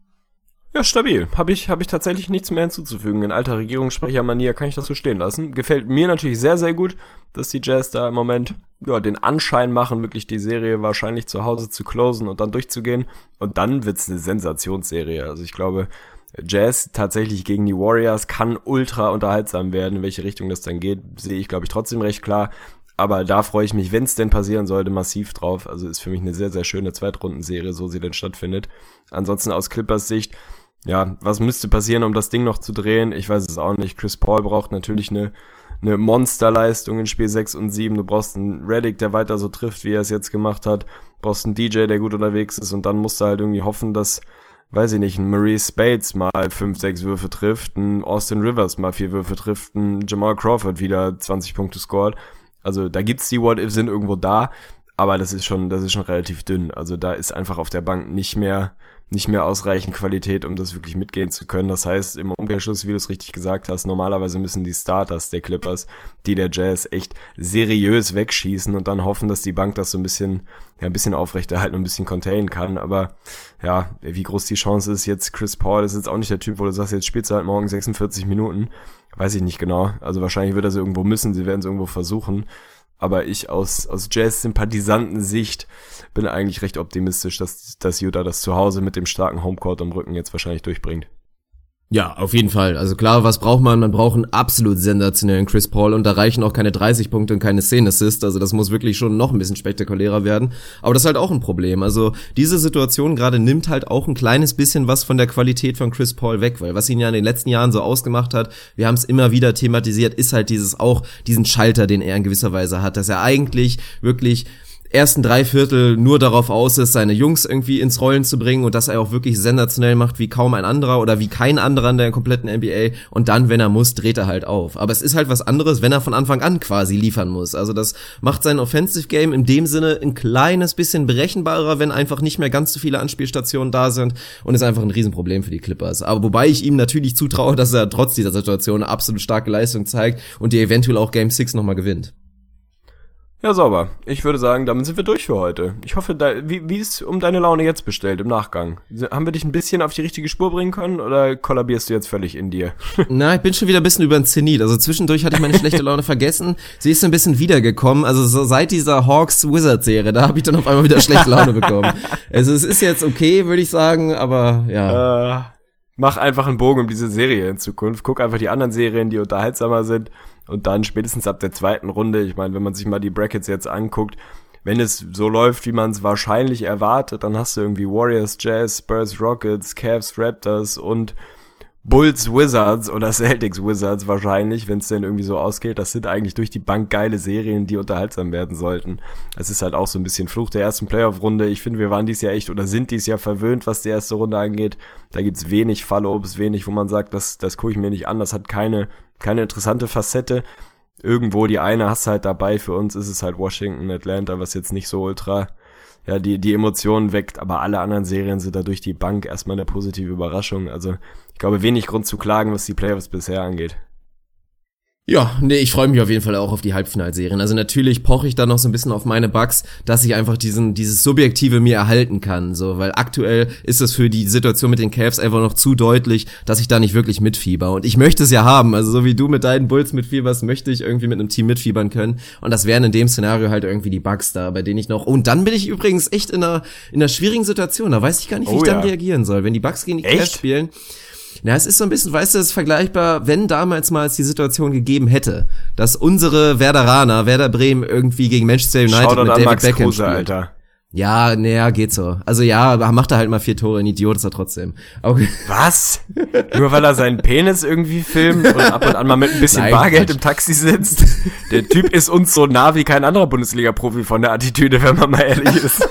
Ja, stabil. Hab ich tatsächlich nichts mehr hinzuzufügen. In alter Regierungssprechermanier kann ich das so stehen lassen. Gefällt mir natürlich sehr, sehr gut, dass die Jazz da im Moment den Anschein machen, wirklich die Serie wahrscheinlich zu Hause zu closen und dann durchzugehen. Und dann wird's eine Sensationsserie. Also ich glaube, Jazz tatsächlich gegen die Warriors kann ultra unterhaltsam werden. In welche Richtung das dann geht, sehe ich, glaube ich, trotzdem recht klar. Aber da freue ich mich, wenn es denn passieren sollte, massiv drauf. Also ist für mich eine sehr, sehr schöne Zweitrundenserie, so sie denn stattfindet. Ansonsten aus Clippers Sicht, ja, was müsste passieren, um das Ding noch zu drehen? Ich weiß es auch nicht. Chris Paul braucht natürlich eine Monsterleistung in Spiel 6 und 7. Du brauchst einen Redick, der weiter so trifft, wie er es jetzt gemacht hat. Du brauchst einen DJ, der gut unterwegs ist. Und dann musst du halt irgendwie hoffen, dass, weiß ich nicht, ein Maurice Spades mal 5, 6 Würfe trifft, ein Austin Rivers mal 4 Würfe trifft, ein Jamal Crawford wieder 20 Punkte scored. Also da gibt's die What-If sind irgendwo da, aber das ist schon relativ dünn. Also da ist einfach auf der Bank nicht mehr ausreichend Qualität, um das wirklich mitgehen zu können. Das heißt, im Umkehrschluss, wie du es richtig gesagt hast, normalerweise müssen die Starters der Clippers, die der Jazz echt seriös wegschießen und dann hoffen, dass die Bank das so ein bisschen aufrechterhalten und ein bisschen containen kann. Aber ja, wie groß die Chance ist jetzt, Chris Paul ist jetzt auch nicht der Typ, wo du sagst, jetzt spielst du halt morgen 46 Minuten. Weiß ich nicht genau. Also wahrscheinlich wird er sie irgendwo müssen, sie werden es irgendwo versuchen. Aber ich aus Jazz-Sympathisanten-Sicht bin eigentlich recht optimistisch, dass Utah das zu Hause mit dem starken Homecourt am Rücken jetzt wahrscheinlich durchbringt. Ja, auf jeden Fall. Also klar, was braucht man? Man braucht einen absolut sensationellen Chris Paul und da reichen auch keine 30 Punkte und keine 10 Assists. Also das muss wirklich schon noch ein bisschen spektakulärer werden. Aber das ist halt auch ein Problem. Also diese Situation gerade nimmt halt auch ein kleines bisschen was von der Qualität von Chris Paul weg, weil was ihn ja in den letzten Jahren so ausgemacht hat, wir haben es immer wieder thematisiert, ist halt diesen Schalter, den er in gewisser Weise hat, dass er eigentlich wirklich ersten 3/4 nur darauf aus ist, seine Jungs irgendwie ins Rollen zu bringen und dass er auch wirklich sensationell macht wie kaum ein anderer oder wie kein anderer in der kompletten NBA und dann, wenn er muss, dreht er halt auf. Aber es ist halt was anderes, wenn er von Anfang an quasi liefern muss. Also das macht sein Offensive Game in dem Sinne ein kleines bisschen berechenbarer, wenn einfach nicht mehr ganz so viele Anspielstationen da sind und ist einfach ein Riesenproblem für die Clippers. Aber wobei ich ihm natürlich zutraue, dass er trotz dieser Situation eine absolut starke Leistung zeigt und die eventuell auch Game 6 nochmal gewinnt. Ja, sauber. Ich würde sagen, damit sind wir durch für heute. Ich hoffe, wie ist um deine Laune jetzt bestellt im Nachgang? Haben wir dich ein bisschen auf die richtige Spur bringen können oder kollabierst du jetzt völlig in dir? Na, ich bin schon wieder ein bisschen über den Zenit. Also zwischendurch hatte ich meine schlechte Laune vergessen. Sie ist ein bisschen wiedergekommen. Also so seit dieser Hawks-Wizards-Serie, da habe ich dann auf einmal wieder schlechte Laune bekommen. Also es ist jetzt okay, würde ich sagen, aber ja. Mach einfach einen Bogen um diese Serie in Zukunft. Guck einfach die anderen Serien, die unterhaltsamer sind. Und dann spätestens ab der zweiten Runde, ich meine, wenn man sich mal die Brackets jetzt anguckt, wenn es so läuft, wie man es wahrscheinlich erwartet, dann hast du irgendwie Warriors, Jazz, Spurs, Rockets, Cavs, Raptors und Bulls, Wizards oder Celtics, Wizards wahrscheinlich, wenn es denn irgendwie so ausgeht. Das sind eigentlich durch die Bank geile Serien, die unterhaltsam werden sollten. Es ist halt auch so ein bisschen Fluch der ersten Playoff-Runde. Ich finde, wir waren dies Jahr echt oder sind dies Jahr verwöhnt, was die erste Runde angeht. Da gibt's wenig Fallobst, wenig, wo man sagt, das gucke ich mir nicht an. Das hat keine interessante Facette. Irgendwo die eine hast du halt dabei. Für uns ist es halt Washington, Atlanta, was jetzt nicht so ultra die Emotionen weckt, aber alle anderen Serien sind da durch die Bank erstmal eine positive Überraschung. Also ich glaube, wenig Grund zu klagen, was die Playoffs bisher angeht. Ja, nee, ich freue mich auf jeden Fall auch auf die Halbfinalserien. Also natürlich poche ich da noch so ein bisschen auf meine Bucks, dass ich einfach dieses Subjektive mir erhalten kann, so, weil aktuell ist es für die Situation mit den Cavs einfach noch zu deutlich, dass ich da nicht wirklich mitfieber. Und ich möchte es ja haben, also so wie du mit deinen Bulls mitfieberst, möchte ich irgendwie mit einem Team mitfiebern können. Und das wären in dem Szenario halt irgendwie die Bucks da, bei denen ich noch, und dann bin ich übrigens echt in einer schwierigen Situation, da weiß ich gar nicht, wie ich dann reagieren soll, wenn die Bucks gegen die Cavs spielen. Ja, es ist so ein bisschen, weißt du, es ist vergleichbar, wenn damals mal die Situation gegeben hätte, dass unsere Werderaner, Werder Bremen irgendwie gegen Manchester United mit David Beckham spielt. Alter. Ja, naja, geht so. Also ja, macht er halt mal 4 Tore, ein Idiot ist er trotzdem. Okay. Was? Nur weil er seinen Penis irgendwie filmt und ab und an mal mit ein bisschen Bargeld im Taxi sitzt? Der Typ ist uns so nah wie kein anderer Bundesliga-Profi von der Attitüde, wenn man mal ehrlich ist.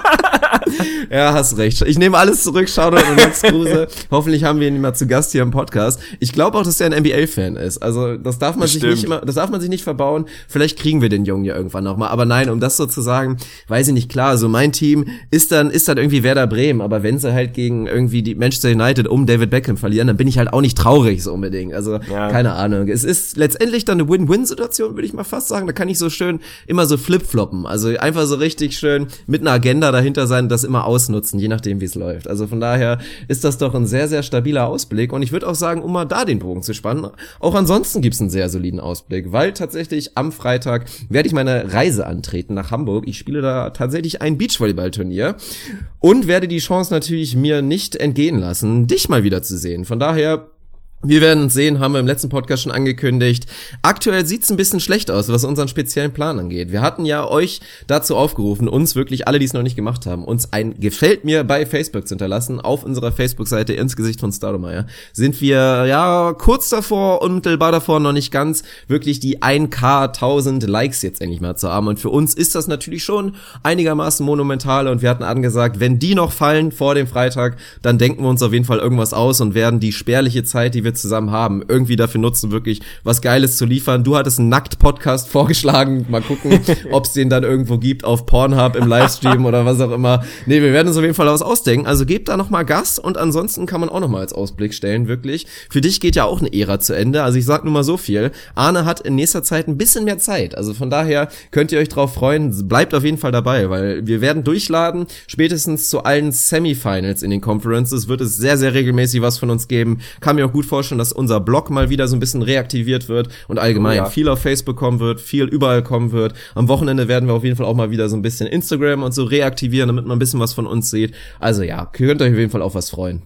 Ja, hast recht. Ich nehme alles zurück, Shoutout an Max Kruse. Hoffentlich haben wir ihn mal zu Gast hier im Podcast. Ich glaube auch, dass er ein NBA-Fan ist. Also das darf man sich nicht verbauen. Vielleicht kriegen wir den Jungen ja irgendwann nochmal. Aber nein, um das so zu sagen, weiß ich nicht, klar, so mein Team ist dann irgendwie Werder Bremen, aber wenn sie halt gegen irgendwie die Manchester United um David Beckham verlieren, dann bin ich halt auch nicht traurig so unbedingt. Also, keine Ahnung. Es ist letztendlich dann eine Win-Win-Situation, würde ich mal fast sagen. Da kann ich so schön immer so flip-floppen. Also einfach so richtig schön mit einer Agenda dahinter sein, das immer ausnutzen, je nachdem, wie es läuft. Also von daher ist das doch ein sehr, sehr stabiler Ausblick. Und ich würde auch sagen, um mal da den Bogen zu spannen, auch ansonsten gibt's einen sehr soliden Ausblick, weil tatsächlich am Freitag werde ich meine Reise antreten nach Hamburg. Ich spiele da tatsächlich ein Beachvolleyball-Turnier und werde die Chance natürlich mir nicht entgehen lassen, dich mal wieder zu sehen. Von daher, wir werden uns sehen, haben wir im letzten Podcast schon angekündigt. Aktuell sieht's ein bisschen schlecht aus, was unseren speziellen Plan angeht. Wir hatten ja euch dazu aufgerufen, uns wirklich, alle, die es noch nicht gemacht haben, uns ein Gefällt mir bei Facebook zu hinterlassen. Auf unserer Facebook-Seite ins Gesicht von Staudemeyer sind wir ja kurz davor, unmittelbar davor, noch nicht ganz, wirklich die 1K 1000 Likes jetzt endlich mal zu haben. Und für uns ist das natürlich schon einigermaßen monumental. Und wir hatten angesagt, wenn die noch fallen vor dem Freitag, dann denken wir uns auf jeden Fall irgendwas aus und werden die spärliche Zeit, die wir zusammen haben, irgendwie dafür nutzen, wirklich was Geiles zu liefern. Du hattest einen Nackt-Podcast vorgeschlagen. Mal gucken, ob es den dann irgendwo gibt auf Pornhub im Livestream oder was auch immer. Nee, wir werden uns auf jeden Fall was ausdenken. Also gebt da nochmal Gas und ansonsten kann man auch nochmal als Ausblick stellen, wirklich. Für dich geht ja auch eine Ära zu Ende. Also ich sag nur mal so viel. Arne hat in nächster Zeit ein bisschen mehr Zeit. Also von daher könnt ihr euch drauf freuen. Bleibt auf jeden Fall dabei, weil wir werden durchladen. Spätestens zu allen Semifinals in den Conferences wird es sehr, sehr regelmäßig was von uns geben. Kann mir auch gut vorstellen, dass unser Blog mal wieder so ein bisschen reaktiviert wird und allgemein viel auf Facebook kommen wird, viel überall kommen wird. Am Wochenende werden wir auf jeden Fall auch mal wieder so ein bisschen Instagram und so reaktivieren, damit man ein bisschen was von uns sieht. Also ja, könnt euch auf jeden Fall auf was freuen.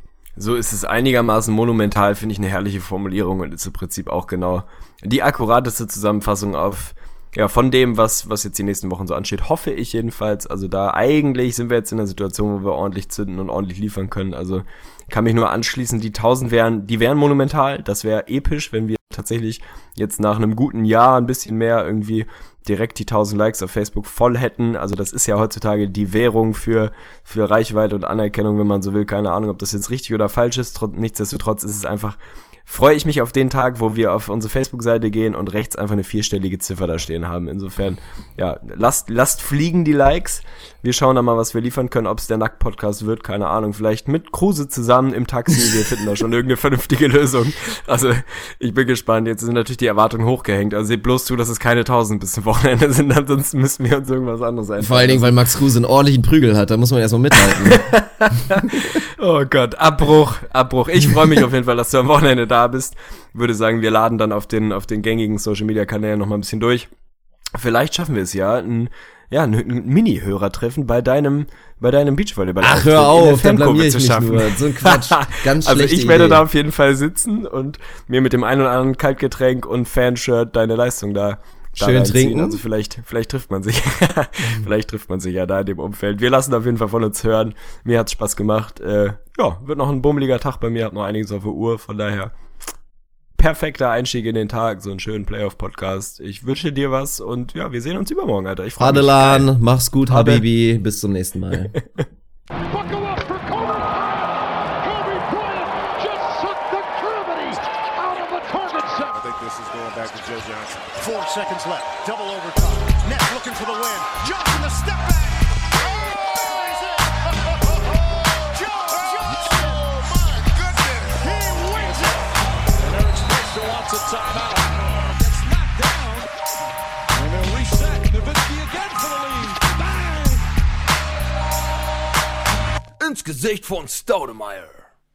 So ist es einigermaßen monumental, finde ich eine herrliche Formulierung und ist im Prinzip auch genau die akkurateste Zusammenfassung von dem, was jetzt die nächsten Wochen so ansteht, hoffe ich jedenfalls. Also da eigentlich sind wir jetzt in einer Situation, wo wir ordentlich zünden und ordentlich liefern können. Also kann mich nur anschließen, die 1000 wären monumental. Das wäre episch, wenn wir tatsächlich jetzt nach einem guten Jahr ein bisschen mehr irgendwie direkt die 1000 Likes auf Facebook voll hätten. Also das ist ja heutzutage die Währung für Reichweite und Anerkennung, wenn man so will. Keine Ahnung, ob das jetzt richtig oder falsch ist. Nichtsdestotrotz ist es einfach, freue ich mich auf den Tag, wo wir auf unsere Facebook-Seite gehen und rechts einfach eine 4-stellige Ziffer da stehen haben. Insofern, ja, lasst fliegen die Likes. Wir schauen dann mal, was wir liefern können, ob es der Nackt-Podcast wird, keine Ahnung. Vielleicht mit Kruse zusammen im Taxi, wir finden da schon irgendeine vernünftige Lösung. Also, ich bin gespannt. Jetzt sind natürlich die Erwartungen hochgehängt. Also seht bloß zu, dass es keine 1000 bis zum Wochenende sind, ansonsten müssen wir uns irgendwas anderes einfallen. Vor allen Dingen, weil Max Kruse einen ordentlichen Prügel hat, da muss man erstmal mithalten. Oh Gott, Abbruch. Ich freue mich auf jeden Fall, dass du am Wochenende da bist. Würde sagen, wir laden dann auf den gängigen Social-Media-Kanälen noch mal ein bisschen durch. Vielleicht schaffen wir es ja, ein Mini-Hörertreffen bei deinem Beachvolleyball. Ach, hör auf, dann blamier ich mich nur. So ein Quatsch, ganz schlechte Also ich werde da auf jeden Fall sitzen und mir mit dem einen oder anderen Kaltgetränk und Fanshirt deine Leistung da Schön trinken. Also vielleicht trifft man sich. Vielleicht trifft man sich ja da in dem Umfeld. Wir lassen auf jeden Fall von uns hören. Mir hat's Spaß gemacht. Wird noch ein bummeliger Tag bei mir, hab noch einiges auf der Uhr, von daher perfekter Einstieg in den Tag, so einen schönen Playoff-Podcast. Ich wünsche dir was und ja, wir sehen uns übermorgen, Alter. Ich freue mich. Adelan, mach's gut, Habibi. Bis zum nächsten Mal. Buckle up for Kobe Bryant. Kobe Bryant just sucked the gravity out of the target set. I think this is going back to Joe Johnson. 4 seconds left. Double overtime. Nets looking for the win. Johnson the step back. Timeout. Gets knocked down. And they'll reset. Nowitzki again for the lead. Bang! Ins Gesicht von Stoudemire.